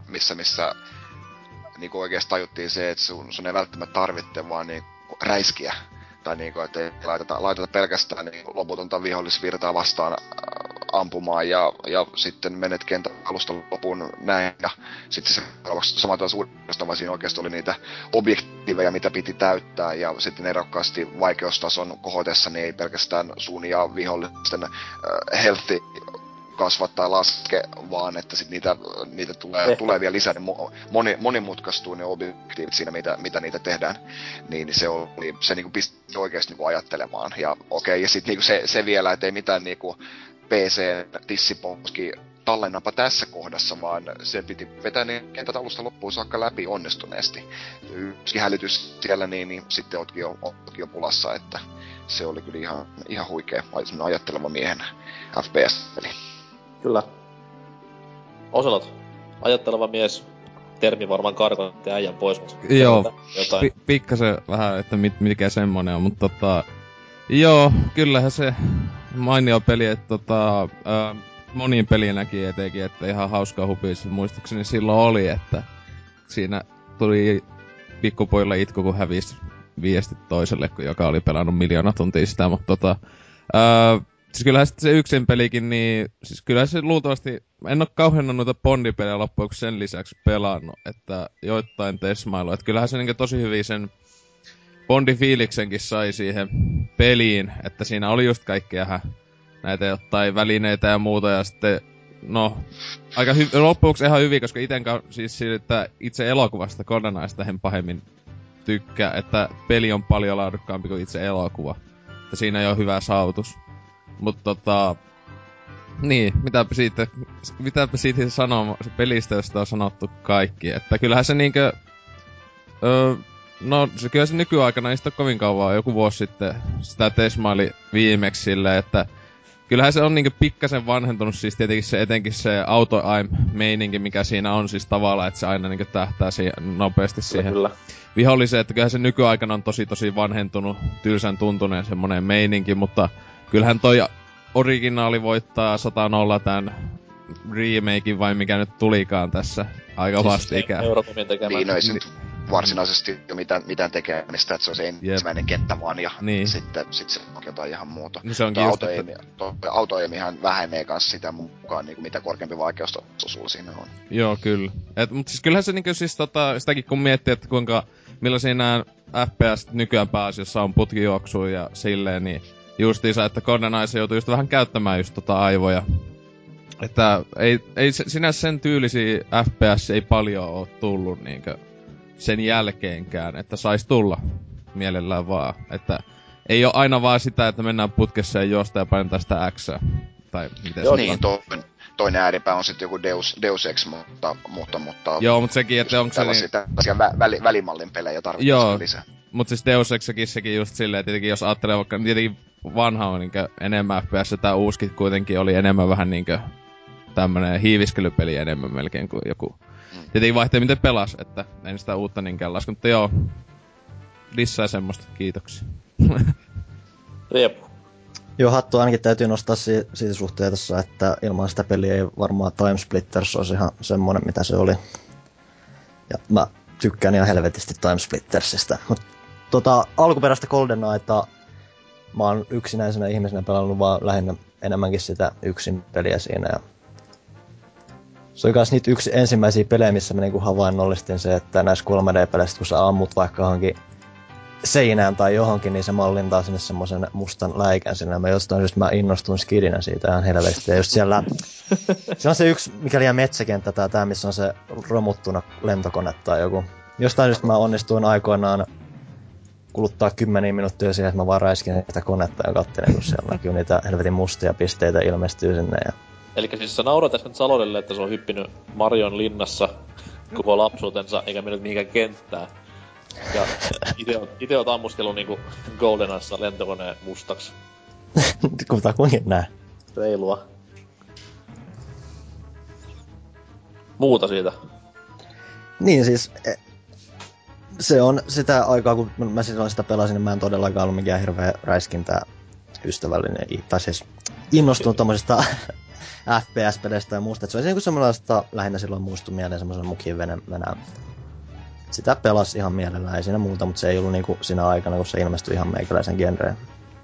niinku oikeesti tajuttiin se, että sun ei välttämättä tarvitse vaan niinku räiskiä. Tai niinku, että ei laiteta pelkästään niinku loputonta vihollisvirtaa vastaan ampumaan ja sitten menet kentän alusta lopun näin. Ja sitten se samalla uudestaan siinä oikeesti oli niitä objektiiveja, mitä piti täyttää. Ja sitten erokkaasti vaikeustason kohotessa niin ei pelkästään sun ja vihollisten healthi kasvattaa laske, vaan että sit niitä tulee vielä lisää, niin monimutkaistuu ne objektiivit siinä, mitä niitä tehdään. Niin se niinku pisti oikeesti niinku ajattelemaan. Ja okei, ja sit niinku se vielä, et ei mitään niinku PC-tissipouski tallennapa tässä kohdassa, vaan se piti vetää ne kentät alusta loppuun saakka läpi onnistuneesti. Yksi hälytys siellä, niin sitten ootkin jo pulassa, että se oli kyllä ihan huikea ajatteleva miehen FPS-peli. Kyllä. Oselot, ajatteleva mies, termi varmaan karkotti äijän pois, mutta... Joo, pikkasen vähän, että mikä semmonen on, mutta joo, kyllähän se mainio peli, että moniin pelinäkin etenkin, että ihan hauskaa hupis muistaakseni silloin oli, että siinä tuli pikkupojille itku, kun hävisi viestit toiselle, joka oli pelannut 1 000 000 tuntia sitä, mutta siis kyllähän se yksin pelikin, niin siis kyllähän se luultavasti, en oo kauhean noita Bondipelejä loppujen sen lisäksi pelannut, että joittain tesmailu, että kyllähän se niin tosi hyvin sen Bondi-fiiliksenkin sai siihen peliin, että siinä oli just kaikkea näitä jotain välineitä ja muuta, ja sitten, no, aika loppujen ihan hyvin, koska siis siitä itse elokuvasta GoldenEyesta en pahemmin tykkää, että peli on paljon laadukkaampi kuin itse elokuva, että siinä ei ole hyvä saavutus. Mutta niin, mitäpä siitä sanoo se pelistä, josta on sanottu kaikki, että kyllähän se niinkö, no se kyllä se nykyaikana ei sitä kovin kauan, joku vuosi sitten sitä tesmaili viimeksi silleen, että kyllähän se on niinkö pikkasen vanhentunut, siis tietenkin se etenkin se auto-aim-meininki, mikä siinä on siis tavallaan, että se aina niinkö tähtää nopeasti siihen viholliseen, että kyllähän se nykyaikana on tosi vanhentunut, tylsän tuntuneen semmonen meininki, mutta kyllähän toi originaali voittaa 100-0 tän remakein vai mikä nyt tulikaan tässä aika vastikään. Niin, no ei se varsinaisesti jo mitään tekemistä, että se on se ensimmäinen kenttä vaan ja niin. Sitten se on jotain ihan muuta. No se onkin autoaimihan vähenee kans sitä mukaan, niin mitä korkeampi vaikeustaso sulla siinä on. Joo, kyllä. Mutta siis kyllähän se niinku siis sitäkin kun miettii, että millaisia nää FPS nykyään pääasiassa on putkijuoksuja ja silleen, niin justiinsa, että GoldenEye se joutuu just vähän käyttämään just aivoja. Että ei sinänsä sen tyylisiä FPS ei paljon oo tullut niinkö sen jälkeenkään, että sais tulla mielellään vaan. Että ei oo aina vaan sitä, että mennään putkessa ja juosta ja painetaan sitä X:ää. Tai miten joo, niin, toinen ääripää on sitten joku Deus Ex, mutta... Joo, mutta sekin, että onko se... Tällaisia välimallin pelejä tarvitaan lisää. Mut siis Deus Exekis sekin just silleen, tietenkin jos ajattelee vaikka, tietenkin vanha on niinkö enemmän FPS, tää uuskin kuitenkin oli enemmän vähän niinkö tämmönen hiiviskelypeli enemmän melkein kuin joku. Tietenkin vaihtee miten pelas, että en sitä uutta niinkään laske, mutta joo. Lisää semmoista, kiitoksia. Riepu. Joo, hattu ainakin täytyy nostaa siitä suhteessa, että ilman sitä peliä ei varmaan Time Splitters olisi ihan semmonen, mitä se oli. Ja mä tykkään ihan helvetisti Time Splittersistä. Mut alkuperäistä GoldenEyeta mä oon yksinäisenä ihmisenä pelannut vaan lähinnä enemmänkin sitä yksin peliä siinä. Ja se oli kans niitä yksi ensimmäisiä pelejä, missä mä niinku havainnollistin se, että näissä 3D-peleissä, kun sä ammut vaikka johonkin seinään tai johonkin, niin se mallintaa sinne semmosen mustan läikän sinne. Mä jostain syystä mä innostun skidinä siitä ihan helvetisti. Ja just siellä se on se yksi, mikä liian metsäkenttä tai tää, missä on se romuttuna lentokone tai joku. Jostain syystä mä onnistuin aikoinaan kuluttaa 10 minuuttia siihen, että mä vaan räiskin sitä konetta ja katselin, kun siellä näkyy niitä helvetin mustia pisteitä ilmestyy sinne. Ja Elikkä siis sä naurat äsken Salodelle, että se on hyppinyt Marion linnassa koko lapsuutensa, eikä mennyt mihinkään kenttään. Ja ite oot ammuskellut niinku GoldenEyessa lentokoneen mustaksi. Kutakuinkin näin. Reilua. Muuta siitä. Niin siis, se on sitä aikaa, kun mä silloin sitä pelasin, niin mä en todellakaan ollut mikään hirveä räiskintää ystävällinen, tai siis innostunut tommosesta FPS-peleistä ja muusta. Et se oli niinku semmoista lähinnä silloin muistui mieleen semmoisen mukiin venää. Sitä pelasi ihan mielellään, ei siinä muuta, mutta se ei ollut niinku siinä aikana, kun se ilmestyi ihan meikäläisen genreen.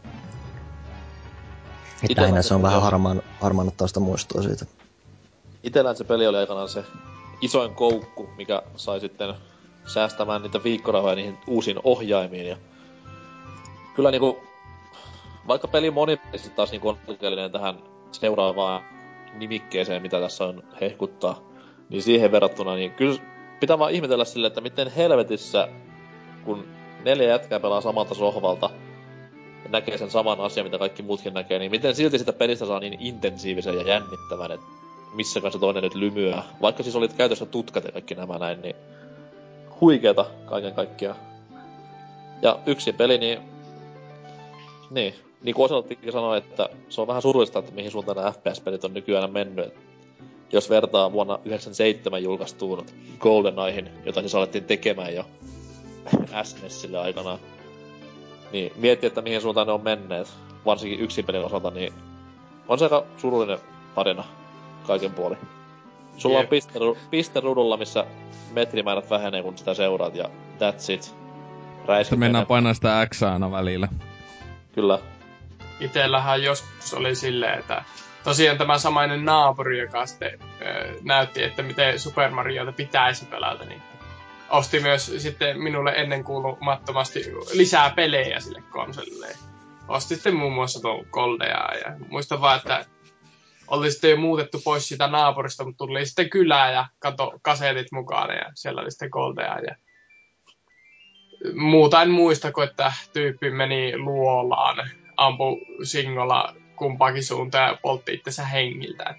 Lähinnä se on vähän harmaannuttavasta muistua siitä. Itellään se peli oli aikanaan se isoin koukku, mikä sai sitten säästämään niitä viikkorahoja niihin uusiin ohjaimiin. Ja kyllä niinku, vaikka peli monipelisesti taas niinku on oikeellinen tähän seuraavaan nimikkeeseen, mitä tässä on hehkuttaa, niin siihen verrattuna, niin kyllä pitää vaan ihmetellä sille, että miten helvetissä, kun 4 jätkää pelaa samalta sohvalta ja näkee sen saman asian, mitä kaikki muutkin näkee, niin miten silti sitä pelistä saa niin intensiivisen ja jännittävän, että missä kanssa toinen nyt lymyää. Vaikka siis olit käytössä tutkat ja kaikki nämä näin, niin huikeeta kaiken kaikkiaan. Ja yksi peli, niin kuin Oselottikin sanoi, että se on vähän surullista, että mihin suuntaan nämä FPS-pelit on nykyään mennyt. Jos vertaa vuonna 1997 julkaistuun GoldenEyhin, jota siis alettiin tekemään jo SNESille aikanaan, niin miettii, että mihin suuntaan ne on menneet, varsinkin yksin pelin osalta, niin on se aika surullinen tarina kaiken puolin. Sulla on piste ruudulla, missä metrimäärät vähenee, kun sitä seuraat, ja that's it. Räiskin mennään painaa sitä X aina välillä. Kyllä. Itellähän joskus oli silleen, että tosiaan tämä samainen naapuri, joka sitten näytti, että miten Super Marioita pitäisi pelata, niin osti myös sitten minulle ennenkuulumattomasti lisää pelejä sille konsolille. Osti sitten muun muassa tuon Goldeaa, ja muistan vaan, että oli sitten jo muutettu pois siitä naapurista, mutta tuli sitten kylään ja kato kasetit mukaan, ja siellä oli sitten Goldeaa. Ja muuta en muista, kun että tyyppi meni luolaan, ampui singolla kumpaakin suuntaan ja poltti itsensä hengiltä.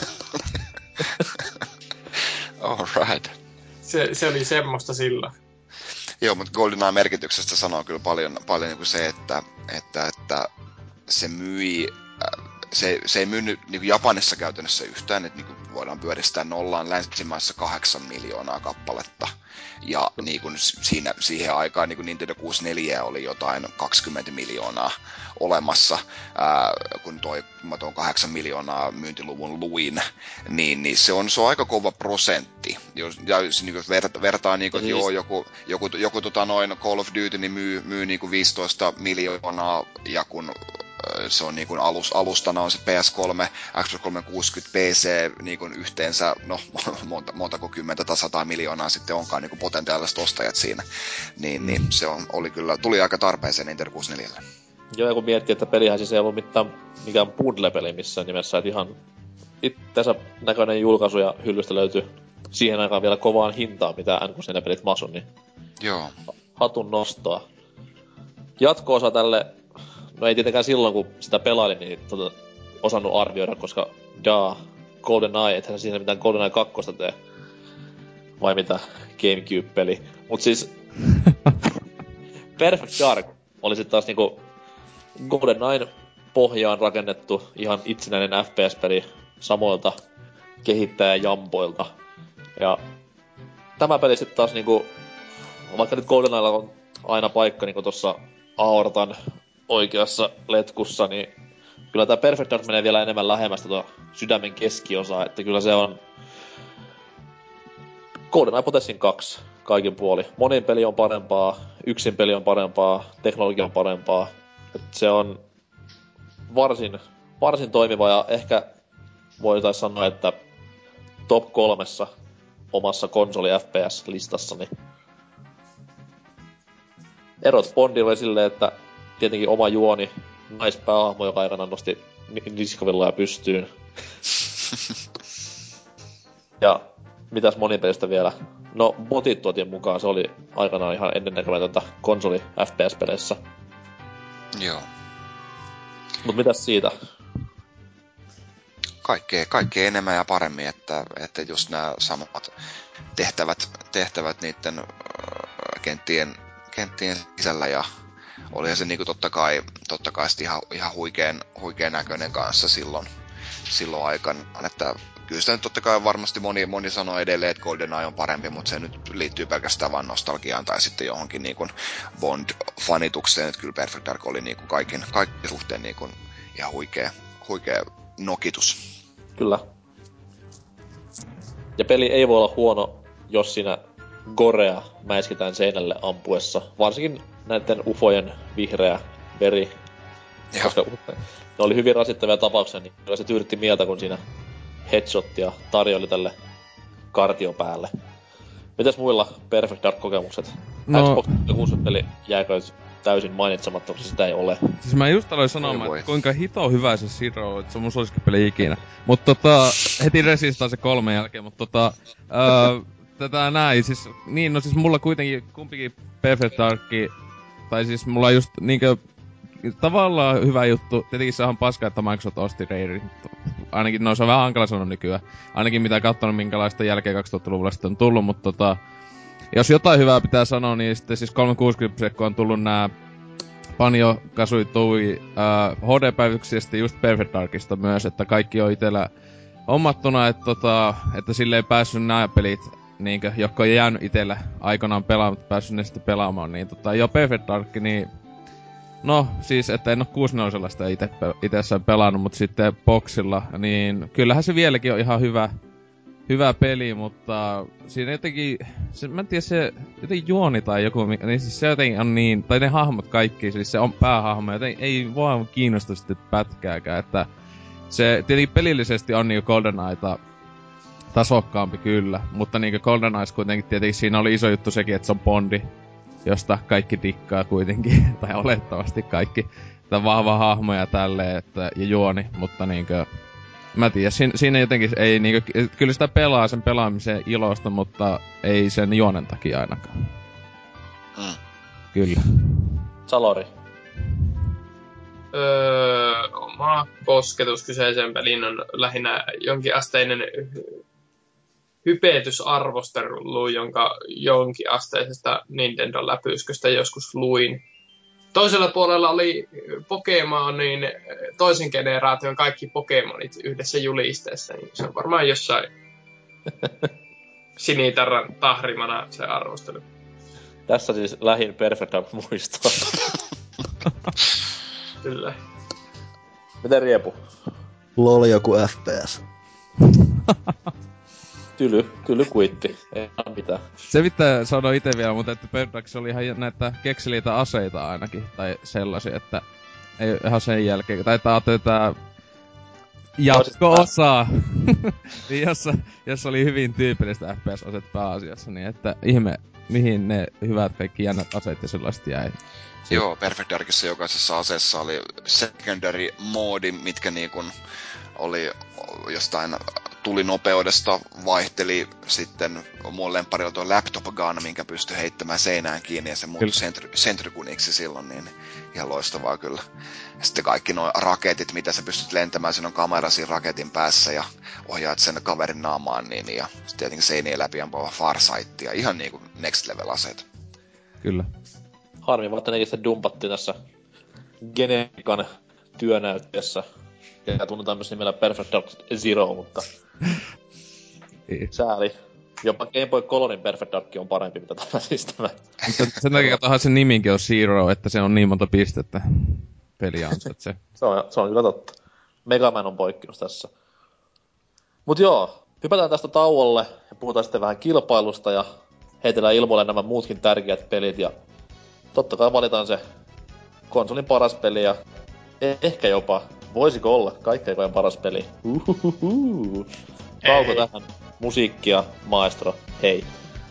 Alright. Se oli semmoista silloin. Joo, mutta GoldenEye merkityksestä sanoo kyllä paljon niin kuin se, että se myi... Se ei myynyt niin kuin Japanissa käytännössä yhtään, että niin kuin voidaan pyöristää nollaan länsimaissa 8 miljoonaa kappaletta. Ja niin kuin siihen aikaan niin kuin Nintendo 64 oli jotain 20 miljoonaa olemassa. Kun mä tuon 8 miljoonaa myyntiluvun luin, niin se on aika kova prosentti. Jos niin vertaa, niin kuin, että joo, joku Call of Duty niin myy niin kuin 15 miljoonaa, ja kun se on niin kuin alustana on se PS3, Xbox 360, PC niin kuin yhteensä, no montako 10 tai 100 miljoonaa sitten onkaan niin kuin potentiaaliset ostajat siinä. Niin se tuli aika tarpeeseen Nintendo 64. Joo, ja kun miettii, että pelihän siis ei ollut mikään bundle-peli missään nimessä, että ihan itseensä näköinen julkaisu ja hyllystä löytyi siihen aikaan vielä kovaan hintaan, mitä N64-pelit masun, niin joo. Hatun nostoa. Jatko-osa tälle. No ei tietenkään silloin, kun sitä pelailin, niin osannut arvioida, koska GoldenEye, ethän siinä mitään GoldenEye 2 tee. Vai mitä? GameCube-peli. Mut siis Perfect Dark oli sit taas niinku GoldenEyen pohjaan rakennettu ihan itsenäinen FPS-peli samoilta kehittäjäjampoilta. Ja tämä peli sit taas niinku, vaikka nyt GoldenEyella on aina paikka niinku tossa aortan oikeassa letkussa, niin kyllä tää Perfect Dark menee vielä enemmän lähemmästä tuo sydämen keskiosaa, että kyllä se on GoldenEye Potessin 2 kaikin puoli. Monin peli on parempaa, yksin peli on parempaa, teknologia on parempaa. Et se on varsin toimiva ja ehkä voitais sanoa, että top 3 omassa konsoli FPS-listassani. Erot Bondilla oli silleen, että tietenkin oma juoni, naispäähahmo, joka aikanaan nosti niskavilloja pystyyn. Ja mitäs monipelistä vielä? No, botit tuotiin mukaan, se oli aikanaan ihan ennennäkemätöntä konsoli FPS-peleissä. Joo. Mut mitäs siitä? Kaikkea enemmän ja paremmin, että just nämä samat tehtävät niiden kenttien sisällä ja olihan se niinku totta kai sit ihan huikean näköinen kanssa silloin aikana, että kyllä sitä nyt totta kai varmasti moni sanoo edelleen, että GoldenEye on parempi, mutta se nyt liittyy pelkästään vaan nostalgiaan tai sitten johonkin niinku Bond-fanitukseen, että kyllä Perfect Dark oli niinku kaiken suhteen niinku ihan huikea nokitus. Kyllä. Ja peli ei voi olla huono, jos siinä gorea mäiskitään seinälle ampuessa. Varsinkin näiden ufojen vihreä veri. Joo. Koska ne oli hyvin rasittavia tapauksia, niin kyllä se tyydytti mieltä, kun siinä headshottia tarjoili tälle kartiopäälle. Mitäs muilla Perfect Dark-kokemukset? No, Xbox 360 jääkö täysin mainitsematta, koska sitä ei ole. Siis mä just aloin sanomaan, että kuinka hito hyvä se Zero on, että se on mun suosikkipeli ikinä. Mut heti Resistaan se 3 jälkeen, mut tätä näin, siis niin, no siis mulla kuitenkin kumpikin Perfect Darkki, tai siis mulla just niinkö tavallaan hyvä juttu, tietenkin se on paska, että Microsoft osti Raidin. Ainakin, no se on vähän hankala sanoa nykyään. Ainakin mitä katsonut, minkälaista jälkeen 2000-luvulla sitten on tullut, mutta jos jotain hyvää pitää sanoa, niin sitten siis 360, kun on tullut nää Banjo Kazooie Tui HD-päivityksiä ja sitten just Perfect Darkista myös, että kaikki on itellä hommattuna, että sille ei päässyt nää pelit, niinkö, jotka on jäänyt itellä aikanaan pelaamaan, päässyt ne sitten pelaamaan, niin jo Perfect Dark, niin no, siis, että en oo 64 sitä itessään pelannut, mutta sitten boxilla, niin kyllähän se vieläkin on ihan hyvä peli, mutta siinä jotenkin, mä en tiedä, se jotenkin juoni tai joku, niin siis se jotenkin on niin, tai ne hahmot kaikki, siis se on päähahmo, joten ei vaan kiinnosta sitten pätkääkään, että se tietenkin pelillisesti on niinku GoldenEyeta tasokkaampi kyllä, mutta niinku GoldenEyes kuitenkin tietenkin siinä oli iso juttu sekin, että se on Bondi, josta kaikki dikkaa kuitenkin, tai olettavasti kaikki, että vahva hahmo ja tälleen, ja juoni, mutta niinkö, mä tiedän, siinä jotenkin ei niinkö, kyllä sitä pelaa sen pelaamisen ilosta, mutta ei sen juonen takia ainakaan. Kyllä. Salori. Oma kosketus kyseiseen peliin on lähinnä jonkinasteinen hypetysarvostelu, jonka jonkinasteisesta Nintendo-läpysköstä joskus luin. Toisella puolella oli Pokemonin toisen generaation kaikki Pokemonit yhdessä julisteessa, niin se on varmaan jossain sinitarran tahrimana se arvostelu. Tässä siis lähin Perfect Dark muistoa. Kyllä. Miten Riepu? LOL joku FPS. Tyly kuitti. Ei mitään. Se pitää sanoa ite vielä, mutta että Perfect oli ihan näitä kekseliitä aseita ainakin, tai sellaisia, että ei ihan sen jälkeen, tai tää jatko-osaa, jossa oli hyvin tyypillistä FPS-aset pääasiassa, niin että ihme, mihin ne hyvät kaikki jännät aseet ja sellaiset jäi. Joo, Perfect Darkissa jokaisessa aseessa oli secondary moodi, mitkä niinku oli jostain tulinopeudesta vaihteli sitten mun lempari oli tuo laptop gun, minkä pystyi heittämään seinään kiinni ja se muuttui Sentryguniksi silloin, niin ihan loistavaa kyllä. Ja sitten kaikki nuo raketit, mitä sä pystyt lentämään, siinä on kamera siinä raketin päässä ja ohjaat sen kaverin naamaan, niin ja sitten tietenkin seinien läpi ampua Farsightia, ihan niinku next level aseet. Kyllä. Harmi, vaan nekin sitten dumpattiin tässä Generikan työnäytteessä. Ja tunnetaan myös nimellä Perfect Dark Zero, mutta sääli. Jopa Game Boy Colorin Perfect Dark on parempi, mitä tämä systeemä. Sen takia katohan se niminkin on Zero, että se on niin monta pistettä peliä ansaitsee. se on kyllä totta. Mega Man on poikkeus tässä. Mut joo, hypätään tästä tauolle ja puhutaan sitten vähän kilpailusta ja heitellään ilmoille nämä muutkin tärkeät pelit ja totta kai valitaan se konsolin paras peli ja ehkä jopa, voisiko olla kaikkein paras peli. Tauko tähän musiikkia, maestro, hei.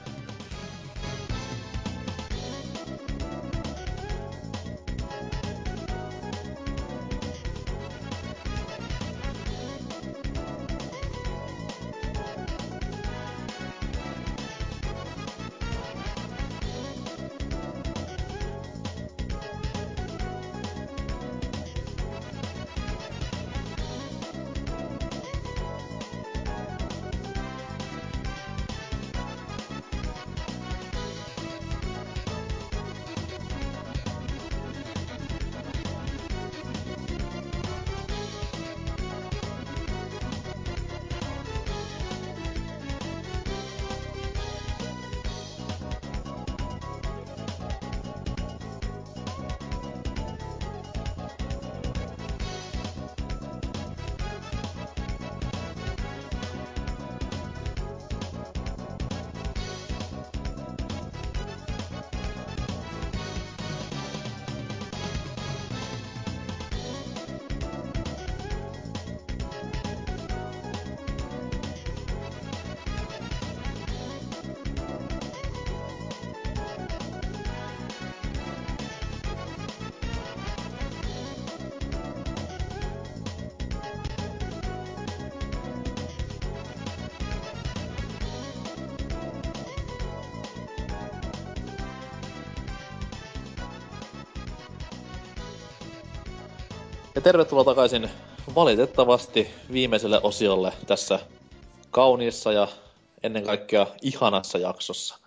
Ja tervetuloa takaisin valitettavasti viimeiselle osiolle tässä kauniissa ja ennen kaikkea ihanassa jaksossa.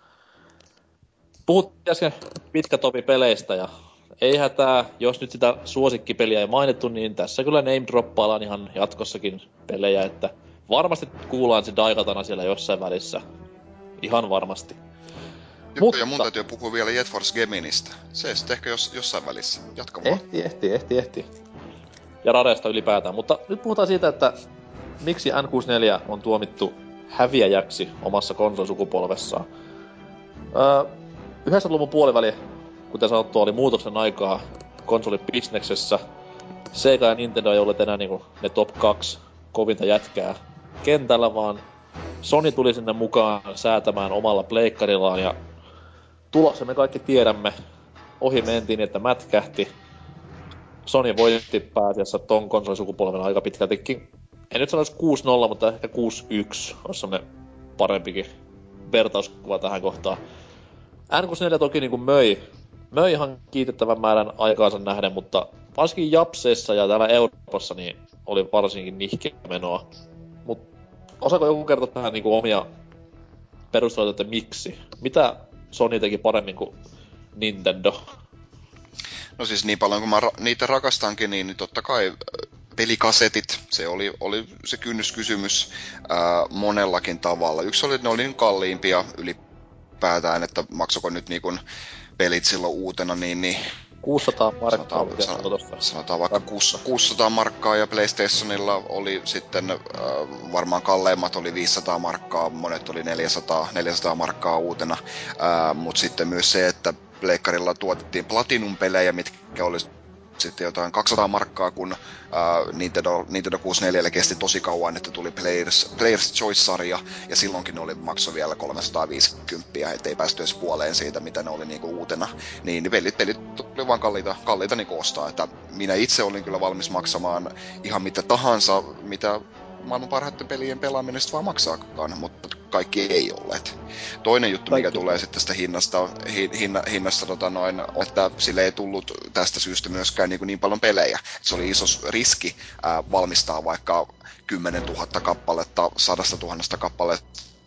Puhuttiin äsken pitkä topi peleistä ja ei hätää, jos nyt sitä suosikkipeliä ei mainittu, niin tässä kyllä name droppaillaan ihan jatkossakin pelejä, että varmasti kuullaan se Daigatana siellä jossain välissä. Ihan varmasti. Mutta... Ja mun täytyy puhua vielä Jet Force Geministä. Se sitten ehkä jossain välissä. Jatka vaan. Ehti. Ja Raresta ylipäätään. Mutta nyt puhutaan siitä, että miksi N64 on tuomittu häviäjäksi omassa konsolisukupolvessaan. 90-luvun puoliväli, kuten sanottu, oli muutoksen aikaa konsolibisneksessä. Sega ja Nintendo ei olleet enää niinku ne top 2 kovinta jätkää kentällä, vaan Sony tuli sinne mukaan säätämään omalla pleikkarillaan ja tuloksen me kaikki tiedämme. Ohi mentiin, että mätkähti. Sony voitti pääasiassa ton konsolisukupolven aika pitkältikin. En nyt sanoisi 6-0, mutta ehkä 6-1 olisi semmonen parempikin vertauskuva tähän kohtaan. N64 toki niinku möi ihan kiitettävän määrän aikaansa nähden, mutta varsinkin Japseissa ja täällä Euroopassa niin oli varsinkin nihkeä menoa. Mut osaako joku kertoa tähän niinku omia perusteluita, että miksi? Mitä Sony teki paremmin kuin Nintendo? No siis niin paljon kuin mä niitä rakastankin, niin totta kai pelikasetit, se oli se kynnyskysymys monellakin tavalla. Yksi oli, että ne oli niin kalliimpia ylipäätään, että maksako nyt niin kun pelit silloin uutena, niin 600 markkaa. Sanotaan vaikka 600 markkaa ja PlayStationilla oli sitten varmaan kalleimmat oli 500 markkaa, monet oli 400 markkaa uutena, mutta sitten myös se, että Pleikkarilla tuotettiin Platinum-pelejä, mitkä oli sitten jotain 200 markkaa, kun Nintendo 64 kesti tosi kauan, että tuli Player's Choice-sarja, ja silloinkin ne maksoi vielä 350, ettei päästy edes puoleen siitä, mitä ne oli niinku uutena. Niin pelit tuli vaan kalliita niinku ostaa, että minä itse olin kyllä valmis maksamaan ihan mitä tahansa, mitä maailman parhaiten pelien pelaaminen sitten vaan maksaakaan, mutta kaikki ei olleet. Toinen juttu, mikä tulee sitten tästä hinnasta että sille ei tullut tästä syystä myöskään niin paljon pelejä. Se oli iso riski valmistaa vaikka 10 000 kappaletta, 100 000 kappaletta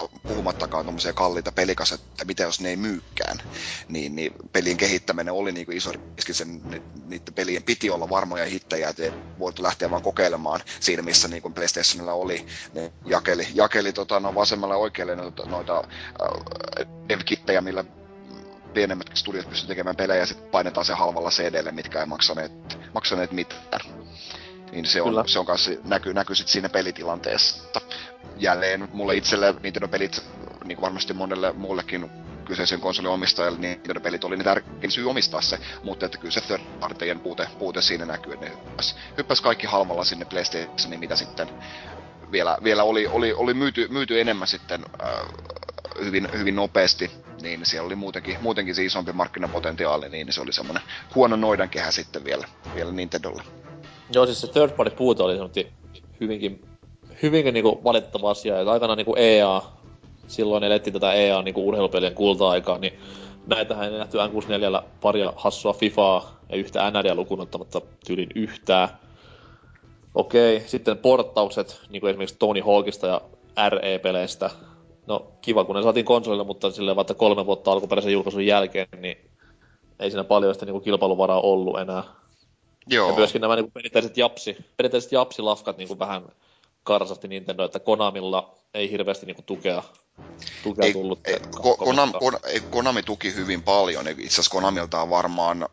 puhumattakaan tommosia kalliita pelikasetteja, mitä jos ne ei myykään, niin pelien kehittäminen oli niinku iso riski, niiden pelien piti olla varmoja hittejä, ettei voitu lähteä vaan kokeilemaan siinä, missä niinku PlayStationilla oli, ne jakeli vasemmalla ja oikealle noita dev-kittejä, millä pienemmät studiot pystyy tekemään pelejä ja sitten painetaan se halvalla CDlle, mitkä ei maksaneet mitään. Niin se on kanssa näkyy sit siinä pelitilanteessa. Jälleen mulle itselle Nintendo-pelit, niin kuin varmasti monelle muullekin kyseisen konsolin omistajalle, niin Nintendo-pelit oli ne tärkein syy omistaa se, mutta että kyllä se third partyjen puute siinä näkyy, että ne hyppäs kaikki halvalla sinne PlayStationiin, mitä sitten vielä oli myyty enemmän sitten hyvin nopeasti, niin siellä oli muutenkin se isompi markkinapotentiaali, niin se oli semmoinen huono noidankehä sitten vielä Nintendolla. Joo, siis se third party puute oli hyvinkin niinku valittava asia, että aikana niinku EA, silloin elettiin tätä EA niinku urheilupelien kulta-aikaa, niin näitähän ei nähty N64 paria hassua FIFAa ja yhtä NRiä lukuun ottamatta tyylin yhtään. Okei, sitten porttaukset, niinku esimerkiksi Tony Hawkista ja RE-peleistä. No kiva, kun ne saatiin konsolille, mutta silleen vaikka 3 vuotta alkuperäisen julkaisun jälkeen, niin ei siinä paljon sitä niinku kilpailuvaraa ollut enää. Joo. Ja myöskin nämä niinku perinteiset japsilafkat niinku vähän karsasti Nintendo, että Konamilla ei hirveästi niinku tukea tullut. Konami tuki hyvin paljon. Itse asiassa Konamilta on varmaan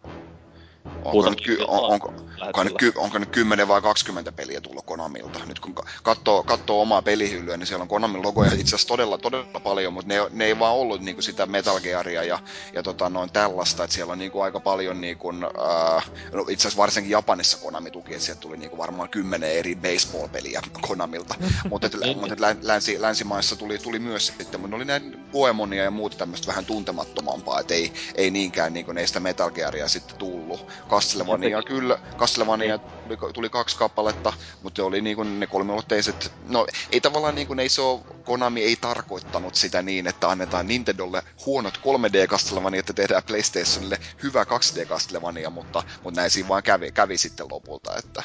Onko nyt 10 vai 20 peliä tullut Konamilta? Nyt kun katsoo omaa pelihyllyä, niin siellä on Konamin logoja itse asiassa todella paljon, mutta ne ei vaan ollut niinku sitä Metal Gearia ja noin tällaista, että siellä on niinku aika paljon niinku, no itse asiassa varsinkin Japanissa Konami tuki, että sieltä tuli niinku varmaan 10 eri baseball-peliä Konamilta, mutta länsimaissa tuli myös sitten, mutta ne oli näin Goemonia ja muuta tämmöistä vähän tuntemattomampaa, että ei niinkään niinku neistä Metal Gearia sitten tullut. Castlevania tuli 2 kappaletta, mutta oli niinku ne kolmiulotteiset. No ei tavallaan niinku Konami ei tarkoittanut sitä niin, että annetaan Nintendolle huonot 3D Castlevania, että tehdään PlayStationille hyvä 2D Castlevania, mutta näin siinä vaan kävi sitten lopulta, että.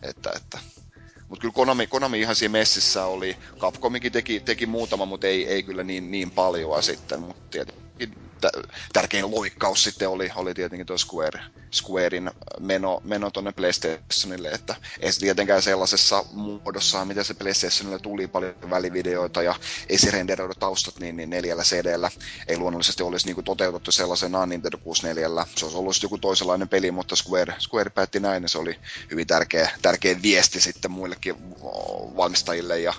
Mutta kyllä Konami ihan siinä messissä oli. Capcomikin teki muutama, mutta ei kyllä niin paljoa sitten, mutta tietenkin tärkein loikkaus sitten oli tietenkin tuo Squarein meno tonne PlayStationille, että ei se tietenkään sellaisessa muodossa, mitä se PlayStationille tuli, paljon välivideoita ja esirenderoidut taustat, niin 4 CD:llä ei luonnollisesti olisi niinku toteutettu sellaisenaan Nintendo 64. Se olisi ollut joku toisenlainen peli, mutta Square päätti näin, ja se oli hyvin tärkeä viesti sitten muillekin valmistajille ja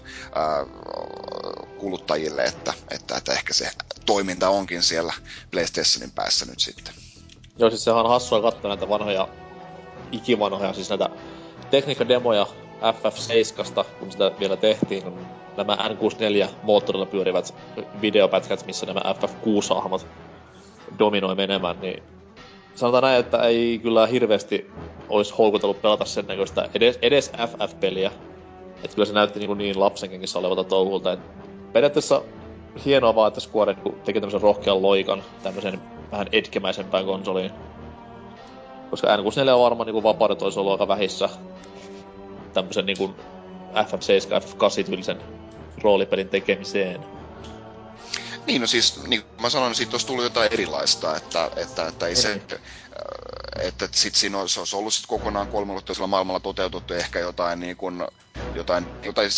kuluttajille, että ehkä se toiminta onkin siellä PlayStationin päässä nyt sitten. Joo, siis sehän on hassua katsoa näitä ikivanhoja, siis näitä tekniikkademoja FF7, kun sitä vielä tehtiin, kun nämä N64-moottorilla pyörivät videopätkät, missä nämä FF6-hahmot dominoi menemään, niin sanotaan näin, että ei kyllä hirveästi olisi houkutellut pelata sen näköistä edes FF-peliä. Että kyllä se näytti niin lapsenkenkissä olevalta touhulta, että periaatteessa hienoa vaan, että Square teki tämmösen rohkean loikan tämmösen vähän etkemäisempään konsoliin. Koska N64 on varmaan niinku vapaudet olisi ollut aika vähissä tämmösen niinku FF7, FF8-tyylisen roolipelin tekemiseen. Niin, no siis, niin kuin mä sanoin, siitä olisi tullut jotain erilaista, että ei se... Että sit siinä olisi ollut sit kokonaan kolmiulotteisella maailmalla toteutettu ehkä jotain niin kuin... Jotain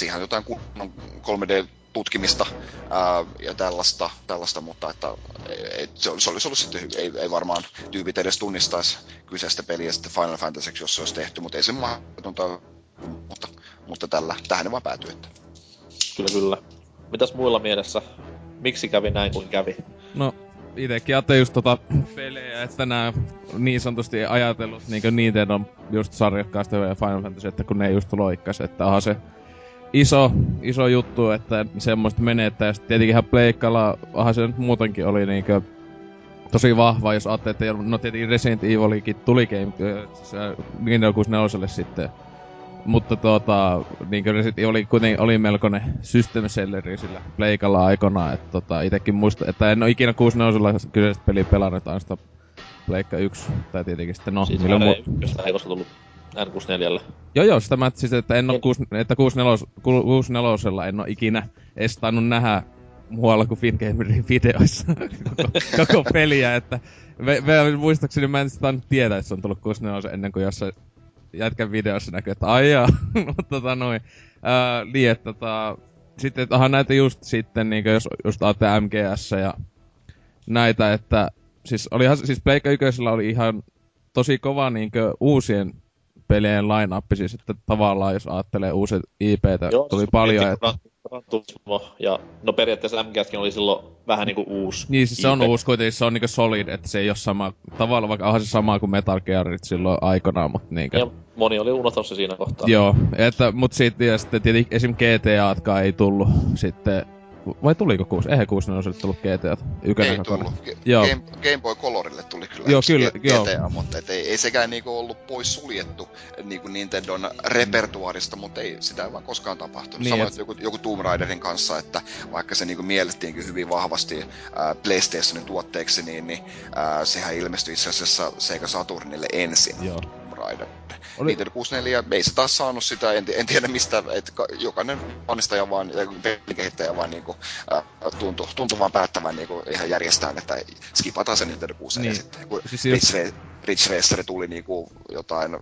3D-tutkimista ja tällaista, mutta että se olisi ollut sitten ei varmaan tyypit edes tunnistaisi kyseistä peliä sitten Final Fantasyksi, jos se olisi tehty, mutta ei se mahdotonta, mutta tähän ne vaan päätyi. Että. Kyllä. Mitäs muilla mielessä? Miksi kävi näin kuin kävi? No, itekin ajattelin just pelejä, että nää niin sanotusti ajatellut niinkö Nintendo just sarjakkaasti ja Final Fantasy, että kun ne just loikkas, että onhan se iso juttu, että semmoista menettää. Ja sit tietenkin Pleikkalla, se nyt muutenkin oli niinkö tosi vahva, jos ajattelee, että no tietenkin Resident Evilikin tuli Nintendo 64 sitten. Mutta niinkö Resident Evil oli melkoinen system selleri sillä Pleikalla aikanaan, että itekin muistan, että en oo ikinä 64 kyseistä peliä pelannut, aina sitä Pleikka 1, tai tietenkin sitten no... Siis ei koska tullut N64. Joo, sitä mä siis, että en oo 64 en oo ikinä edes tainnut nähdä muualla kuin Fingamerin videoissa koko peliä, että muistaakseni mä en sitä tainnut tietää, että se on tullut 64 ennen kuin jossain jätkän videossa näkyy, että aijaa, mutta niin, että sitten onhan näitä just sitten, niin jos just ajattelee MGS ja näitä, että siis Pleikka Ykkösellä oli ihan tosi kova niinkö uusien pelien line-up, siis että tavallaan jos ajattelee uuset IP:tä, tuli paljon, että Gran Turismo ja no periaatteessa MGSkin oli silloin vähän niinku uusi. Niin siis se on uusi kuitenkin, se on niinku solid, että se ei oo sama, tavallaan vaikka onhan se sama kuin Metal Gearit silloin aikanaan, mut niinkö. Ja moni oli unohtanut se siinä kohtaa. Joo, että mut sitten tietenkin esim. GTAtkaan ei tullut sitten. Vai tuliko 6? Eihän 64 tullut GTA. Ei tullut. Game Boy Colorille tuli kyllä. Joo, kyllä. GTA, mutta ei sekään niinku ollut pois suljettu niinku Nintendon repertuaarista, mutta ei sitä ei vaan koskaan tapahtunut. Niin, samoin joku Tomb Raiderin kanssa, että vaikka se niinku miellettiinkin hyvin vahvasti PlayStationin tuotteeksi, niin sehän ilmestyi itse asiassa Sega Saturnille ensin. Joo. Raider. Nintendo 64 ei se taas saanut sitä, en tiedä mistä, että jokainen valmistaja vaan, pelikehittäjä vaan niinku, tuntui vaan päättävän niinku ihan järjestään, että skipataan se Nintendo 64 niin. Sitten. Kun Ridge Racer tuli niinku jotain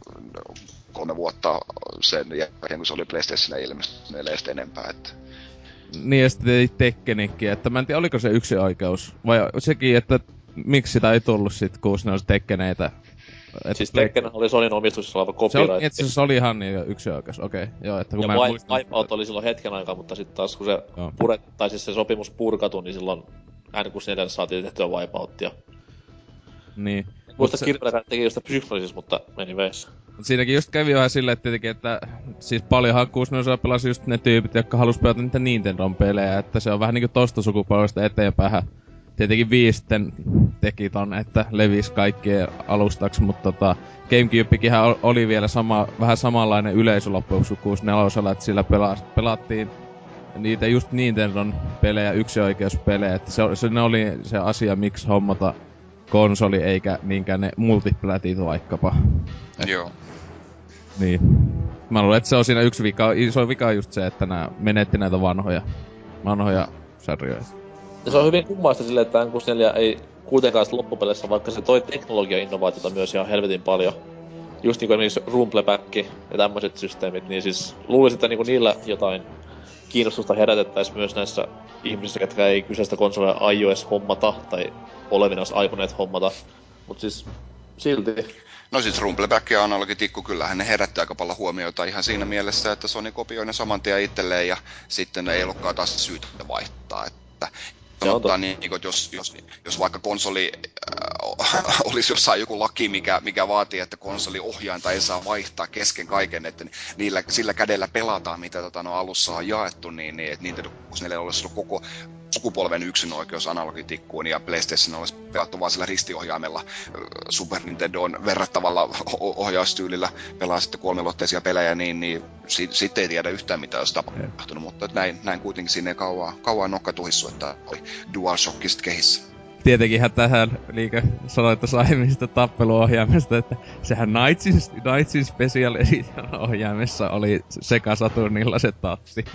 3 vuotta sen jälkeen, kun se oli PlayStationilla ilmestynyt, ei sitten enempää, että... Niin, ja sitten Tekkenikki, että mä en tiedä, oliko se yksi oikeus, vai sekin, että miksi sitä ei tullut sit 64 Tekkeneitä. Siis Tekken oli Sonyn omistuksessa oleva copyright. Se oli ihan niin yksi oikeus, okei. Joo, että kun ja mä en muistan... Wipeout oli silloin hetken aikaa, mutta sitten taas kun se siis se sopimus purkatui, niin silloin N64 saatiin tehtyä Wipeoutia. Niin. Muista kirjoittaa teki just Psychnosis, mutta meni veissä. Siinäkin just kävi vähän silleen tietenkin, että siis paljonhan 64 pelasi just ne tyypit, jotka halus pelata niitä Nintendon pelejä, että se on vähän niinku tosta sukupolvesta eteenpäin. Tietenkin 5 sitten teki ton, että levisi kaikkien alustaks, mutta GameCubekinhän oli vielä vähän samanlainen yleisö loppujen kuin 64, että sillä pelattiin niitä just Nintendon pelejä, yksioikeuspelejä, että se oli se asia, miksi hommata konsoli eikä niinkään ne multiplatit vaikkapa. Joo. Niin. Mä luulen, että se on siinä iso vika just se, että nää menetti näitä vanhoja sarjoja. Ja se on hyvin kummaista silleen, että N64 ei kuitenkaan loppupeleissä, vaikka se toi teknologia-innovaatiota myös ihan helvetin paljon. Just niinku esimerkiksi Rumbleback ja tämmöiset systeemit, niin siis luulisin, että niinku niillä jotain kiinnostusta herätettäis myös näissä ihmisissä, ketkä ei kyseistä konsolia aio edes hommata, tai olevinas aikoneet hommata. Mut siis silti. No siis Rumbleback ja Analogitikku, kyllähän ne herätti aika paljon huomiota ihan siinä mielessä, että Sony kopioi ne saman tien itselleen ja sitten ei ollutkaan taas syytä vaihtaa, että sanotaan niin, että jos vaikka konsoli olisi jossain joku laki, mikä vaatii, että konsoli ohjainta ei saa vaihtaa kesken kaiken, että sillä kädellä pelataan, mitä alussa on jaettu, niin että Nintendo 64 olisi ollut koko sukupolven yksinoikeus analogitikkuun ja PlayStation olisi pelattu vaan sillä ristiohjaimella Super Nintendoon verrattavalla ohjaustyylillä pelaa sitten 3-ulotteisia pelejä, niin sitten ei tiedä yhtään mitä olisi tapahtunut, mutta näin kuitenkin sinne ei kauan nokka tuhissu, että oli DualShockista kehissä. Tietenkinhän tähän liikä sanoit tuossa aiemmin sitä tappeluohjaimesta, että sehän Knightsin Special Edition ohjaimessa oli Sega Saturnilla se tatti.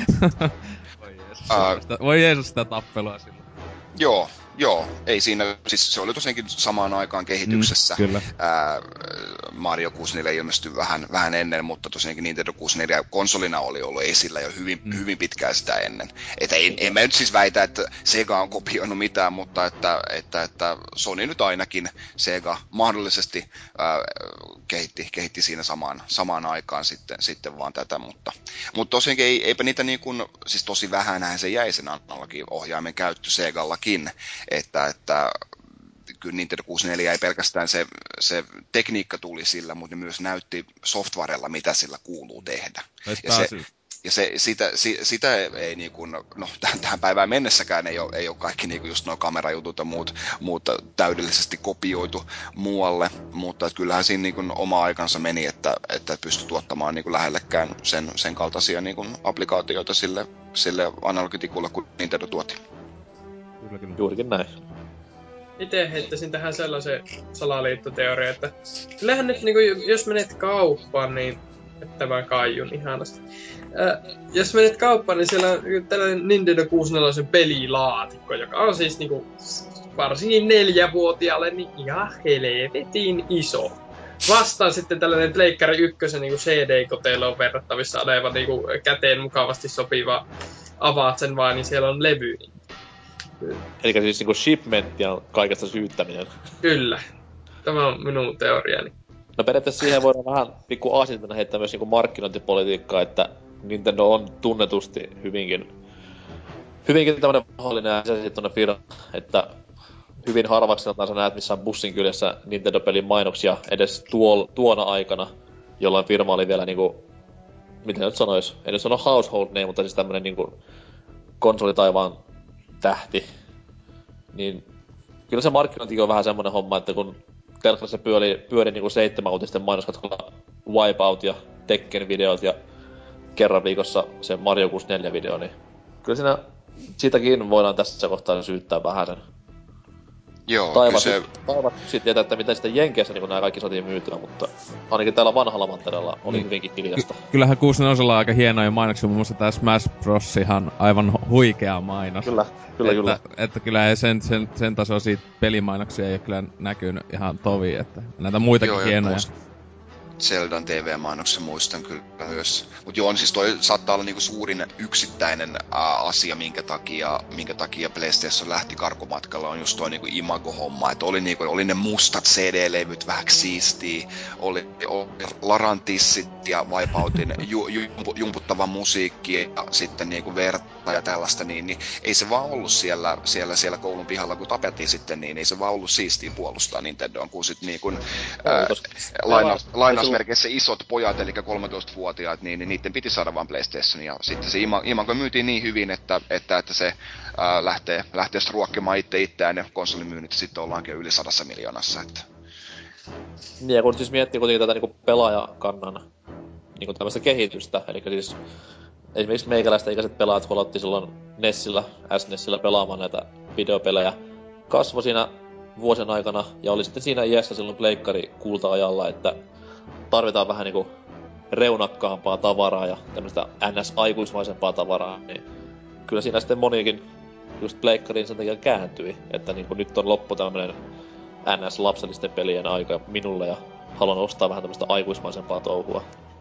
Voi Jeesus sitä tappelua silloin. Joo, ei siinä, siis se oli tosiaankin samaan aikaan kehityksessä. Kyllä. Mario 64 ilmestyi vähän ennen, mutta tosiaankin Nintendo 64 konsolina oli ollut esillä jo hyvin pitkään sitä ennen. Että en mä nyt siis väitä, että Sega on kopioinut mitään, mutta että Sony nyt ainakin Sega mahdollisesti kehitti siinä samaan aikaan sitten vaan tätä, mutta tosiaankin eipä niitä niin kuin, siis tosi vähänhän se jäi sen analogiohjaimen käyttö Segallakin, että kyllä Nintendo 64 ei pelkästään se tekniikka tuli sillä, mutta ne myös näytti softwarella, mitä sillä kuuluu tehdä. Sitä ei niin kuin, no tähän päivään mennessäkään ei ole kaikki niin kuin just nuo kamerajutut ja muut täydellisesti kopioitu muualle, mutta kyllähän siinä niin kuin oma aikansa meni, että pystyi tuottamaan niin kuin lähellekään sen kaltaisia niin kuin applikaatioita sille analogitikulle, kun Nintendo tuotti. Kyllä. Juurikin näin. Itse heittäisin tähän sellaisen salaliittoteorian, että kyllähän nyt niinku, jos menet kauppaan, niin että mä kaijun ihanasti. Jos menet kauppaan, niin siellä on tällainen Nintendo 64 pelilaatikko, joka on siis niinku varsinkin 4-vuotiaalle niin ihan helvetin iso. Vastaan sitten tällainen Pleikkari 1 niinku CD-koteloon verrattavissa oleva niinku käteen mukavasti sopiva, avaat sen vaan, niin siellä on levy. Elikkä siis niinku shipmentti on kaikesta syyttäminen. Kyllä. Tämä on minun teoriani. No periaatteessa siihen voidaan vähän pikku aasintana heittää myös niinku markkinointipolitiikkaa, että Nintendo on tunnetusti hyvinkin tämmönen mahdollinen ja sisäisesti firma, että hyvin harvakseltaan sä näet missään bussin kyljessä Nintendo-pelin mainoksia edes tuona aikana, jolloin firma oli vielä niinku, miten nyt sanois, en nyt sano household name, mutta siis tämmönen niinku konsolitaivaan tähti. Niin kyllä se markkinointikin on vähän semmonen homma, että kun telkkarissa pyöri niinku 7-uutisten mainoskatkolla Wipeout ja Tekken-videot ja kerran viikossa se Mario 64-video, niin kyllä siinä siitäkin voidaan tässä kohtaa syyttää vähäsen. Joo, Taivas se... sit tietää, että miten sitten Jenkeissä niin nämä kaikki saatiin myytyä, mutta ainakin täällä vanhalla mantereella oli hyvinkin hiljasta. Kyllähän 64 on aika hienoja mainoksia, muun muassa tää Smash Bros. Ihan aivan huikea mainos. Kyllä. Että kyllä ei sen tasoisia pelimainoksia ei ole kyllä näkynyt ihan tovi, että näitä muitakin hienoja. Zeldan TV-mainoksen muistan kyllä myös. Mut joo, siis toi saattaa olla niinku suurin yksittäinen asia, minkä takia PlayStation lähti karkumatkalla, on just toi niinku imago-homma. Et oli ne mustat CD-levyt vähän siistii, oli Larantissit ja Wipeoutin jumputtava musiikki ja sitten niinku verta ja tällaista, niin ei se vaan ollut siellä koulun pihalla, kun tapettiin sitten, niin ei se vaan ollut siistiä puolustaa Nintendoon, kun sit niinku lainausmerkeissä isot pojat, eli 13-vuotiaat, niin niiden piti saada vaan PlayStation, ja sitten se imago myytiin niin hyvin, että se lähtee ruokkimaan itseään, ja konsolimyynnit sitten ollaankin yli 100 miljoonassa. Että. Niin, ja kun siis miettii kuitenkin tätä niinku pelaajakannan niinku tämmöistä kehitystä, eli siis esimerkiksi meikäläistä ikäiset pelaajat, kun aloitti silloin Nessillä, SNESillä pelaamaan näitä videopelejä, kasvoi siinä vuosien aikana, ja oli sitten siinä iässä silloin pleikkari kulta-ajalla, että tarvitaan vähän niinku reunakkaampaa tavaraa ja tämmöistä NS-aikuismaisempaa tavaraa, niin kyllä siinä sitten monikin just pleikkariin sen takia kääntyi, että niinku nyt on loppu tämmönen NS-lapsellisten pelien aika minulle ja haluan ostaa vähän tämmöistä aikuismaisempaa touhua.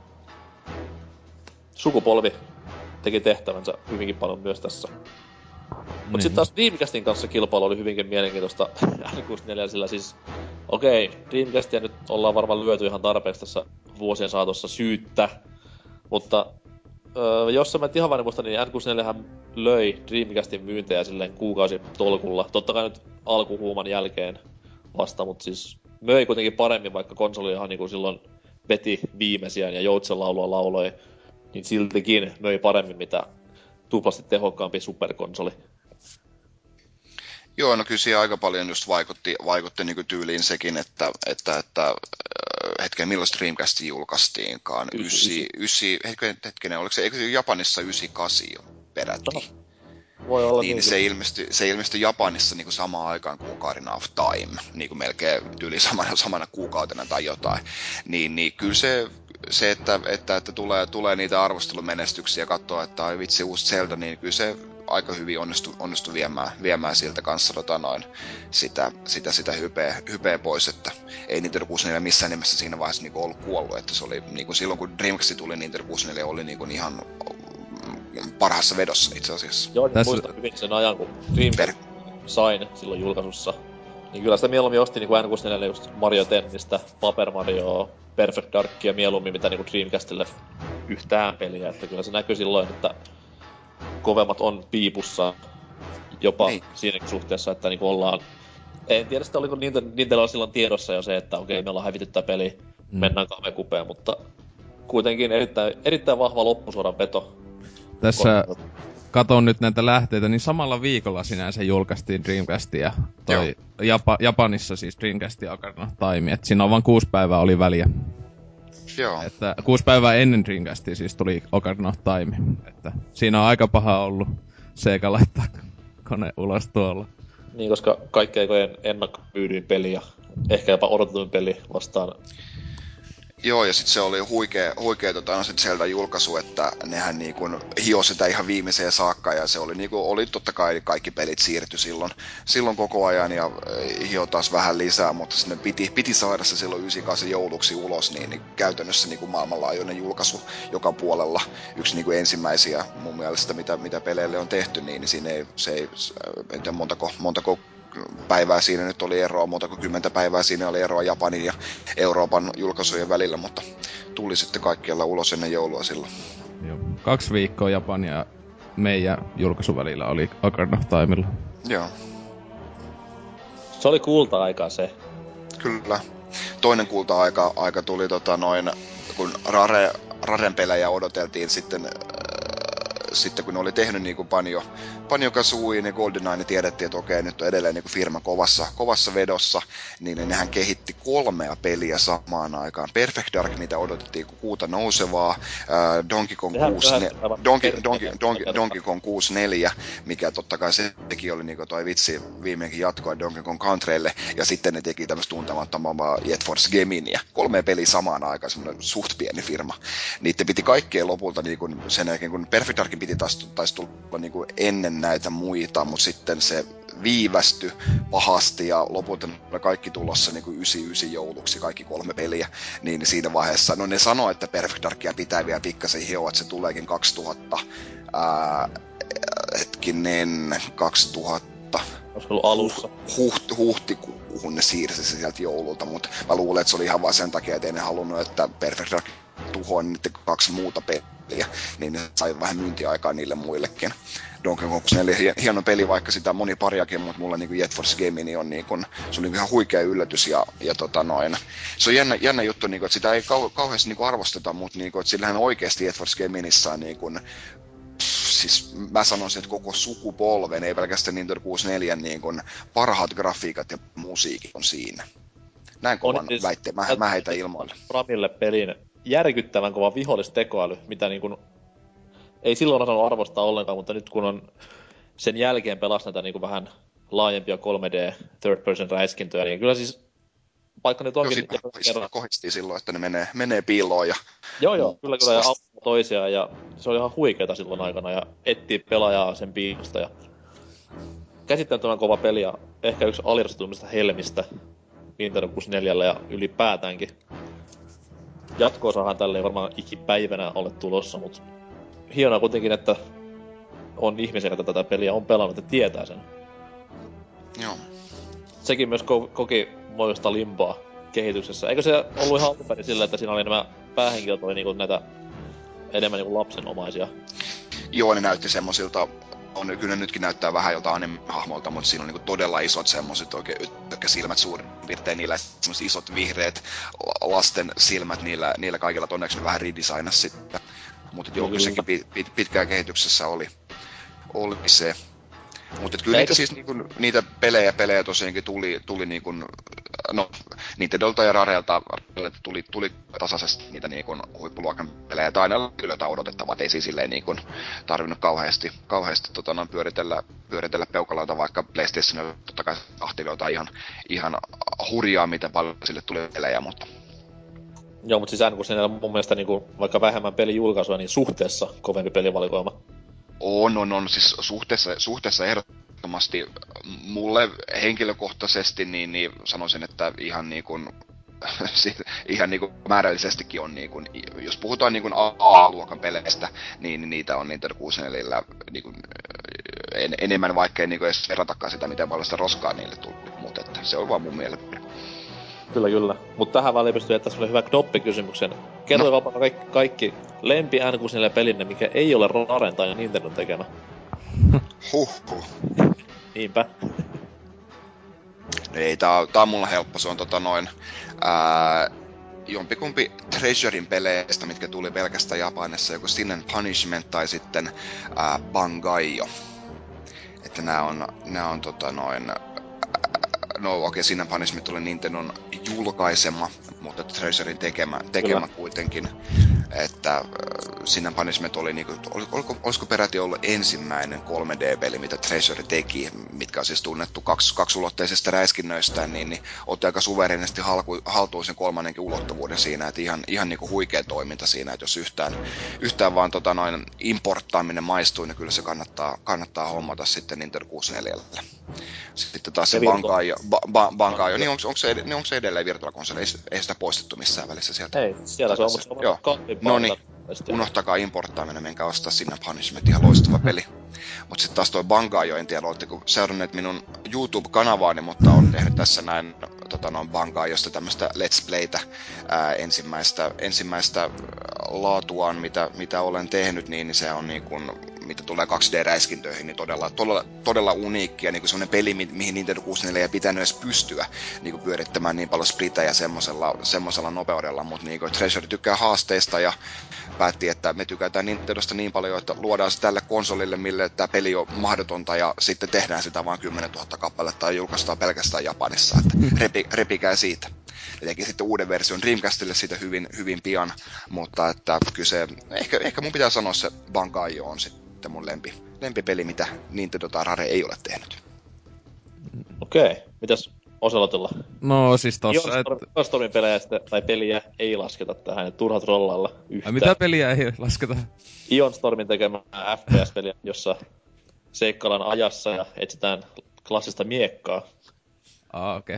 Sukupolvi teki tehtävänsä hyvinkin paljon myös tässä. Mut sit taas Dreamcastin kanssa kilpailu oli hyvinkin mielenkiintoista N64, sillä siis okei, Dreamcastia nyt ollaan varmaan lyöty ihan tarpeeksi tässä vuosien saatossa syyttä, mutta jos mä et ihan väärin muista, niin N64 löi Dreamcastin myyntejä silleen kuukausitolkulla. Totta kai nyt alkuhuuman jälkeen vasta, mut siis möi kuitenkin paremmin, vaikka konsoli ihan niinku silloin veti viimeisiään ja joutsenlaulua lauloi, niin siltikin möi paremmin mitä tuplasti tehokkaampi superkonsoli. Joo, no kyllä siihen aika paljon just vaikutti niinku tyyliin sekin, että hetken milloin Dreamcast julkaistiinkaan. Hetkinen, oliko se Japanissa 98 jo peräti? Voi olla niin se ilmestyi Japanissa niinku samaan aikaan kuin Ocarina of Time, niinku melkein tyyli samana kuukautena tai jotain. Niin kyllä se että tulee niitä arvostelumenestyksiä ja katsoo, että ai vitsi uusi Zelda, niin kyllä se aika hyvin onnistui viemään siltä kanssa sitä hypeä pois, että ei Nintendo 64 missään nimessä siinä vaiheessa niinku ollut kuollut, että se oli niinku silloin kun Dreamcast tuli, Nintendo 64 oli niinku ihan parhaassa vedossa itse asiassa. Joo, niin muistan hyvin sen ajan, kun Dreamcast sain silloin julkaisussa. Niin kyllä sitä mieluummin osti niinku N64 just Mario Tennistä, Paper Mario, Perfect Darkia mieluummin mitä niinku Dreamcastille yhtään peliä. Että kyllä se näkyy silloin, että kovemmat on piipussa jopa niin. Siinäkin suhteessa, että niinku ollaan. En tiedä sitä oliko Nintendo silloin tiedossa jo se, että okei, me ollaan hävitty tää peli, mennään kamekupeen, mutta kuitenkin erittäin vahva loppusuoran veto. Tässä katon nyt näitä lähteitä, niin samalla viikolla sinänsä julkaistiin Dreamcast ja toi Japanissa siis Dreamcast ja Ocarina of Time, että siinä on vaan 6 päivää oli väliä. Joo. Että 6 päivää ennen Dreamcastia siis tuli Ocarina of Time, että siinä on aika paha ollut Sega laittaa kone ulos tuolla. Niin, koska kaikki aikojen ennakkomyydyin peli ja ehkä jopa odotetuin peli vastaan Joo, ja sit se oli huikea sit sieltä julkaisu, että nehän niinku hioi sitä ihan viimeiseen saakka, ja se oli niinku, oli totta kai kaikki pelit siirtyi silloin koko ajan, ja hio taas vähän lisää, mutta sinne piti saada se silloin 98 jouluksi ulos, niin käytännössä niinku maailmanlaajuinen julkaisu joka puolella, yksi niinku ensimmäisiä mun mielestä, mitä peleille on tehty, niin siinä en tiedä montako päivää siinä nyt oli eroa, muuta kuin 10 päivää siinä oli eroa Japanin ja Euroopan julkaisujen välillä, mutta tuli sitten kaikkialla ulos ennen joulua silloin. Joo. 2 viikkoa Japania ja meidän julkaisun välillä oli Ocarina of Timella. Joo. Se oli kulta-aikaa se. Kyllä. Toinen kulta-aika tuli kun Raren pelejä odoteltiin sitten kun ne oli tehnyt niinku Banjo-Kazooie ja GoldenEye, niin tiedettiin, että okei, nyt on edelleen niinku firma kovassa vedossa, niin nehän kehitti 3 peliä samaan aikaan. Perfect Dark, mitä odotettiin kuuta nousevaa, Donkey Kong 64, mikä totta kai sekin oli niinku toi vitsi viimeinkin jatkoa Donkey Kong Countrylle, ja sitten ne teki tämmöistä tuntemattomaa Jet Force Geminia. 3 peliä samaan aikaan, semmoinen suht pieni firma. Niitten piti kaikkeen lopulta niinku sen jälkeen, kun Perfect Darkin piti taisi tulla niinku ennen näitä muita, mutta sitten se viivästy pahasti ja lopulta kaikki tulossa niinku 99 jouluksi, kaikki 3 peliä, niin siinä vaiheessa, no ne sanoo, että Perfect Darkia pitää vielä pikkasen hioa, että se tuleekin 2000, 2000 olisiko ollut alussa? Huhtikuuhun ne siirsi se sieltä joululta, mutta mä luulen, että se oli ihan vaan sen takia, että ei ne halunnut, että Perfect Dark tuhoaa niiden 2 muuta peliä, niin ne sai vähän myyntiaikaa niille muillekin. Donkey Kong 64 hieno peli, vaikka sitä on moni pariakin, mutta mulla niinku Jet Force Gaming on niinku, se oli ihan huikea yllätys ja se on jännä juttu, niinku, että sitä ei kauheasti niinku arvosteta, mutta niinku, että sillähän oikeasti Jet Force Gamingissä on niinku, siis mä sanoisin, että koko sukupolven, ei pelkästään Nintendo 64, niin kuin parhaat grafiikat ja musiikit on siinä. Näin kovan siis väitteen, mä heitän ilmoille. Framille pelin järkyttävän kova vihollistekoäly, mitä niin kuin ei silloin osannut arvostaa ollenkaan, mutta nyt kun on sen jälkeen pelasi näitä niin kuin vähän laajempia 3D third person räiskintöjä, niin kyllä siis vaikka nyt onkin... Joo, kohdistiin silloin, että ne menee piiloon ja... Joo, kyllä, ja auttaa toisiaan, ja se oli ihan huikeeta silloin aikana, ja etsii pelaajaa sen piilosta, ja käsittämättömän kova peli, ja ehkä yksi aliarvostetuimmista helmistä Nintendo 64 ja ylipäätäänkin. Jatko-osahan tälle ei varmaan ikipäivänä ole tulossa, mutta hienoa kuitenkin, että on ihmisiä, jotka tätä peliä on pelannut ja tietää sen. Joo. Sekin myös koki moista limboa kehityksessä. Eikö se ollut ihan alkuperin sillä, että siinä oli nämä päähenkilöt oli niinku näitä enemmän niinku lapsenomaisia? Joo, ne näytti semmosilta, kyllä nytkin näyttää vähän joltain anime-hahmolta, mutta siinä on niinku todella isot semmoset oikein silmät suurin piirtein, niillä semmoset isot vihreät lasten silmät, niillä kaikilla onneksi ne vähän redesignasi sitten. Mutta joo, kyllä sekin pitkään kehityksessä oli se. Mutta kyllä niitä siis niinku, niitä pelejä tosiaankin tuli niinku, no Nintendolta ja Rarelta tuli tasaisesti niitä niinku huippuluokan pelejä, tai aina kyllä jotain odotettavaa, ei siis silleen niinku tarvinnut kauheasti pyöritellä peukalauta, vaikka PlayStationilla totta kai ahteli jotain ihan hurjaa, miten paljon sille tuli pelejä, mutta... Joo, mutta siis aina kun siinä on mun mielestä niinku, vaikka vähemmän pelijulkaisua, niin suhteessa kovempi pelivalikoima. On, siis suhteessa ehdottomasti mulle henkilökohtaisesti niin sanoisin, että ihan niinku määrällisestikin on niinku, jos puhutaan niinku A-luokan peleistä, niin niitä on Nintendo 64 niinku enemmän, vaikkei niinku edes verratakaan sitä, miten paljon sitä roskaa niille tuli, mutta että se on vaan mun mielipide. Kyllä. Mutta tähän väliin pystyy jättämään sulle hyvä knoppikysymyksen. Kerro vapaa kaikki lempi N64-pelinne, mikä ei ole Raren tai Nintendon tekemä. Huhhuh. Niinpä. Ei, tää on mulla helppo. Se on jompikumpi Treasurein peleistä, mitkä tuli pelkästään Japanissa, joku Sin and Punishment tai sitten Bangaio. Että nää on no okei, Sin and Punishment oli Nintendon julkaisema, mutta Treasurin tekemä kuitenkin. Että Sin and Punishment oli niinku, olisiko peräti ollut ensimmäinen 3D-peli, mitä Treasure teki, mitkä on siis tunnettu kaksulotteisesta räiskinnöistä, niin otti aika suvereenisesti haltuun sen kolmannenkin ulottuvuuden siinä, että ihan niinku huikea toiminta siinä, että jos yhtään vaan importtaaminen maistuu, niin kyllä se kannattaa hommata sitten Nintendo 64:lle. Sitten taas se Bangai, niin onko se edelleen Virtual Console? Ei sitä poistettu missään välissä sieltä. Ei, siellä se on, mutta se on no niin, unohtakaa importtaaminen, menkää ostaa Sin and Punishment, ihan loistava peli. Mutta sitten taas toi Bangai, en tiedä, oletteko seuranneet minun YouTube-kanavaani, mutta on tehnyt tässä näin Bangai, josta tämmöistä Let's Playtä ensimmäistä laatuaan, mitä olen tehnyt, niin se on niin kuin, mitä tulee 2D-räiskintöihin, niin todella uniikki ja niin semmoinen peli, mihin Nintendo 64 ei pitänyt edes pystyä niin pyörittämään niin paljon splitejä semmosella nopeudella, mutta niin Treasure tykkää haasteista ja päätti, että me tykätään Nintendosta niin paljon, että luodaan se tälle konsolille, mille tämä peli on mahdotonta ja sitten tehdään sitä vain 10 000 kappaletta ja julkaistaan pelkästään Japanissa, että repikää siitä. Ja teki sitten uuden version Dreamcastille siitä hyvin pian, mutta että kyllä se, ehkä mun pitää sanoa se Bangai on sitten mun lempipeli, mitä Nintendo tai Rare ei ole tehnyt. Okei, mitäs Oselotilla? No siis tossa, Stormin pelejä tai peliä ei lasketa tähän, turha trollailla yhtään. Mitä peliä ei lasketa? Ion Stormin tekemä FPS-peliä, jossa seikkaillaan ajassa ja etsitään klassista miekkaa. Okei.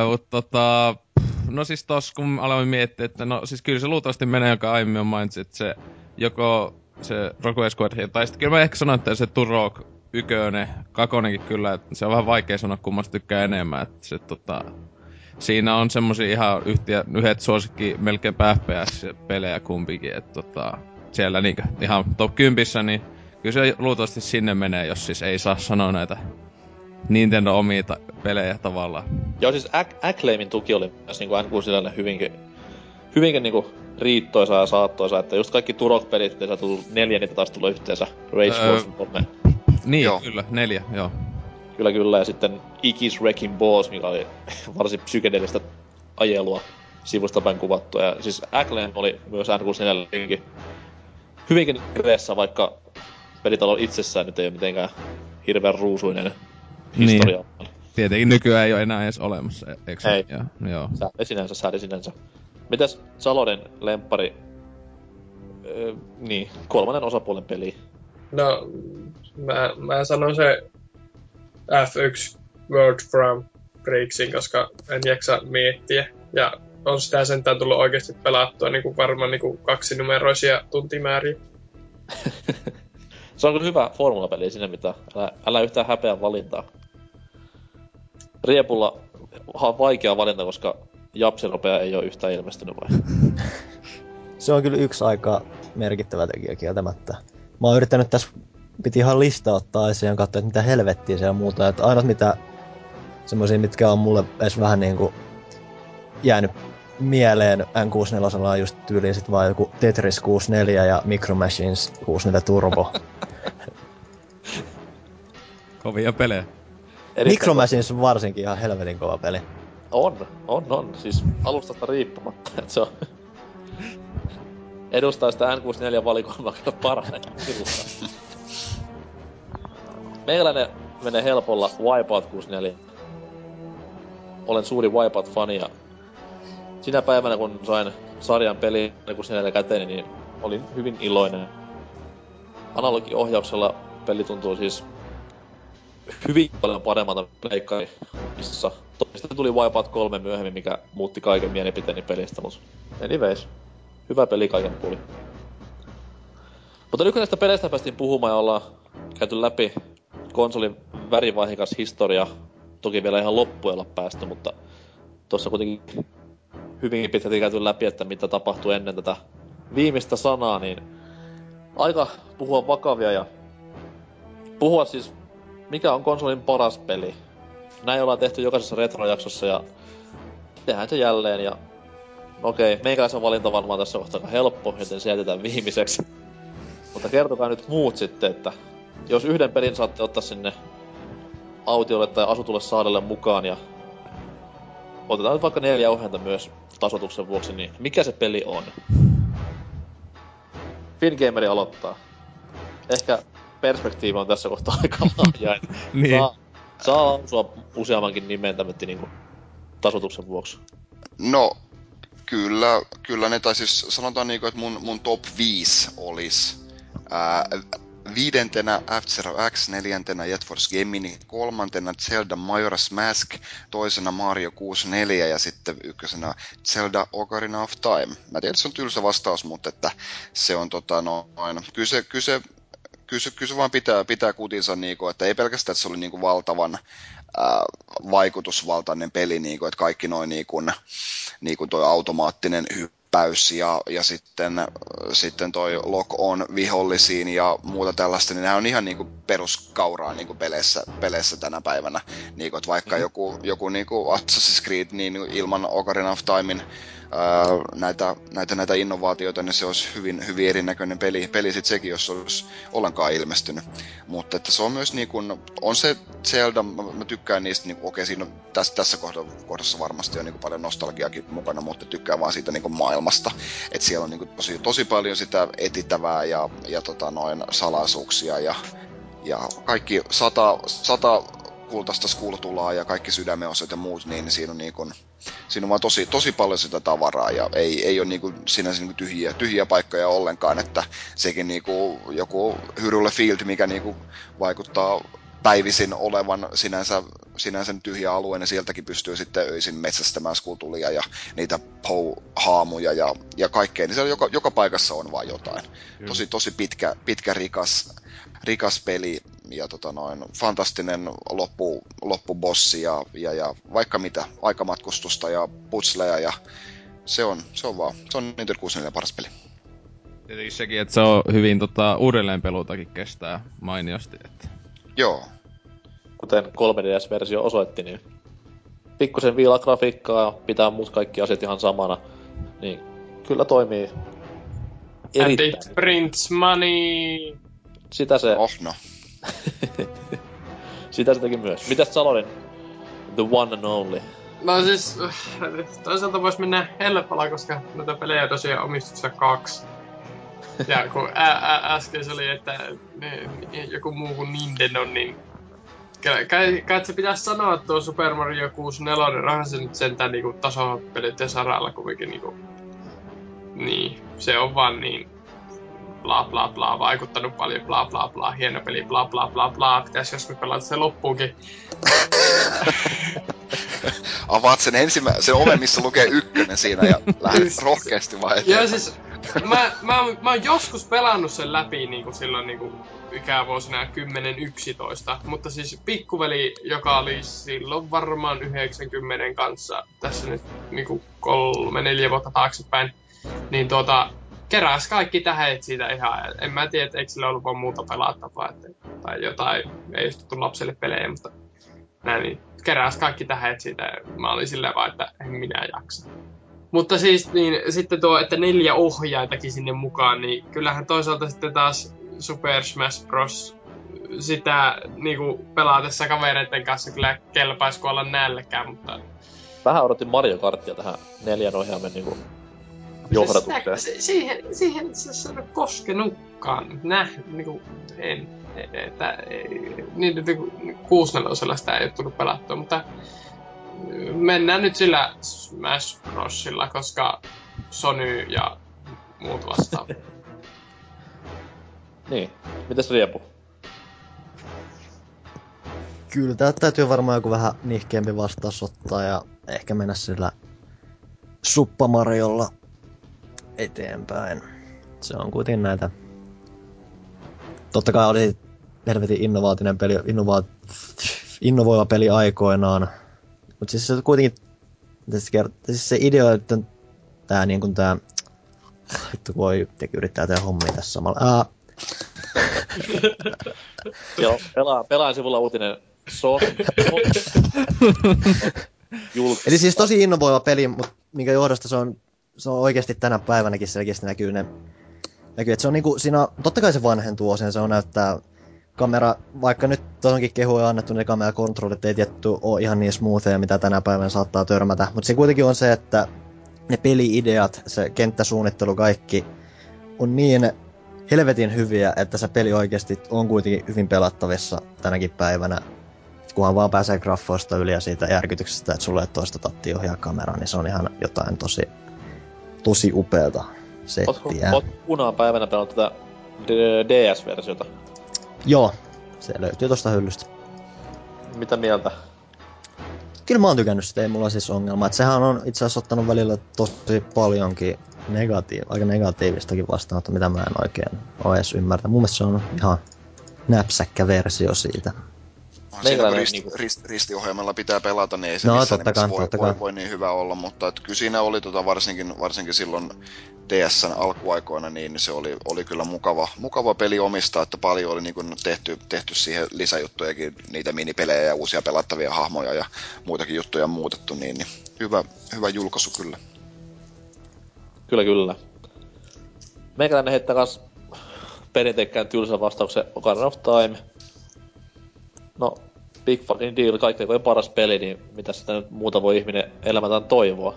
No siis tossa kun aloin miettiä, että no siis kyllä se luultavasti menee, joka aiemmin on mainitsi, että se joko se Rogue Squad, tai sitten kyllä mä ehkä sanon, että se Turok 1, 2 kyllä, että se on vähän vaikea sanoa, kummasta tykkää enemmän, että se siinä on semmosia ihan yhdet suosikki melkein FPS-pelejä kumpikin, että siellä niinkö ihan top 10, niin kyllä se luultavasti sinne menee, jos siis ei saa sanoa näitä Nintendo omia pelejä tavallaan. Joo, siis Acclaimin tuki oli myös niinku N64 hyvinkin niinku riittoisa ja saattoisa, että just kaikki Turok-pelit, mitä tullut 4, niitä taas tullut yhteensä. Rage Force 3. Niin, joo. Kyllä, 4, joo. Kyllä, ja sitten Iki's Wrecking Balls, mikä oli varsin psykedeellistä ajelua sivustapäin kuvattua. Ja siis Acclaim oli myös N64 hyvinkin kreessä, vaikka pelitalo itsessään nyt ei ole mitenkään hirveän ruusuinen historia. Niin. Tietenkin nykyään ei ole enää edes olemassa, eikö? Ei. Joo. Sääli sinänsä. Mitäs Salonen lemppari, niin, 3. osapuolen peli? No, mä sanon se F1 World Grand Prixin, koska en jaksa miettiä. Ja on sitä sentään tullut oikeasti pelattua niin kuin varmaan niin kuin 2-numeroisia tuntimääriä. Se on kyllä hyvä formulapeli sinne, mitä älä yhtään häpeä valintaa. Riepulla vaikea valinta, koska Japsiropea ei ole yhtään ilmestynyt vai? Se on kyllä yksi aika merkittävä tekijä kieltämättä. Mä oon yrittänyt tässä, piti ihan lista ottaa esiin ja katsoa, että mitä helvettiä siellä muuta. Että ainoat mitä semmosia, mitkä on mulle edes vähän niinku jäänyt mieleen N64 on just tyyliin sit vaan joku Tetris 64 ja Micro Machines 64 Turbo. Kovia pelejä. Micro Machines on varsinkin ihan helvetin kova peli. On. Siis alustasta riippumatta, että se on edustaa sitä N64-valikoimaa kyllä parhaiten. Meikäläinen menee helpolla Wipeout 64. Olen suuri Wipeout-fani ja sinä päivänä kun sain sarjan peli 64 käteen, niin olin hyvin iloinen. Analogiohjauksella peli tuntuu siis hyvin paljon paremmalta pleikkarissa. Sitten tuli Wipeout 3 myöhemmin, mikä muutti kaiken mielipiteeni pelistä, mutta anyways, hyvä peli kaiken puolin. Mutta nyt kun näistä peleistä päästiin puhumaan ja ollaan käyty läpi konsolin värivaihikas historia, toki vielä ihan loppuun olla päästy, mutta tuossa kuitenkin hyvinkin pitkälti käyty läpi, että mitä tapahtui ennen tätä viimeistä sanaa, niin aika puhua vakavia ja puhua siis, mikä on konsolin paras peli. Näin ollaan tehty jokaisessa retrojaksossa ja tehdään se jälleen ja okei, meikäläisen valinta varmaan tässä kohtaa aika helppo, joten se jätetään viimeiseksi. Mutta kertokaa nyt muut sitten, että jos yhden pelin saatte ottaa sinne autiolle tai asutulle saarelle mukaan ja otetaan nyt vaikka 4 ohjainta myös tasoituksen vuoksi, niin mikä se peli on? Fingameri aloittaa. Ehkä perspektiivi on tässä kohtaa aika laaja, että Niin. saa lausua useammankin nimen tämmötti niinku tasoituksen vuoksi. No, kyllä ne, tai siis sanotaan niinku, että mun top 5 olis 5. F-Zero X, 4. Jet Force Gemini, 3. Zelda Majora's Mask, 2. Mario 64 ja sitten 1. Zelda Ocarina of Time. Mä tiedän, että se on tylsä vastaus, mutta että se on kyllä se vaan pitää kutinsa, niinku, että ei pelkästään, että se oli niinku valtavan vaikutusvaltainen peli, niinku, että kaikki noin niinku toi automaattinen hyppäys ja sitten toi lock-on vihollisiin ja muuta tällaista, niin nämä on ihan niinku peruskauraa niinku peleissä tänä päivänä. Niinku, että vaikka joku niinku Assassin's Creed, niin ilman Ocarina of Timein näitä innovaatioita, niin se olisi hyvin erinäköinen peli sit sekin, jos se olisi ollenkaan ilmestynyt. Mutta että se on myös niinku, on se Zelda, mä tykkään niistä, niinku, okei, siinä on tässä kohdassa varmasti on niinku paljon nostalgiakin mukana, mutta tykkään vaan siitä niinku maailmasta. Että siellä on niinku tosi paljon sitä etittävää ja salaisuuksia ja kaikki 100 kultaista skuultulaa ja kaikki sydämenosat ja muut, niin siinä on vaan tosi paljon sitä tavaraa ja ei ole niinku sinänsä niinku tyhjiä paikkoja ollenkaan, että sekin niinku joku Hyrule Field, mikä niinku vaikuttaa päivisin olevan sinänsä tyhjä alue, niin sieltäkin pystyy sitten öisin metsästämään skuultulia ja niitä haamuja ja kaikkea, niin siellä joka paikassa on vaan jotain. Tosi pitkä rikas peli ja fantastinen loppubossi ja vaikka mitä, aikamatkustusta ja putsleja ja se on Nintendo 64 paras peli. Tietenkin sekin, että se on hyvin uudelleenpelutakin kestää mainiosti. Että. Joo. Kuten 3DS-versio osoitti, niin pikkusen viilaa grafiikkaa ja pitää muut kaikki asiat ihan samana, niin kyllä toimii erittäin. And it prints money! Sitä se... No. Sitä se teki myös. Mitäs Salonen? The one and only. No siis, toisaalta vois mennä helpolla, koska noita pelejä on tosiaan omistuksessa 2. Ja kun äsken se oli, että joku muu kuin Nintendo, niin kai se pitäisi sanoa, että tuo Super Mario 64, onhan se nyt sentään niinku tasopelit saralla kuitenkin niinku... Niin, se on vaan niin... Bla bla bla, vaikuttanut paljon, bla bla bla, hieno peli, bla bla bla bla, pitäis joskus pelata se loppuunkin. Avaat sen oven, missä lukee 1 siinä ja lähdet rohkeasti vaan eteenpäin. Joo siis, mä oon joskus pelannut sen läpi niinku silloin niinku ikävuosina 10-11, mutta siis pikkuveli, joka oli silloin varmaan 90 kanssa, tässä nyt niinku 3-4 vuotta taaksepäin, niin keräs kaikki tähet siitä ihan, en mä tiedä, eikö sillä ollut vaan muuta pelattavaa, tai jotain, ei ostettu lapselle pelejä, mutta näin, niin keräs kaikki tähet siitä, mä olin silleen vaan, että en minä jaksa. Mutta siis, niin sitten että 4 ohjaintakin sinne mukaan, niin kyllähän toisaalta sitten taas Super Smash Bros. Sitä niinku pelaatessa kavereiden kanssa kyllä kelpaisi kuolla nälkään, mutta... Vähän odotin Mario Karttia tähän 4 ohjaimen niinku johdatukseen. Siihen se on koskenutkaan. Niinku, niin 64 sitä ei ole tullut pelattua, mutta mennään nyt sillä Smash Brosilla, koska Sony ja muut vastaavat. Niin, mitäs Riepu? Kyllä täältä täytyy varmaan joku vähän nihkeämpi vastaus ottaa ja ehkä mennä sillä Suppa Mariolla eteenpäin. Se on kuitenkin näitä... Totta kai oli helvetin innovoiva peli aikoinaan. Mut siis se on kuitenkin... Siis se idea, että tää niinku tää... Vittu kun voi yrittää tehdä hommia tässä samalla. Joo, pelaan sivulla uutinen Eli siis tosi innovoiva peli, mutta minkä johdosta se on oikeasti tänä päivänäkin selkeästi näkyy, että se on niinku siinä, totta kai se vanhentuu osin, se on näyttää kamera, vaikka nyt tuohonkin kehuja on annettu, ne kamerakontrollit ei tietty ole ihan niin smoothia, mitä tänä päivänä saattaa törmätä. Mutta se kuitenkin on se, että ne peli-ideat, se kenttäsuunnittelu, kaikki on niin helvetin hyviä, että se peli oikeasti on kuitenkin hyvin pelattavissa tänäkin päivänä. Kunhan vaan pääsee graffoista yli ja siitä järkytyksestä, että sulle ei toista tattia ohjaa kameraa, niin se on ihan jotain tosi upeata settiä. Ootko punaan päivänä pelannut tätä DS-versiota? Joo, se löytyy tosta hyllystä. Mitä mieltä? Kyllä mä oon tykännyt sitä, ei mulla siis ongelma. Et sehän on itse asiassa ottanut välillä tosi paljonkin aika negatiivistakin vastaanottoa, mitä mä en oikein oo edes ymmärtänyt. Mun mielestä se on ihan näpsäkkä versio siitä. Siinä kun ristiohjelmalla pitää pelata, niin ei se missään nimessä voi niin hyvä olla, mutta kyllä siinä oli varsinkin silloin DS:n alkuaikoina, niin se oli kyllä mukava peli omistaa, että paljon oli niin kuin tehty siihen lisäjuttujakin, niitä minipelejä ja uusia pelattavia hahmoja ja muitakin juttuja muutettu, niin hyvä julkaisu kyllä. Kyllä. Meikäläinen heittää kans perinteikkään tylsän vastauksen Ocarina of Time. No, big fucking deal, kaikkein paras peli, niin mitä sitä nyt muuta voi ihminen elämätään toivoa.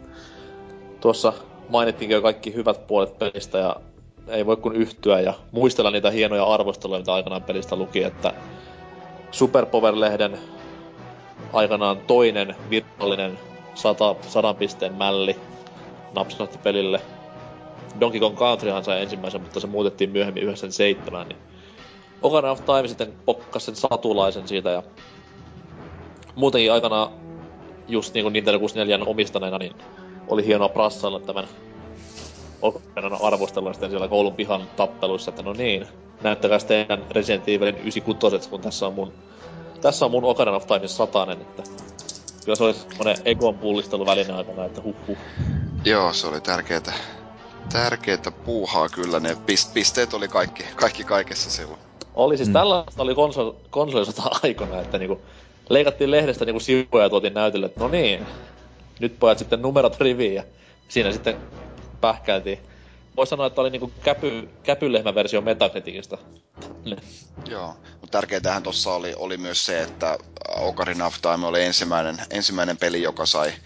Tuossa mainittiinkin jo kaikki hyvät puolet pelistä ja ei voi kun yhtyä ja muistella niitä hienoja arvosteluja, mitä aikanaan pelistä luki, että Super Power-lehden aikanaan toinen virallinen 100 pisteen mälli napsahti pelille. Donkey Kong Countryhan sai ensimmäisen, mutta se muutettiin myöhemmin 97, niin Ocarina of Time sitten pokkasi sen satulaisen siitä ja muutenkin aikanaan just niinku Nintendo 64 omistaneena, niin oli hienoa prassailla tämän Ocarinan arvostelua sitten siellä koulun pihan tappeluissa, että no niin, näyttäkää teidän Resident Evilin 96, kun tässä on mun Ocarina of Time 100, että kyllä se oli semmonen egon pullistelu väline aikana, että huh. Joo, se oli tärkeetä puuhaa kyllä, ne pisteet oli kaikki kaikessa silloin. Oli siis tällaista oli konsolisota aikana, että niinku leikattiin lehdestä niinku sivuja ja tuotiin näytölle, että no niin, nyt pojat sitten numerot riviin ja siinä sitten pähkäiltiin. Vois sanoa, että oli niinku käpylehmäversio Metacriticista. Joo, mutta tärkeintähän tossa oli myös se, että Ocarina of Time oli ensimmäinen peli, joka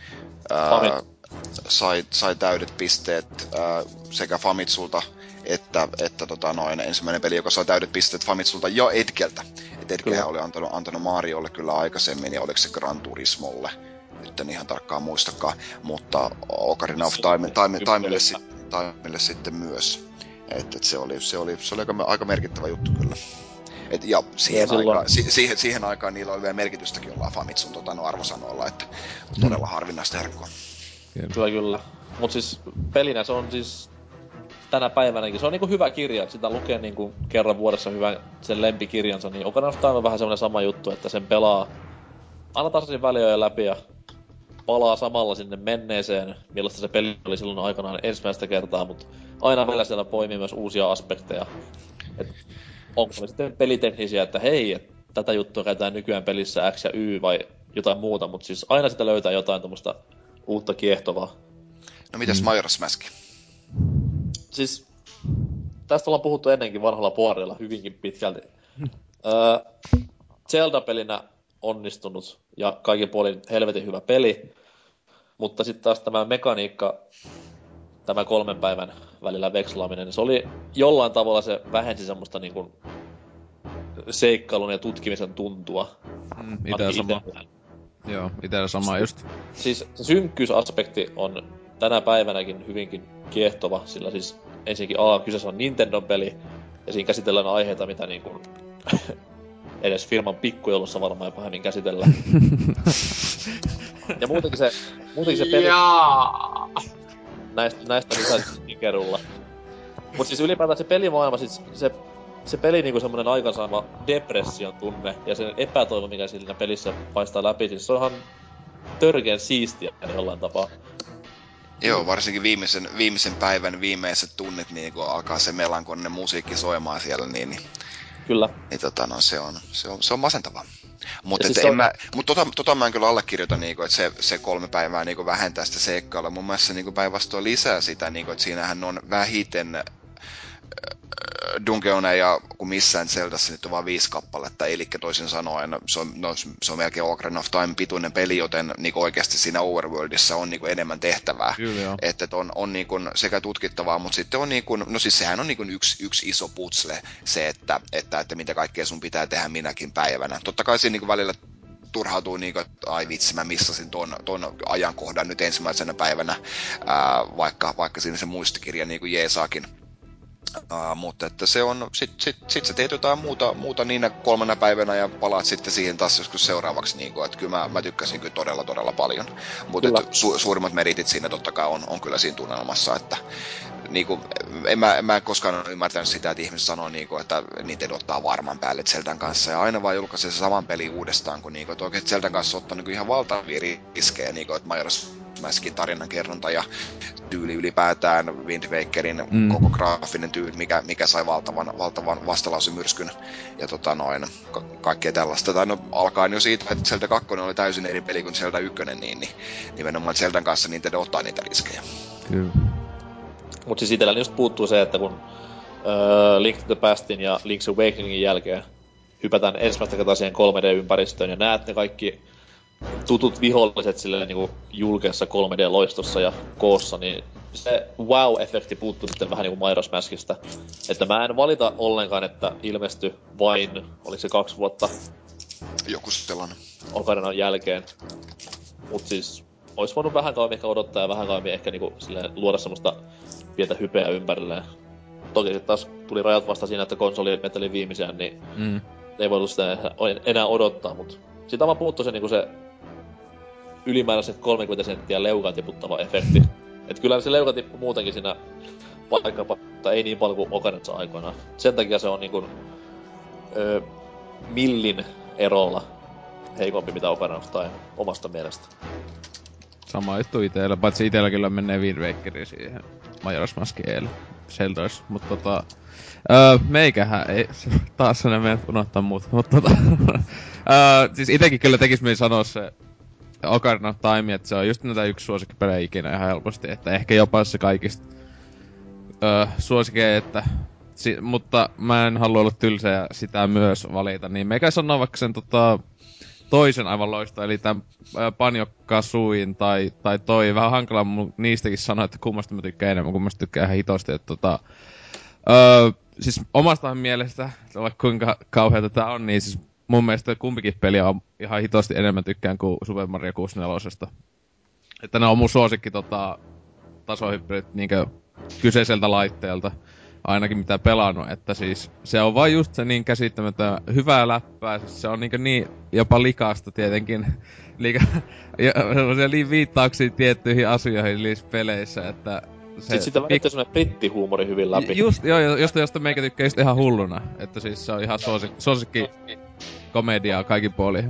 sai täydet pisteet sekä Famitsulta että ensimmäinen peli, joka sai täydet pisteet Famitsulta ja Edgeltä. Et Edgehän oli antanut Mariolle kyllä aikaisemmin, ja oliko se Gran Turismolle, nyt en ihan tarkkaan muistakaan, mutta Ocarina of Timelle sitten myös. Et se oli aika merkittävä juttu kyllä. Ja siihen aikaan niillä oli vielä merkitystäkin jollain Famitsun arvosanoilla, että todella harvinaista herkkua. Kyllä. Mut siis pelinä se on siis tänä päivänäkin, se on niinku hyvä kirja, että sitä lukee niinku kerran vuodessa hyvän sen lempikirjansa, niin Ocarina of Time on vähän semmonen sama juttu, että sen pelaa aina tasaisin väliöön läpi ja palaa samalla sinne menneeseen, millaista se peli oli silloin aikanaan ensimmäistä kertaa, mutta aina välillä siellä poimii myös uusia aspekteja. Et onko ne sitten peliteknisiä, että hei, et tätä juttua käytetään nykyään pelissä X ja Y vai jotain muuta, mutta siis aina sitä löytää jotain tommoista uutta kiehtovaa. No mitäs Majora's Mask? Siis tästä ollaan puhuttu ennenkin vanhalla puolella hyvinkin pitkälti. Zelda-pelinä onnistunut ja kaikin puolin helvetin hyvä peli, mutta sitten taas tämä mekaniikka, tämä 3 päivän välillä vekslaaminen, niin se oli jollain tavalla se vähensi semmoista niinku seikkailun ja tutkimisen tuntua. Itellä sama. Joo, itellä sama just. Siis se synkkyysaspekti on tänä päivänäkin hyvinkin kiehtova, sillä siis ensinnäkin kyseessä on Nintendo-peli, ja siinä käsitellään aiheita, mitä niinku edes firman pikkujoulussa varmaan pahemmin käsitellään. Ja muutenkin se peli... Näistä lisäisesti kerulla. Mut siis ylipäätään se pelimaailma, siis se peli niinku semmonen aikansaama depression tunne, ja se epätoivo, mikä siinä pelissä paistaa läpi, siis se onhan törkeen siistiä jollain tapaa. Joo, varsinkin viimeisen päivän viimeiset tunnit, niin kun alkaa se melankolinen musiikki soimaan siellä, niin kyllä. Niin se on masentavaa. Mutta siis mä en kyllä allekirjoita, niinku, että se 3 päivää niinku vähentää sitä seikkailua. Mun mielestä se niinku päinvastoin lisää sitä, niinku, että siinähän on vähiten Dungeoneja kuin missään Zeldassa nyt on vain 5 kappaletta, eli toisin sanoen se on melkein Ocarina of Time pituinen peli, joten niin oikeasti siinä Overworldissa on niin enemmän tehtävää. Kyllä, että on niin sekä tutkittavaa, mutta sitten on no siis sehän on niin yksi iso putsle se, että mitä kaikkea sun pitää tehdä minäkin päivänä. Totta kai siinä niin välillä turhautuu niin kuin, että ai vitsi, mä missasin ton ajankohdan nyt ensimmäisenä päivänä, vaikka siinä se muistikirja niin kuin jeesaakin. Mutta että se on, sit sä teet jotain muuta niinä 3 päivänä ja palaat sitten siihen taas joskus seuraavaksi, niin kuin, että kyllä mä tykkäsin kyllä todella paljon. Mutta suurimmat meritit siinä totta kai on kyllä siinä tunnelmassa, että niin kuin, en mä koskaan ole ymmärtänyt sitä, että ihmiset sanoo, niin kuin, että Nintendo ottaa varman päälle Zeldan kanssa ja aina vaan julkaisee se saman pelin uudestaan, kun niin kuin, että oikein Zeldan kanssa ottaa niin kuin ihan valtavia riskejä, niin kuin, että Majora's Maskin tarinankerronta ja tyyli ylipäätään, Wind Wakerin koko graafinen tyyli, mikä sai valtavan vastalausemyrskyn ja kaikkea tällaista. Tai no alkaen jo siitä, että Zelda 2 oli täysin eri peli kuin Zelda 1, niin nimenomaan Zeldan kanssa Nintendo ottaa niitä riskejä. Kyllä. Mut siis itselläni just puuttuu se, että kun Link to the Pastin ja Link's Awakeningin jälkeen hypätään ensimmäistä kertaa siihen 3D-ympäristöön ja näet ne kaikki tutut viholliset silleen niinku julkeessa 3D-loistossa ja koossa, niin se wow-efekti puuttuu sitten vähän niinku Majora's Maskista. Että mä en valita ollenkaan, että ilmestyi vain, oliko se 2 vuotta joku sellainen Ocarinan jälkeen. Mut siis ois voinut vähän kauemmin ehkä odottaa ja vähän kauemmin ehkä niinku silleen luoda semmoista pientä hypeä ympärilleen. Toki sit taas tuli rajat vasta siinä, että konsoli meteli viimeisiään, niin ei voitu sitä enää odottaa, mut siitä vaan puuttuu se niinku se ylimääräiset 30 senttiä leukaa tiputtava efekti. Et kyllä se leuka tippui muutenkin siinä mutta ei niin paljon kuin Ocarinassa aikoinaan. Sen takia se on niinku millin erolla heikompi mitä Ocarina of Time omasta mielestä. Sama juttu itellä, paitsi itellä kyllä menee Wind Wakeri siihen Majora's Maskin eelle Zeldois, mut meikähän ei taas ne menet unohtaa muut, mut siis itekin kyllä tekis mieli sanoa se Ocarina of Time, että se on just näitä yksi suosikkipelejä ikinä ihan helposti, että ehkä jopa se kaikista suosikeja, että mutta mä en halua olla tylsä ja sitä myös valita, niin meikä sanoo vaikka sen toisen aivan loista, eli tän Banjo-Kazooien tai toi, vähän hankala mun niistäkin sanoa, että kummasta mä tykkään enemmän, kummasta tykkään ihan hitosti, että siis omastahan mielestä, vaikka kuinka kauheata tää on, niin siis mun mielestä kumpikin peli on ihan hitosti enemmän tykkään kuin Super Mario 64. Että ne on mun suosikki tasohyppelyt niinkö kyseiseltä laitteelta, ainakin mitä pelannut, että siis se on vaan just se niin käsittämätön hyvää läppää, siis se on niin jopa likaista tietenkin, ja sellaisia viittauksia tiettyihin asioihin niissä peleissä, että sitten sitä välittää semmonen brittihuumori hyvin läpi. Just, joo, josta meikä tykkää just ihan hulluna, että siis se on ihan suosikki komediaa kaikin puolin,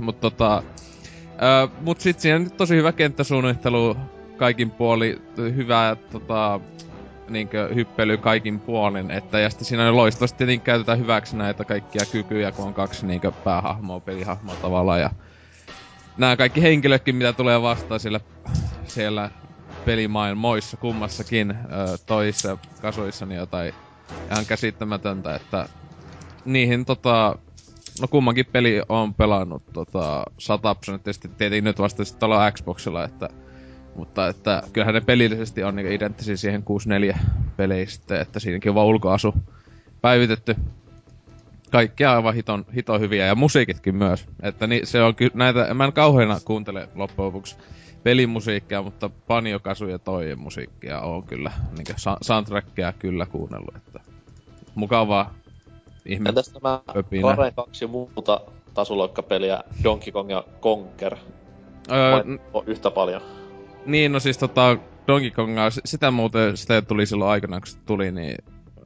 mut sit siinä on nyt tosi hyvä kenttäsuunnittelu kaikin puolin, hyvää niinkö hyppely kaikin puolin, että ja sitten siinä loistavasti tietenkin käytetään hyväksi näitä kaikkia kykyjä, kun on 2 niinkö päähahmoa, pelihahmoa tavallaan, ja nää kaikki henkilötkin, mitä tulee vastaan siellä pelimaailmoissa kummassakin, toissa Kazooissa, niin jotain ihan käsittämätöntä, että niihin no kummankin peli on pelannut 100%, tietenkin nyt vasta sit tuolla Xboxilla, mutta että kyllähän ne pelillisesti on niinku identtisiä siihen 64 peleistä, että siinäkin on vaan ulkoasu päivitetty. Kaikkia aivan hiton hyviä ja musiikitkin myös. Että se on näitä, mä en kauheena kuuntele loppujen lopuksi pelimusiikkia, mutta Banjo-Kazooie ja toien musiikkia on kyllä niinku soundtrackia kyllä kuunnellut, että mukavaa ihme. Entäs nämä Rare 2 muuta tasoloikkapeliä, Donkey Kong ja Conker? On yhtä paljon. Niin, no siis Donkey Kongaa, sitä tuli silloin aikanaan, kun se tuli, niin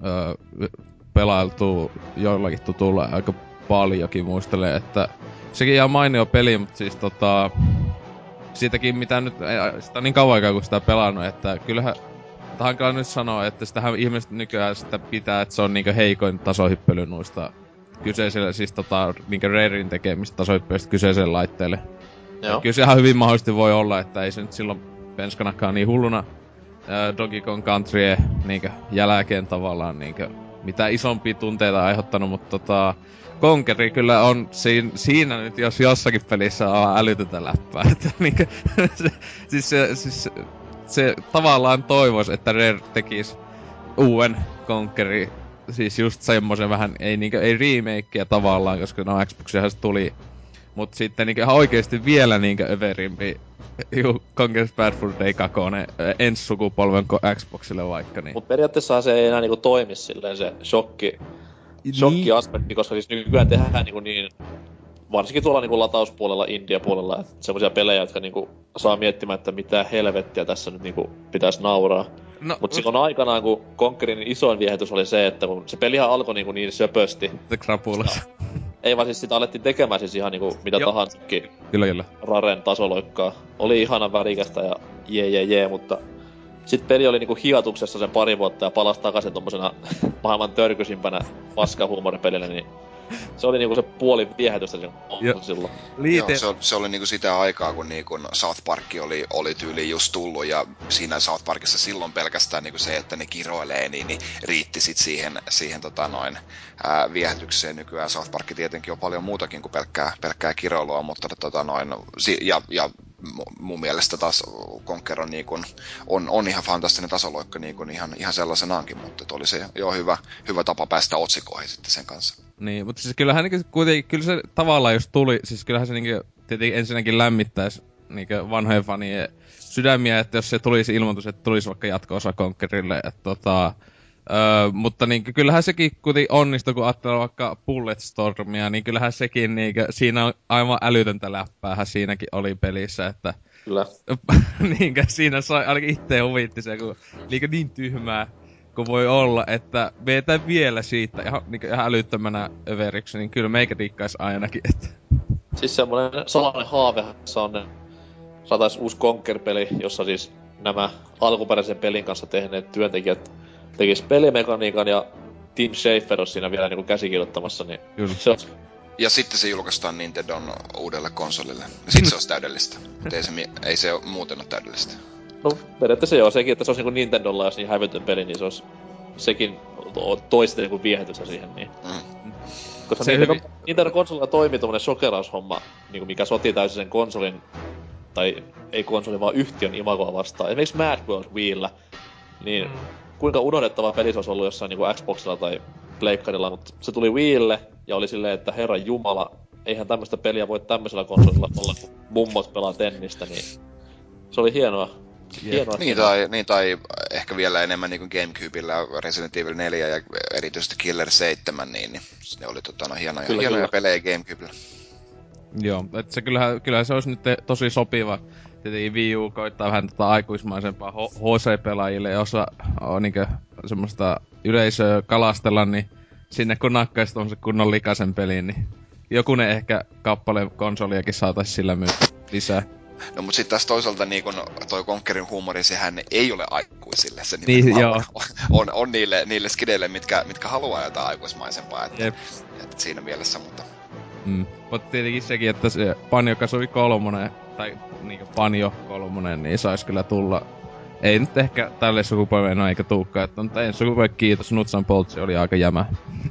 pelailtuu joillakin tutulla aika paljonkin muistelee, että sekin ihan mainio peli, mutta siis siitäkin mitä nyt, sitä on niin kauan aikaa kun sitä pelannut, että kyllähän hankala nyt sanoa, että sitähän ihmiset nykyään sitä pitää, että se on niinkö heikoin tasohyppely noista kyseisellä, siis niinkö Rarein tekemistä tasohyppelystä kyseiselle laitteelle. Joo. Kyllä se ihan hyvin mahdollisesti voi olla, että ei se nyt silloin penskanakaan niin hulluna Donkey Kong Countryn niinkö jälkeen tavallaan niinkö mitään isompia tunteita aiheuttanut, mutta Conqueri kyllä on siinä nyt, jos jossakin pelissä on älytöntä läppää. Että niinkö, se tavallaan toivois, että Rare tekis uuden Conqueri, siis just semmosen vähän, ei remakea tavallaan, koska no Xboxiahan se tuli. Mut sitten niinkö ihan oikeesti vielä niinkö överimpi Conker's Bad Fur Day 2 ensi sukupolven Xboxille vaikka niin. Mut periaatteessahan se ei enää niinku toimi silleen se shokki-aspekti, koska siis nykyään tehdään niin varsinkin tuolla niinku latauspuolella, India-puolella, että semmosia pelejä, jotka niinku saa miettimään, että mitä helvettiä tässä nyt niinku pitäis nauraa. No, mut silloin aikanaan, kun Conquerin isoin viehätys oli se, että kun se pelihän alkoi niinku niin söpösti. Se krapulas. Ei vaan siis sitä alettiin tekemään siis ihan niinku mitä tahansakin. Kyllä. Raren tasoloikkaa. Oli ihana värikästä ja jee, mutta sit peli oli niinku hiatuksessa sen pari vuotta ja palasi takaisin tommosena maailman törkysimpänä paskahuumoripelinä, niin se oli niinku se puoli viehätystä silloin. Joo, se oli niinku sitä aikaa, kun niinku South Park oli tyyli just tullut, ja siinä South Parkissa silloin pelkästään niinku se, että ne kiroilee, niin riitti sit siihen viehätykseen. Nykyään South Park tietenkin on paljon muutakin kuin pelkkää kiroilua, mutta ja mun mielestä taas Conquer on, niinku, on ihan fantastinen tasoloikka niinku ihan sellaisenaankin, mutta oli se jo hyvä tapa päästä otsikoihin sitten sen kanssa. Niin, mutta siis kyllähän niinku kuitenkin, kyllä se tavallaan jos tuli, siis kyllähän se niinku tietenkin ensinnäkin lämmittäisi niinku vanhojen fanien sydämiä, että jos se tulisi ilmoitus, että tulisi vaikka jatko-osa Conquerille, että mutta niinku kyllähän sekin kuitenkin onnistui, kun ajattelee vaikka Bulletstormia, niin kyllähän sekin niinku, siinä on aivan älytöntä läppäähän siinäkin oli pelissä, että kyllä. niinkö siinä sai ainakin itse huvitti se, kun niin tyhmää kun voi olla, että vetää vielä siitä ihan älyttömänä överiksi, niin kyllä meikä dikkais ainakin, että siis semmonen salainen haavehan on, saatais uusi Conquer-peli, jossa siis nämä alkuperäisen pelin kanssa tehneet työntekijät tekis pelimekaniikan ja Tim Schafer olisi siinä vielä niinku käsikirjoittamassa, niin kyllä. Se on... Ja sitten se julkaistaan Nintendon uudelle konsolille. Sitten se olisi täydellistä. Mutta ei se muuten ole täydellistä. No periaatteessa joo, sekin, että se olisi niinku Nintendolla jos niin hävytön peli, niin se olisi sekin toista niinku viehätystä siihen, niin. Koska Nintendo konsolilla toimii tommonen shokeraushomma, niinku mikä sotii täysin sen konsolin, tai ei konsolin, vaan yhtiön imagoa vastaan. Esimerkiksi Mad World Wiillä, niin kuinka unohdettava peli se olisi ollut jossain niinku Xboxilla tai Pleikkarilla, mutta se tuli Wiille ja oli silleen, että herran jumala, eihän tämmöstä peliä voi tämmöisellä konsolilla olla, kun mummot pelaa tennistä, niin se oli hienoa. Niin tai ehkä vielä enemmän niin kuin Gamecubella Resident Evil 4 ja erityisesti Killer 7, niin ne oli hienoja pelejä Gamecubella. Joo, että se kyllähän se olisi nyt tosi sopiva. Tietenkin Wii U koittaa vähän aikuismaisempaa HC-pelaajille ja osa niinkö semmoista yleisöä kalastella, niin sinne kun nakkaisi tommosen kunnon likaisen peliin, niin jokunen ehkä kappale konsoliakin saatais sillä lisää. No mut sit taas toisaalta niin toi Conquerin huumori, sehän ei ole aikuisille, se niin, on niille skideille, mitkä haluaa jotain aikuismaisempaa, että siinä mielessä, mutta... Mutta tietenkin sekin, että se Banjo-Kazooie 3, tai niinku Banjo 3, niin sais kyllä tulla. Ei nyt ehkä tälle sukupolveen eikä tuukkaan, mutta ensi sukupolven kiitos, Nuts and Bolts oli aika jämä.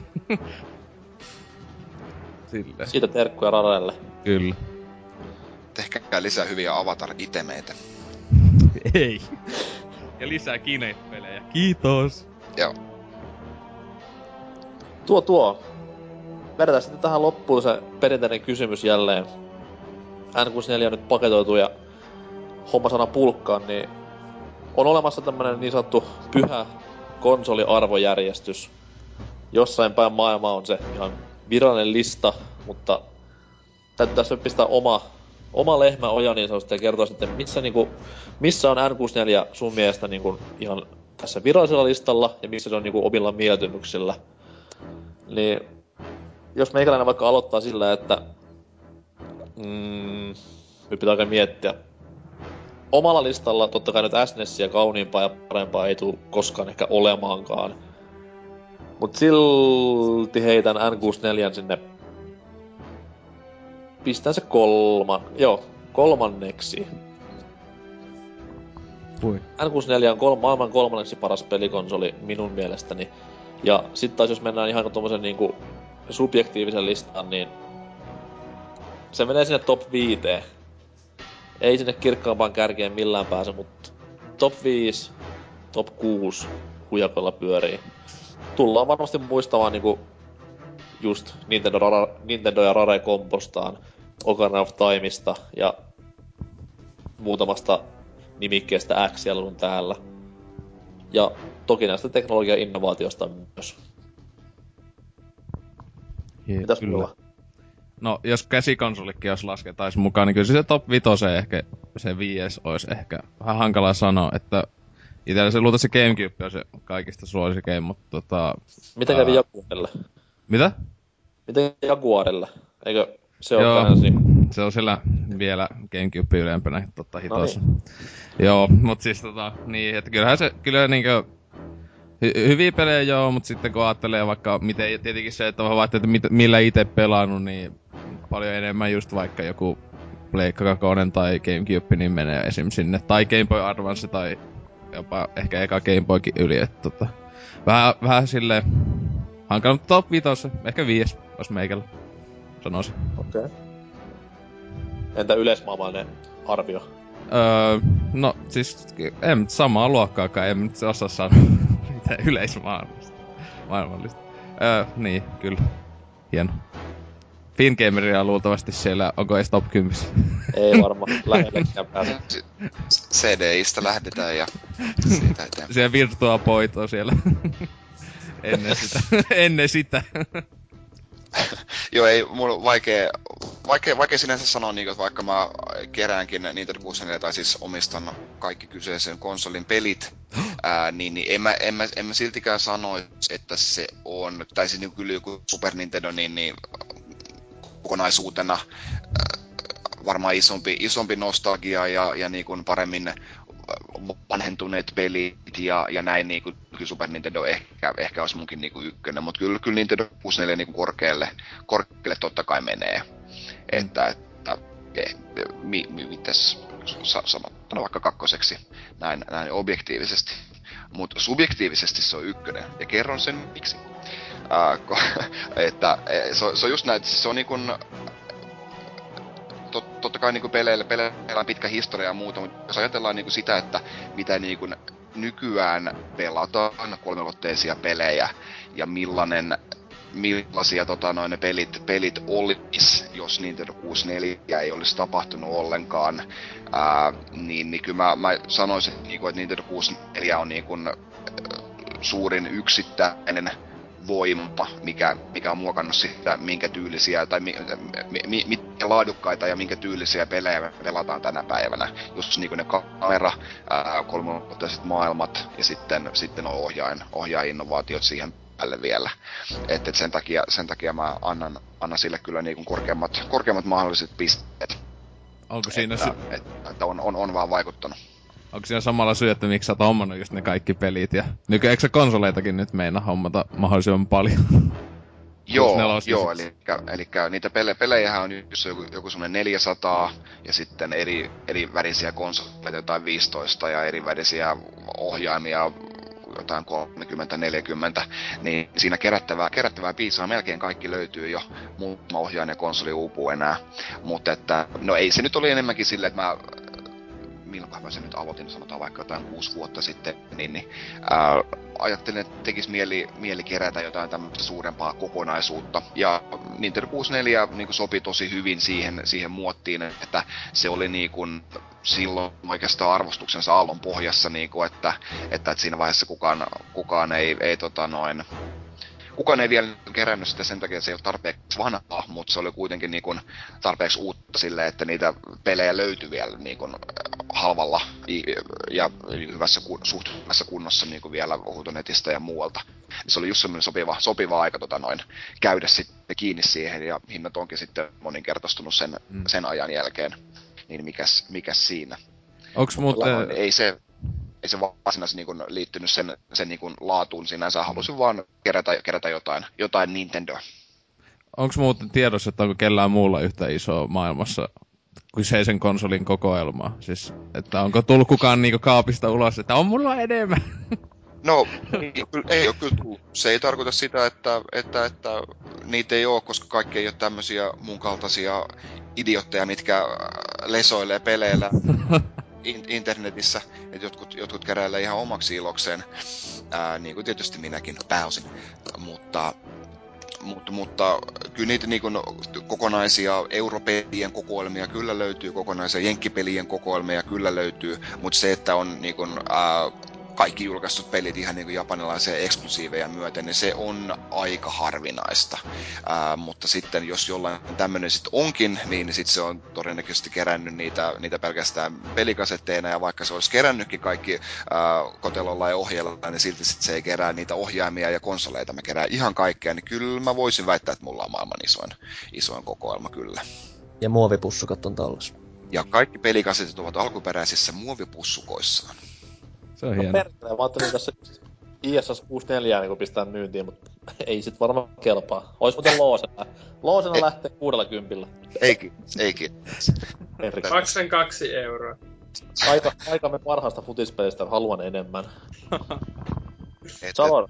Silleen. Siitä terkkuja Rarelle. Kyllä. Tehkää lisää hyviä Avatar-itemeitä. Ei. Ja lisää Kinect-pelejä. Kiitos. Joo. Tuo. Vedetään sitten tähän loppuun se perinteinen kysymys jälleen. N64 on nyt paketoitu ja hommasana pulkkaan, niin on olemassa tämmönen niin sanottu pyhä konsoliarvojärjestys. Jossain päin maailmaa on se ihan virallinen lista, mutta täytyy tässä pistää oma lehmä oja niin sanotusti ja kertoa sitten, missä on N64 sun mielestä niinku ihan tässä virallisella listalla ja missä se on niinku omilla mieltymyksillä. Niin jos meikäläinen vaikka aloittaa sillä, että nyt pitää oikein miettiä. Omalla listalla totta kai nyt SNESiä kauniimpaa ja parempaa ei tule koskaan ehkä olemaankaan. Mut silti heitän N64 sinne. Pistän se kolmanneksi. N64 on maailman kolmanneksi paras pelikonsoli minun mielestäni. Ja sit taas jos mennään ihan tommosen niinku subjektiivisen listaan, niin se menee sinne top 5. Ei sinne kirkkaampaan kärkeen millään pääse, mutta top 5, top 6 hujakolla pyörii. Tullaan varmasti muistamaan niinku just Nintendo ja Rare kompostaan, Ocarina of Timeista ja muutamasta nimikkeestä X sun täällä. Ja toki näistä teknologian innovaatiosta myös. Mitäs mulla? No, jos käsikonsolikin jos lasketais mukaan, niin kyllä se top 5 ehkä se 5 olisi ehkä vähän hankala sanoa, että itellä se luultavasti se GameCube on se kaikista suosikein, mutta Mitä kävi Jaguarille? Mitä? Miten Jaguarille? Eikö se Joo, ole kans niin? se on siellä vielä GameCube ylempänä hitossa. No niin. Joo, mut siis niin, että kyllähän se, kyllä niinkö hyviä pelejä joo, mut sitten kun ajattelee vaikka miten, tietenkin se, että vaikka että millä ite pelannut, niin paljon enemmän just vaikka joku Pleikka 2 tai GameCube, niin menee esim. Sinne. Tai Game Boy Advance tai jopa ehkä eka Game Boykin yli, että vähän silleen hankala, mutta top 5, ehkä 5 olisi meikällä, sanoisin. Okei. Okay. Entä yleismaailmallinen arvio? No siis en samaa luokkaakaan, en nyt osaa sanoa mitään yleismaailmallista. Niin, kyllä. Hieno. Fingameria luultavasti siellä, onko edes top 10? Ei varmaan, lähellekään pääse. CDIstä lähdetään ja siitä eteenpäin. Siellä Virtua Boyt on siellä. Ennen sitä. Joo, ei mulla on vaikea sinänsä sanoa, niin, että vaikka mä keräänkin Nintendo 64 tai siis omistan kaikki kyseisen konsolin pelit, niin en mä siltikään sanoisi, että se on, tai siis niin kyllä joku Super Nintendo niin kokonaisuutena varmaan isompi nostalgia ja niin kuin paremmin vanhentuneet pelit ja näin niin kuin Super Nintendo ehkä olisi munkin niin kuin ykkönen, mutta kyllä Nintendo 64 niin kuin korkealle totta kai menee. Että mitäs sanottuna vaikka kakkoseksi näin objektiivisesti, mutta subjektiivisesti se on ykkönen ja kerron sen miksi. Että se on just näin, että se on niin kuin totta kai niinku peleillä on pitkä historia ja muuta, mutta jos ajatellaan niinku sitä, että mitä niinku nykyään pelataan kolmiulotteisia pelejä ja millaisia ne pelit olis, jos Nintendo 64 ei olisi tapahtunut ollenkaan, niin kyllä mä sanoisin, että Nintendo 64 on niinku suurin yksittäinen voima, mikä on muokannut sitä, minkä tyylisiä tai mitkä laadukkaita ja minkä tyylisiä pelejä me pelataan tänä päivänä. Just niinku ne kamera, kolmiulotteiset maailmat ja sitten on ohjaainnovaatiot siihen päälle vielä. Et sen takia mä annan sille kyllä niinku korkeammat mahdolliset pisteet. Onko siinä että on vaan vaikuttanut. Onko siinä samalla syy, että miksi sä oot hommannut just ne kaikki pelit ja eikö sä konsoleitakin nyt meina hommata mahdollisimman paljon? Joo, elikkä niitä pelejähän on joku semmonen 400 ja sitten eri värisiä konsoleita jotain 15 ja eri värisiä ohjaimia jotain 30-40, niin siinä kerättävää piisaa melkein kaikki löytyy jo, muutama ohjaajan ja konsoli uupuu enää. Mutta että, no ei se nyt oli enemmänkin silleen, että milloin mä sen nyt aloitin, sanotaan vaikka jotain 6 vuotta sitten, niin ajattelin, että tekisi mieli kerätä jotain tämmöistä suurempaa kokonaisuutta. Ja Nintendo 64 niin sopi tosi hyvin siihen muottiin, että se oli niin kuin silloin oikeastaan arvostuksensa aallon pohjassa, niin kuin, että siinä vaiheessa kukaan ei kukaan ei vielä kerännyt sitä sen takia, että se ei ole tarpeeksi vanhaa, mutta se oli kuitenkin niin kuin tarpeeksi uutta sille, että niitä pelejä löytyi vielä niin kuin halvalla ja suht hyvässä kunnossa niin kuin vielä huutonetistä ja muualta. Se oli just semmoinen sopiva aika käydä sitten kiinni siihen, ja hinnat onkin sitten moninkertaistunut sen ajan jälkeen. Niin mikäs siinä. Onks muuten... Ei se varsinaisesti niinku liittynyt sen niinku laatuun sinänsä, halusin vaan kerätä jotain Nintendoa. Onks muuten tiedossa, että onko kellään muulla yhtä isoa maailmassa kyseisen konsolin kokoelmaa? Siis, että onko tullut kukaan niinku kaapista ulos, että on mulla enemmän? No, ei ole kyllä tullut. Se ei tarkoita sitä, että niitä ei ole, koska kaikki ei ole tämmöisiä mun kaltaisia idiotteja, mitkä lesoilee peleillä internetissä, että jotkut keräilee ihan omaksi ilokseen, niin kuin tietysti minäkin pääosin, mutta kyllä niitä niin kuin kokonaisia europelien kokoelmia kyllä löytyy, kokonaisia jenkkipelien kokoelmia kyllä löytyy, mutta se, että on niin kuin, kaikki julkaistut pelit ihan niin kuin japanilaisia eksklusiiveja myöten, niin se on aika harvinaista. Mutta sitten jos jollain tämmöinen sitten onkin, niin sitten se on todennäköisesti kerännyt niitä pelkästään pelikasetteina, ja vaikka se olisi kerännytkin kaikki kotelolla ja ohjeella, niin silti sit se ei kerää niitä ohjaimia ja konsoleita, mä kerään ihan kaikkea, niin kyllä mä voisin väittää, että mulla on maailman isoin kokoelma kyllä. Ja muovipussukat on tallessa. Ja kaikki pelikasetit ovat alkuperäisissä muovipussukoissaan. Se on hieno. Perkele, mä ajattelin tässä ISS 64 niin pistää myyntiin, mutta ei sit varmaan kelpaa. Ois muuten Loosena. Loosena lähtee 60. Eikin. Maksan 2 euroa. Aikamme parhaasta futispelistä haluan enemmän. Salon.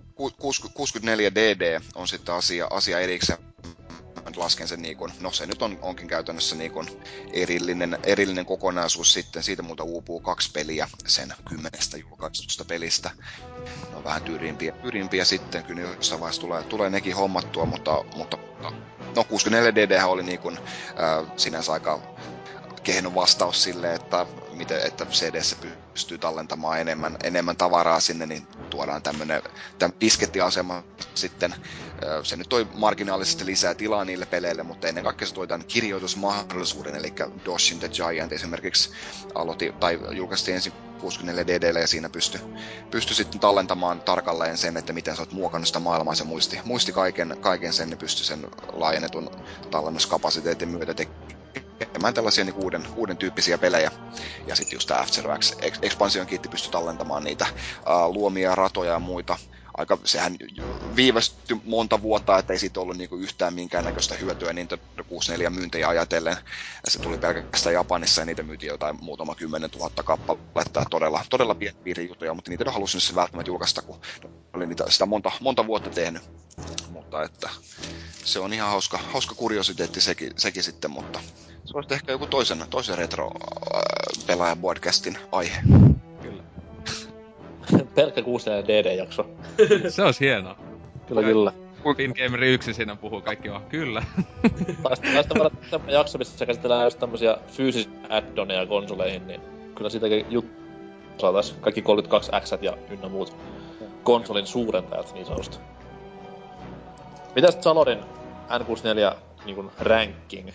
64DD on sitten asia erikseen. Lasken sen niin kuin, no se nyt onkin käytännössä niin kuin erillinen kokonaisuus sitten. Siitä multa uupuu 2 peliä sen 10 julkaistusta pelistä. Ne on vähän tyyrimpiä sitten, kyllä jossain vaiheessa tulee nekin hommattua, mutta no 64DD oli niin kuin, sinänsä aika kehno vastaus sille, että CD:ssä pystyy tallentamaan enemmän tavaraa sinne, niin tuodaan tämän diskettiasema sitten. Se nyt toi marginaalisesti lisää tilaa niille peleille, mutta ennen kaikkea se toi tämän kirjoitusmahdollisuuden, eli Doshin the Giant esimerkiksi julkaistiin ensin 64DD:lle ja siinä pystyi sitten tallentamaan tarkalleen sen, että miten sä oot muokannut sitä maailmaa, se muisti kaiken sen, niin pystyi sen laajennetun tallennuskapasiteetin myötä tekemään tällaisia niin uuden tyyppisiä pelejä. Ja sitten just tämä F-Zero X Expansion Kit pystyi tallentamaan niitä luomia, ratoja ja muita. Sehän viivästyi monta vuotta, ettei siitä ollut niinku yhtään minkäännäköistä hyötyä Nintendo 64 myyntejä ajatellen. Se tuli pelkästään Japanissa ja niitä myytiin jotain muutama 10 000 kappaletta. Todella pieni piiri juttuja, mutta niitä halusin se välttämättä julkaista, kun oli sitä monta vuotta tehnyt. Mutta että se on ihan hauska kuriositeetti sekin sitten, mutta se olisi ehkä joku toisen retro-pelaaja-podcastin aihe. Kyllä. Pelkkä 64DD-jakso. Se olisi hienoa. Kyllä. Fingameri 1 siinä puhuu, kaikki on kyllä. Tai sitten voidaan semmoinen jakso, missä käsitellään just tämmösiä fyysisiä add-oneja konsoleihin, niin kyllä siitäkin saatais kaikki 32X ja ynnä muut konsolin suurentajat niin sanotusti. Mitäs Salorin N64 niin kuin ranking?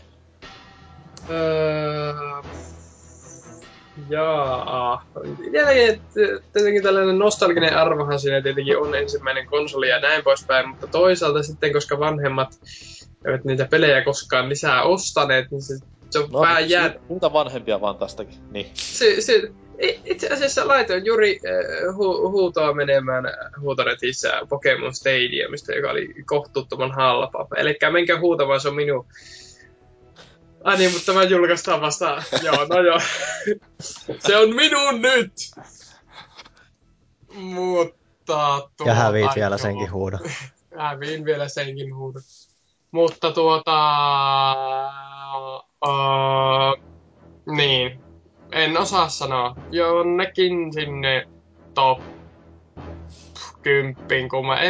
Tietenkin tällainen nostalginen arvohan siinä tietenkin on ensimmäinen konsoli ja näin poispäin, mutta toisaalta sitten, koska vanhemmat eivät niitä pelejä koskaan lisää ostaneet, niin se on vähän Muuta vanhempia vaan tästäkin, niin. Itse asiassa laitoin juuri huutoa menemään huutonetissä Pokemon Stadiumista, joka oli kohtuuttoman halpa. Elikkä menkää huutamaan, se on minun. Ai niin, mutta tämä julkaistaan vasta. Joo. Se on minun nyt! Mutta ja häviit vielä senkin huudon. Häviin vielä senkin huudon. Mutta niin. En osaa sanoa. Jonnekin sinne top 10, kun mä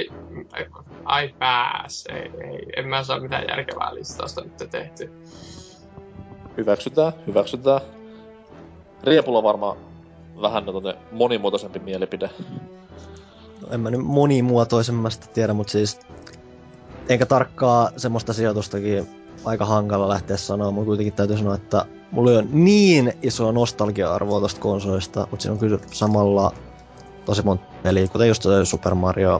en mä saa mitään järkevää listausta nyt tehty. Hyväksytään. Riepulla varmaan vähän monimuotoisempi mielipide. No, en mä nyt monimuotoisemmasta tiedä, mutta siis enkä tarkkaa semmoista sijoitustakin aika hankala lähteä sanoa, mutta kuitenkin täytyy sanoa, että mulla on niin iso nostalgia-arvoa tosta konsolista, mutta siinä on kyllä samalla tosi monta peliä, kuten just Super Mario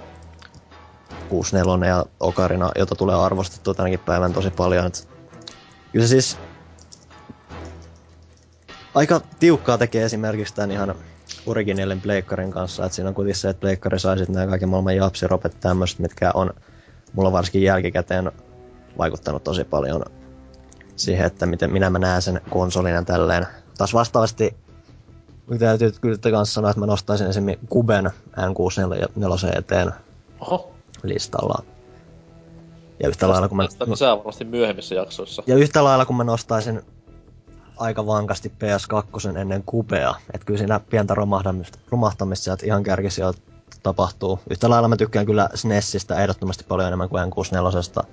64 ja Ocarina, jota tulee arvostettua tänäkin päivän tosi paljon. Et kyllä se siis aika tiukkaa tekee esimerkiksi tämän ihan originaalin pleikkarin kanssa, että siinä on kuitenkin se, että pleikkari sai sitten nämä kaiken maailman japsiropet tämmöiset, mitkä on mulla varsinkin jälkikäteen vaikuttanut tosi paljon siihen, että miten minä näen sen konsolina tälleen. Taas vastaavasti täytyy kyllä kanssa sanoa, että mä nostaisin esimerkiksi Kuben N64 eteen Oho. listalla. Ja yhtä lailla kun Tästä lisää varmasti myöhemmissä jaksoissa. Ja yhtä lailla kun mä nostaisin aika vankasti PS2 ennen Kubea. Että kyllä siinä pientä romahtamista sieltä ihan kärkisijoilta tapahtuu. Yhtä lailla mä tykkään kyllä SNESistä ehdottomasti paljon enemmän kuin N64.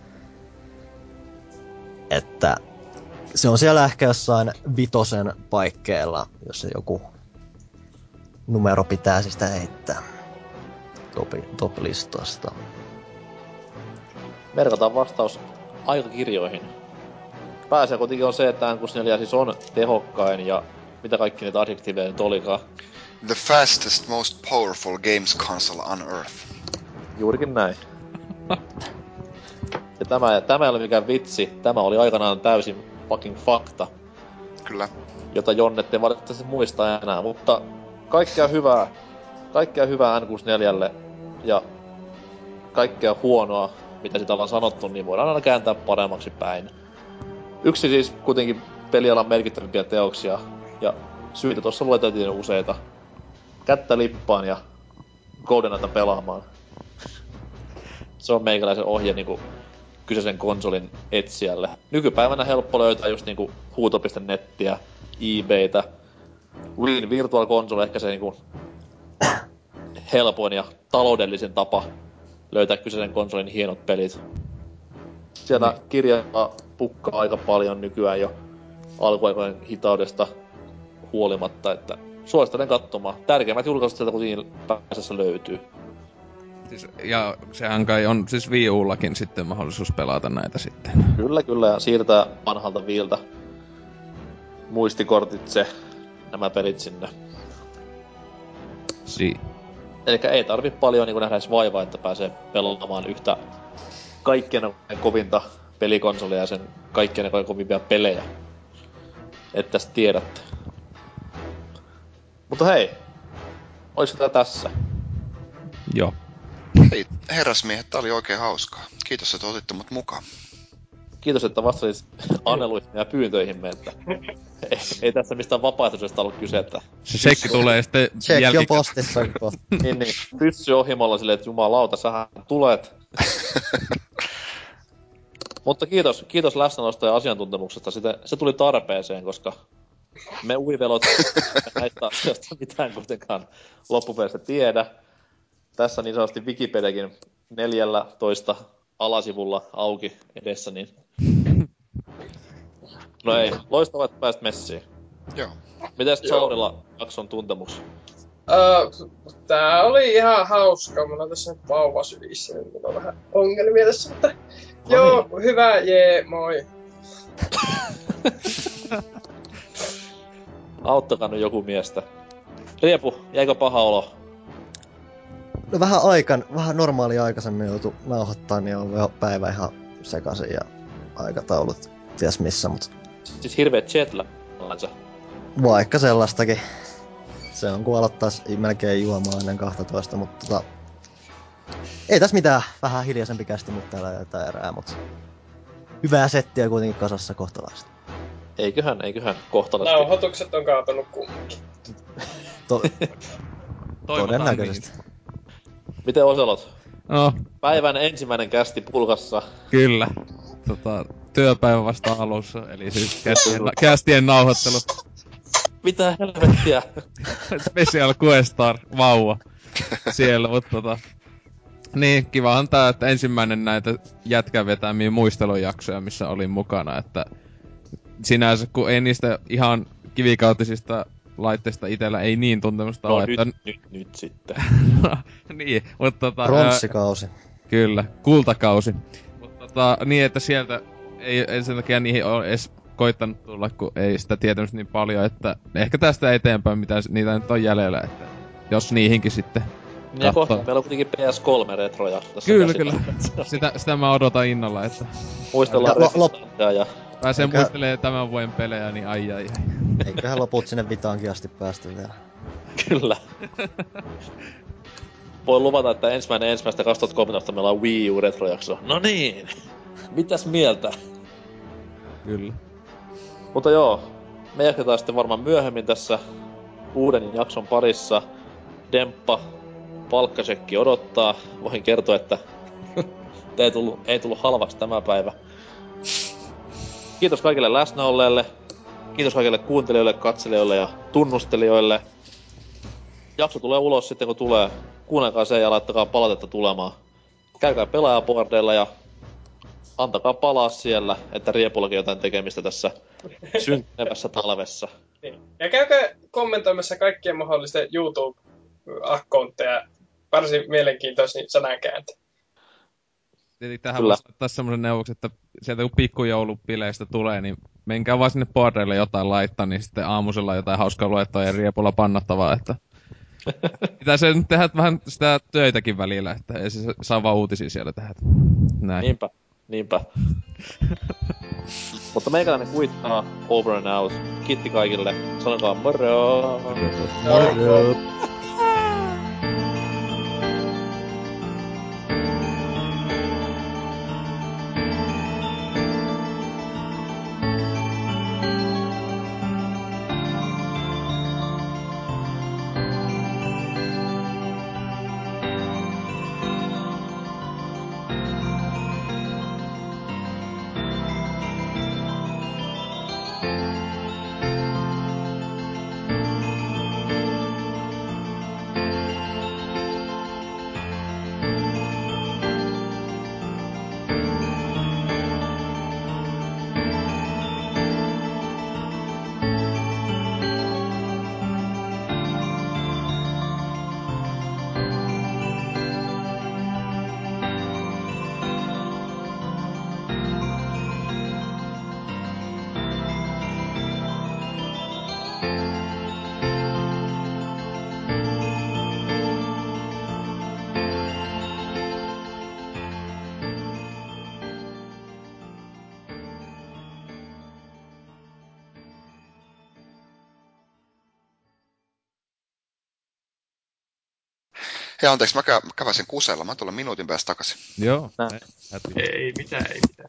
Että se on siellä ehkä jossain 5 paikkeilla, jos se joku numero pitää sitä heittää top-listasta. Merkataan vastaus aikakirjoihin. Pääasia kuitenkin on se, että N64 siis on tehokkain ja mitä kaikki niitä adjektiiveja nyt olikaan. The fastest, most powerful games console on Earth. Juurikin näin. Ja tämä ei ole mikään vitsi, tämä oli aikanaan täysin fucking fakta. Kyllä. Jota Jonne ei valitettavasti muista enää, mutta kaikkea hyvää N64:lle ja kaikkea huonoa, mitä sitä ollaan sanottu, niin voidaan aina kääntää paremmaksi päin. Yksi siis kuitenkin pelialan merkittävimpiä teoksia, ja syitä tuossa lueteltiin useita. Kättä lippaan ja GoldenEyeta pelaamaan. Se on meikäläisen ohje niinku kyseisen konsolin etsijälle. Nykypäivänä helppo löytää just niinku huuto.nettiä, eBaytä. Win Virtual Console ehkä se niinku helpoin ja taloudellisin tapa löytää kyseisen konsolin hienot pelit. Sieltä kirjaa pukkaa aika paljon nykyään jo alkuaikojen hitaudesta huolimatta, että suosittelen katsomaan. Tärkeimmät julkaisut sieltä kuitenkin pääsessä löytyy. Siis, ja sehän kai on siis Wii Ullakin sitten mahdollisuus pelata näitä sitten. Kyllä, ja siirtää vanhalta Wiiltä muistikortitse nämä pelit sinne. Elikkä ei tarvi paljon niin nähdä edes vaivaa, että pääsee pelaamaan yhtä kaikkien kovinta pelikonsolia ja sen kaikkien kovimpia pelejä. Että tästä tiedätte. Mutta hei, olisiko tää tässä? Joo. Hei, herrasmiehet, tää oli oikein hauskaa. Kiitos, että otitte mut mukaan. Kiitos, että vastasit Anneluihin ja pyyntöihimme, että ei tässä mistään vapaaehtoisesta ollut kyse, että... Se sekki tulee sitten Tsekki on postissa. niin, pyssy ohimolla silleen, että jumalauta, sähän tulet. Mutta kiitos läsnäolosta ja asiantuntemuksesta. Se tuli tarpeeseen, koska me uivelot näistä asioista mitään kuitenkaan loppupeleissä tiedä. Tässä niin sanotusti Wikipediakin 14 alasivulla auki edessä, niin... No ei, loistavaa, että pääsit messiin. Joo. Mites Saurilla jakson tuntemus? Tää oli ihan hauska. Mulla on tässä nyt vauva sylissä, niin mulla on vähän ongelmia tässä, mutta... Joo, hyvä, jee, moi. Auttakaa nyt joku miestä. Riepu, jäikö paha olo? No vähän normaali aikaisemmin joutu nauhoittaa, niin on jo päivä ihan sekaisin ja aikataulut ties missä, mut... Siis hirveet jetlagansa. Vaikka sellaistakin. Se on kun aloittais melkein juomaan ennen 12, mutta ei tässä mitään. Vähän hiljaisempi kästi nyt täällä jotain erää, mut... Hyvää settiä kuitenkin kasassa kohtalaisesti. Eiköhän kohtalaisesti. Nauhoitukset on kaatunut kumminkin. Todennäköisesti. Niin. Miten Oselot? No. Päivän ensimmäinen kästi pulkassa. Kyllä. Työpäivä vasta alussa, eli siis kästien nauhoittelu. Mitä helvettiä? Special Questar, vauva. Siellä, mutta niin, kivahan tää, että ensimmäinen näitä jätkän vetämiä muistelujaksoja, missä olin mukana, että sinänsä, kun ei niistä ihan kivikautisista laitteista itellä ei niin tuntemusta ole, että... nyt sitten. niin, mutta Pronssikausi. Kyllä, kultakausi. Mutta niin, että sieltä ei sen takia niihin ole edes koittanut tulla, kun ei sitä tietänyt niin paljon, että ehkä tästä eteenpäin, mitä niitä nyt on jäljellä, että jos niihinkin sitten niin ja kohta meillä on kuitenkin PS3-retroja tässä. Kyllä. Sitä mä odotan innolla, että... Muistellaan Resistantia ja... Pääsee muistelemaan tämän vuoden pelejä, niin ai. Eiköhän loput sinne Vitaankin asti päästy vielä. Kyllä. Voin luvata, että ensimmäistä 2013 meillä on Wii U-retrojakso. No niin! Mitäs mieltä? Kyllä. Mutta joo, me jatketaan sitten varmaan myöhemmin tässä uuden jakson parissa. Demppa, palkkasekki odottaa. Voin kertoa, että ei tullut halvaksi tämä päivä. Kiitos kaikille läsnäolleille. Kiitos kaikille kuuntelijoille, katselijoille ja tunnustelijoille. Jakso tulee ulos sitten kun tulee. Kuunnelkaa se ja laittakaa palautetta tulemaan. Käykää pelaajaboardeilla ja antakaa palaa siellä, että Riepullakin jotain tekemistä tässä synknevässä talvessa. Niin. Ja käykää kommentoimassa kaikkien mahdollisten YouTube-akkontteja. Varsin mielenkiintoisia sanankääntöjä. Tietenkin tähän voisi laittaa semmoisen neuvoksen, että sieltä kun pikkujoulupileistä tulee, niin menkää vaan sinne boardeille jotain laittaa, niin sitten aamusella jotain hauskaa luettua ja Riepulla pannattavaa, että pitää se nyt tehdä vähän sitä töitäkin välillä, että ei se saa vaan uutisia siellä tehdä. Näin. Niinpä. Mutta meikäläinen kuittaa, over and out. Kiitti kaikille. Sanokaa moro! Moro! Hei, anteeksi, mä käväsin kusella. Mä tulen minuutin päästä takaisin. Joo. Ei mitään.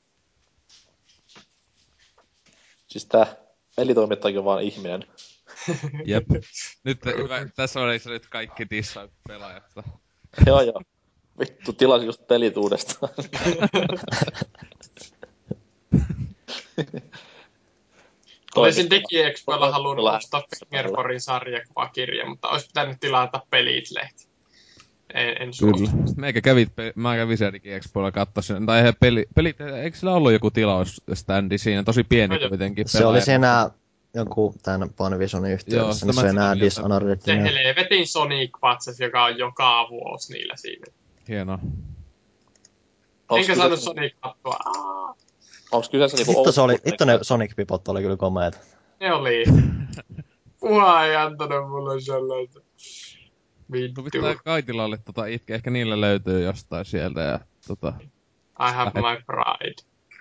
Siis tää pelitoimittajakin on vaan ihminen. Jep. Nyt tässä on nyt kaikki tissaat pelaajasta. Joo. Vittu, tilasin just pelit uudestaan. Olisin DigiExpoilla halunnut ostaa Fingerporin sarjakuvakirja, mutta olisi pitänyt tilata Pelit-lehti. En suostu. Mä kävin siellä DigiExpoilla katsoa sen. Tai pelit, eikö sillä ollut joku tilausstandi siinä? Tosi pieni kuitenkin. Se oli siinä joku tämän Panavisionin yhteydessä, niin se on enää Dishonored. Se helvetin Sonic-patsas, joka on joka vuosi niillä siinä. Hienoa. Enkä saanut Sonic-kattua. Onks kyseessä niinku... Hitto ne Sonic-pipot oli kyllä komeet. Ne oli. Kuha ei antanut mulle sellaista. Vittu. Pitää Kaitilalle itke, ehkä niillä löytyy jostain sieltä ja I have my pride.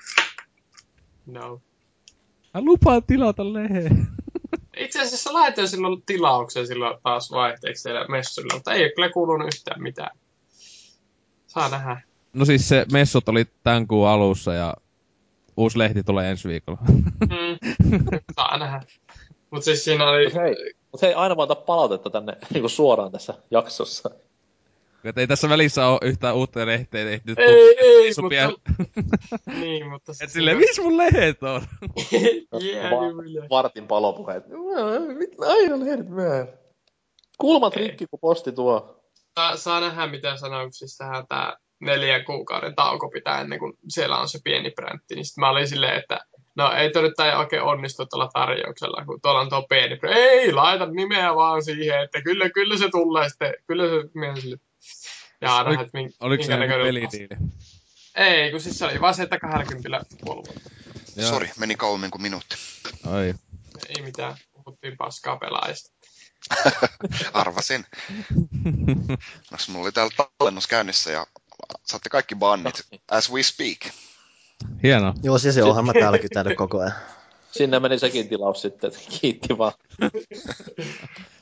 No. Mä lupaan tilata lehden. Itse asiassa laitoin silloin tilauksen silloin taas vaihteeksi siellä messuilla, mutta ei ole kyllä kuulunut yhtään mitään. Saa nähdä. No siis se messut oli tämän kuun alussa ja uusi lehti tulee ensi viikolla. Saa nähdä. Mut siis siinä oli... Mut hei, aina vaan palautetta tänne niinku suoraan tässä jaksossa. Et ei tässä välissä oo yhtään uutta lehteä tehty. Ei, mutta... niin, mutta... Et silleen, missä mun lehet on? Vartin palopuheet. Aina lehdet myöhään. Kulmat rikki, kun posti tuo. Saa nähdä, mitä sanauksissa tää 4 kuukauden tauko pitää ennen kuin siellä on se pieni bräntti. Niin sit mä olin silleen, että no ei toi nyt oikein onnistu tuolla tarjouksella, kun tuolla on tuo pieni bräntti. Ei, laita nimeä vaan siihen, että kyllä se tulee sitten. Kyllä se menee sille. Ja nähdä, että oliko se pelidiili? Ei, kun siis se oli vaan se, että 20 puolella. Sori, meni kauemmin kuin minuutti. Ai. Ei mitään, puhuttiin paskaa pelaajista. Arvasin. No, mulla oli täällä tallennus käynnissä ja saatte kaikki bannit as we speak. Hienoa. Joo, siis se onhan mä täällä kytänyt koko ajan. Sinne meni sekin tilaus sitten, että kiitti vaan.